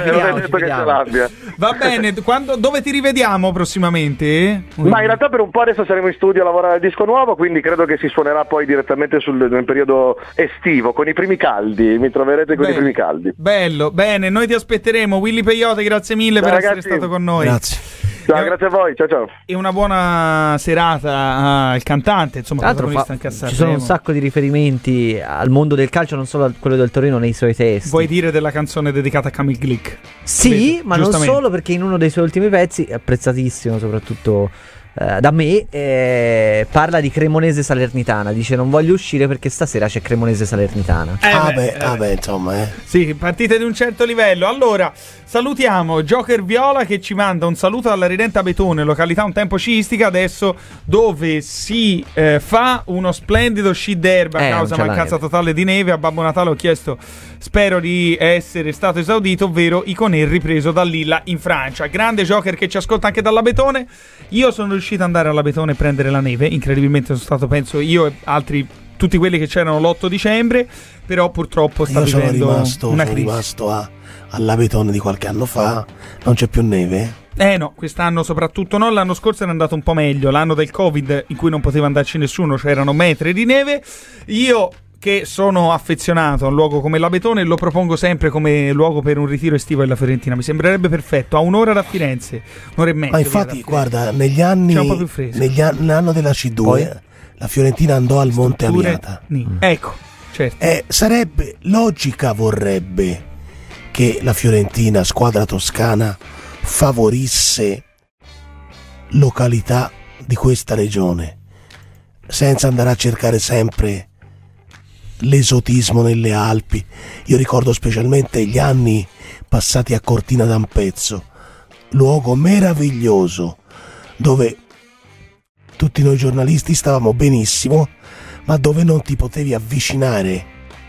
fidiamo. Va bene, dove ti rivediamo prossimamente? Ma in realtà per un po' adesso saremo in studio a lavorare al disco nuovo, quindi credo che si suonerà poi direttamente nel periodo estivo, con i primi caldi, mi troverete con i primi caldi. Bello, bene, noi ti aspetteremo. Willy Peyote, grazie mille per essere stato con noi. Grazie. Ciao, grazie a voi, ciao. E una buona serata al cantante, insomma, protagonista anche a Sanremo. Ci sono un sacco di riferimenti al mondo del calcio, non solo a quello del Torino nei suoi testi. Vuoi dire della canzone dedicata a Camille Glick? Sì, ma non solo, perché in uno dei suoi ultimi pezzi, apprezzatissimo soprattutto da me, parla di Cremonese Salernitana. Dice: non voglio uscire perché stasera c'è Cremonese Salernitana. Insomma, Sì, partite di un certo livello. Allora, salutiamo Joker Viola che ci manda un saluto dalla Ridente Betone, località un tempo sciistica, adesso dove si fa uno splendido sci d'erba a causa mancanza totale di neve. A Babbo Natale ho chiesto, spero di essere stato esaudito, ovvero Iconer ripreso da Lilla in Francia. Grande Joker che ci ascolta anche dalla Betone. Io sono riuscito ad andare alla Betone e prendere la neve, incredibilmente sono stato, penso, io e altri, tutti quelli che c'erano l'8 dicembre, però purtroppo sta vivendo una crisi. Sono rimasto alla Betone di qualche anno fa, non c'è più neve? No, quest'anno soprattutto no, l'anno scorso era andato un po' meglio, l'anno del Covid in cui non poteva andarci nessuno, c'erano metri di neve. Io che sono affezionato a un luogo come la Betone lo propongo sempre come luogo per un ritiro estivo della Fiorentina, mi sembrerebbe perfetto, a un'ora da Firenze, un'ora e mezza. Ma infatti guarda, negli anni, c'è un po' più fresco. Nell'anno della C2 poi, la Fiorentina andò al Monte Amiata. Ecco, certo. Sarebbe, logica vorrebbe che la Fiorentina, squadra toscana, favorisse località di questa regione senza andare a cercare sempre l'esotismo nelle Alpi. Io ricordo specialmente gli anni passati a Cortina d'Ampezzo, luogo meraviglioso dove tutti noi giornalisti stavamo benissimo, ma dove non ti potevi avvicinare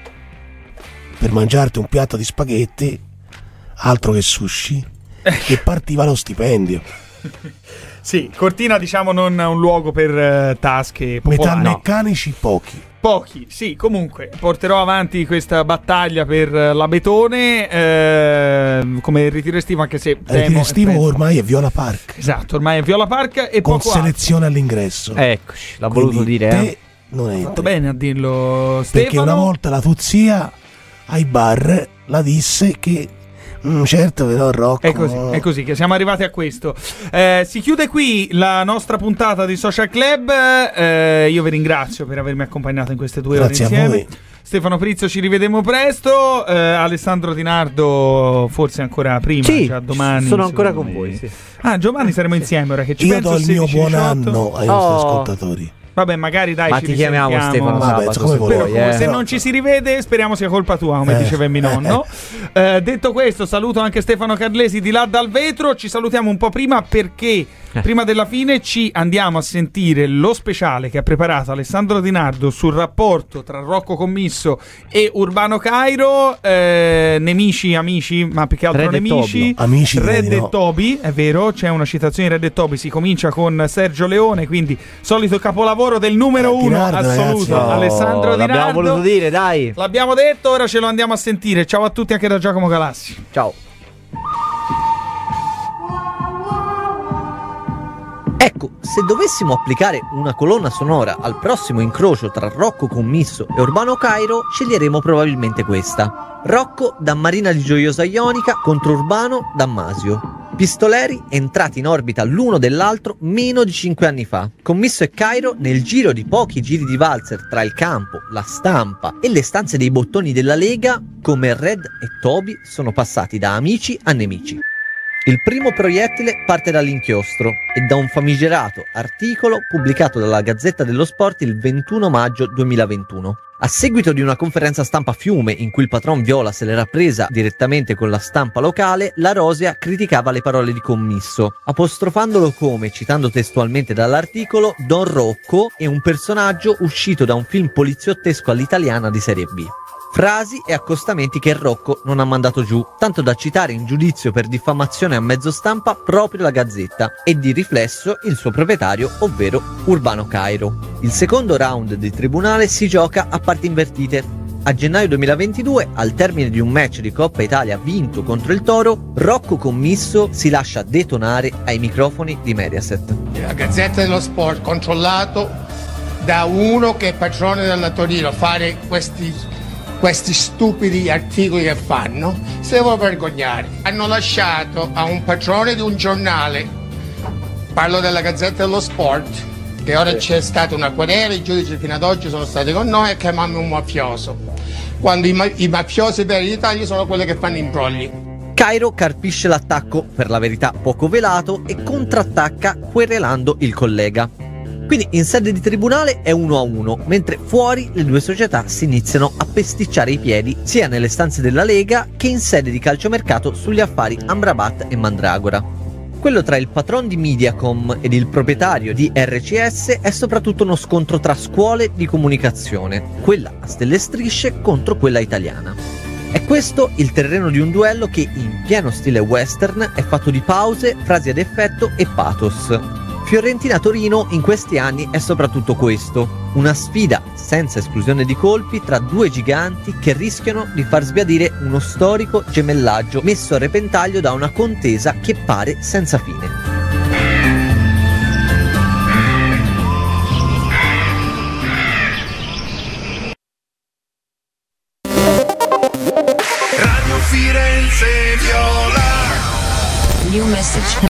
per mangiarti un piatto di spaghetti, altro che sushi, che partiva lo stipendio. Sì, Cortina diciamo non è un luogo per tasche popolari. Metalmeccanici Pochi, sì, comunque porterò avanti questa battaglia per la Betone come ritiro estivo, anche se il ritiro estivo ormai è Viola Park. Esatto, ormai è Viola Park e con poco selezione all'ingresso. Eccoci, l'ha voluto dire. Non è fatto bene a dirlo, Stefano. Perché una volta la tua zia ai bar la disse che certo, però Rocco. È così che siamo arrivati a questo. Si chiude qui la nostra puntata di Social Club. Io vi ringrazio per avermi accompagnato in queste 2 ore insieme. A voi. Stefano Prizzo, ci rivedremo presto. Alessandro Di Nardo forse ancora prima, già domani. Sono ancora con voi. Sì. Domani saremo insieme. Ora che ci io penso, do il mio buon anno ai nostri ascoltatori. Vabbè, magari dai, ma ti chiamiamo Stefano Sabato, se vuoi, se non ci si rivede speriamo sia colpa tua, come diceva mio nonno. Detto questo, saluto anche Stefano Carlesi di là dal vetro. Ci salutiamo un po' prima perché prima della fine ci andiamo a sentire lo speciale che ha preparato Alessandro Di Nardo sul rapporto tra Rocco Commisso e Urbano Cairo, nemici, amici, ma più che altro Red nemici. Amici Red e Toby, è vero, c'è una citazione di Red e Toby, si comincia con Sergio Leone, quindi solito capolavoro capolavoro del numero 1 assoluto, ragazzi. Alessandro Di Nardo. L'abbiamo voluto dire, dai. L'abbiamo detto, ora ce lo andiamo a sentire. Ciao a tutti anche da Giacomo Galassi. Ciao. Ecco, se dovessimo applicare una colonna sonora al prossimo incrocio tra Rocco Commisso e Urbano Cairo, sceglieremo probabilmente questa. Rocco da Marina di Gioiosa Ionica contro Urbano da Masio. Pistoleri entrati in orbita l'uno dell'altro meno di 5 anni fa. Commisso e Cairo, nel giro di pochi giri di valzer tra il campo, la stampa e le stanze dei bottoni della Lega, come Red e Toby sono passati da amici a nemici. Il primo proiettile parte dall'inchiostro e da un famigerato articolo pubblicato dalla Gazzetta dello Sport il 21 maggio 2021. A seguito di una conferenza stampa a Fiume in cui il patron Viola se l'era presa direttamente con la stampa locale, la Rosea criticava le parole di Commisso, apostrofandolo come, citando testualmente dall'articolo, Don Rocco è un personaggio uscito da un film poliziottesco all'italiana di serie B. Frasi e accostamenti che Rocco non ha mandato giù, tanto da citare in giudizio per diffamazione a mezzo stampa proprio la Gazzetta e di riflesso il suo proprietario, ovvero Urbano Cairo. Il secondo round di tribunale si gioca a parti invertite. A gennaio 2022, al termine di un match di Coppa Italia vinto contro il Toro, Rocco Commisso si lascia detonare ai microfoni di Mediaset. La Gazzetta dello Sport, controllato da uno che è padrone della Torino, fare questi stupidi articoli che fanno, si devono vergognare. Hanno lasciato a un padrone di un giornale, parlo della Gazzetta dello Sport, che ora c'è stata una querela, i giudici fino ad oggi sono stati con noi, e chiamano un mafioso, quando i mafiosi veri d'Italia sono quelli che fanno imbrogli. Cairo carpisce l'attacco, per la verità poco velato, e contrattacca querelando il collega. Quindi in sede di tribunale è 1-1, mentre fuori le due società si iniziano a pesticciare i piedi sia nelle stanze della Lega che in sede di calciomercato sugli affari Amrabat e Mandragora. Quello tra il patron di Mediacom ed il proprietario di RCS è soprattutto uno scontro tra scuole di comunicazione, quella a stelle e strisce contro quella italiana. È questo il terreno di un duello che, in pieno stile western, è fatto di pause, frasi ad effetto e pathos. Fiorentina-Torino in questi anni è soprattutto questo, una sfida senza esclusione di colpi tra due giganti che rischiano di far sbiadire uno storico gemellaggio messo a repentaglio da una contesa che pare senza fine. Radio Firenze Viola. New message.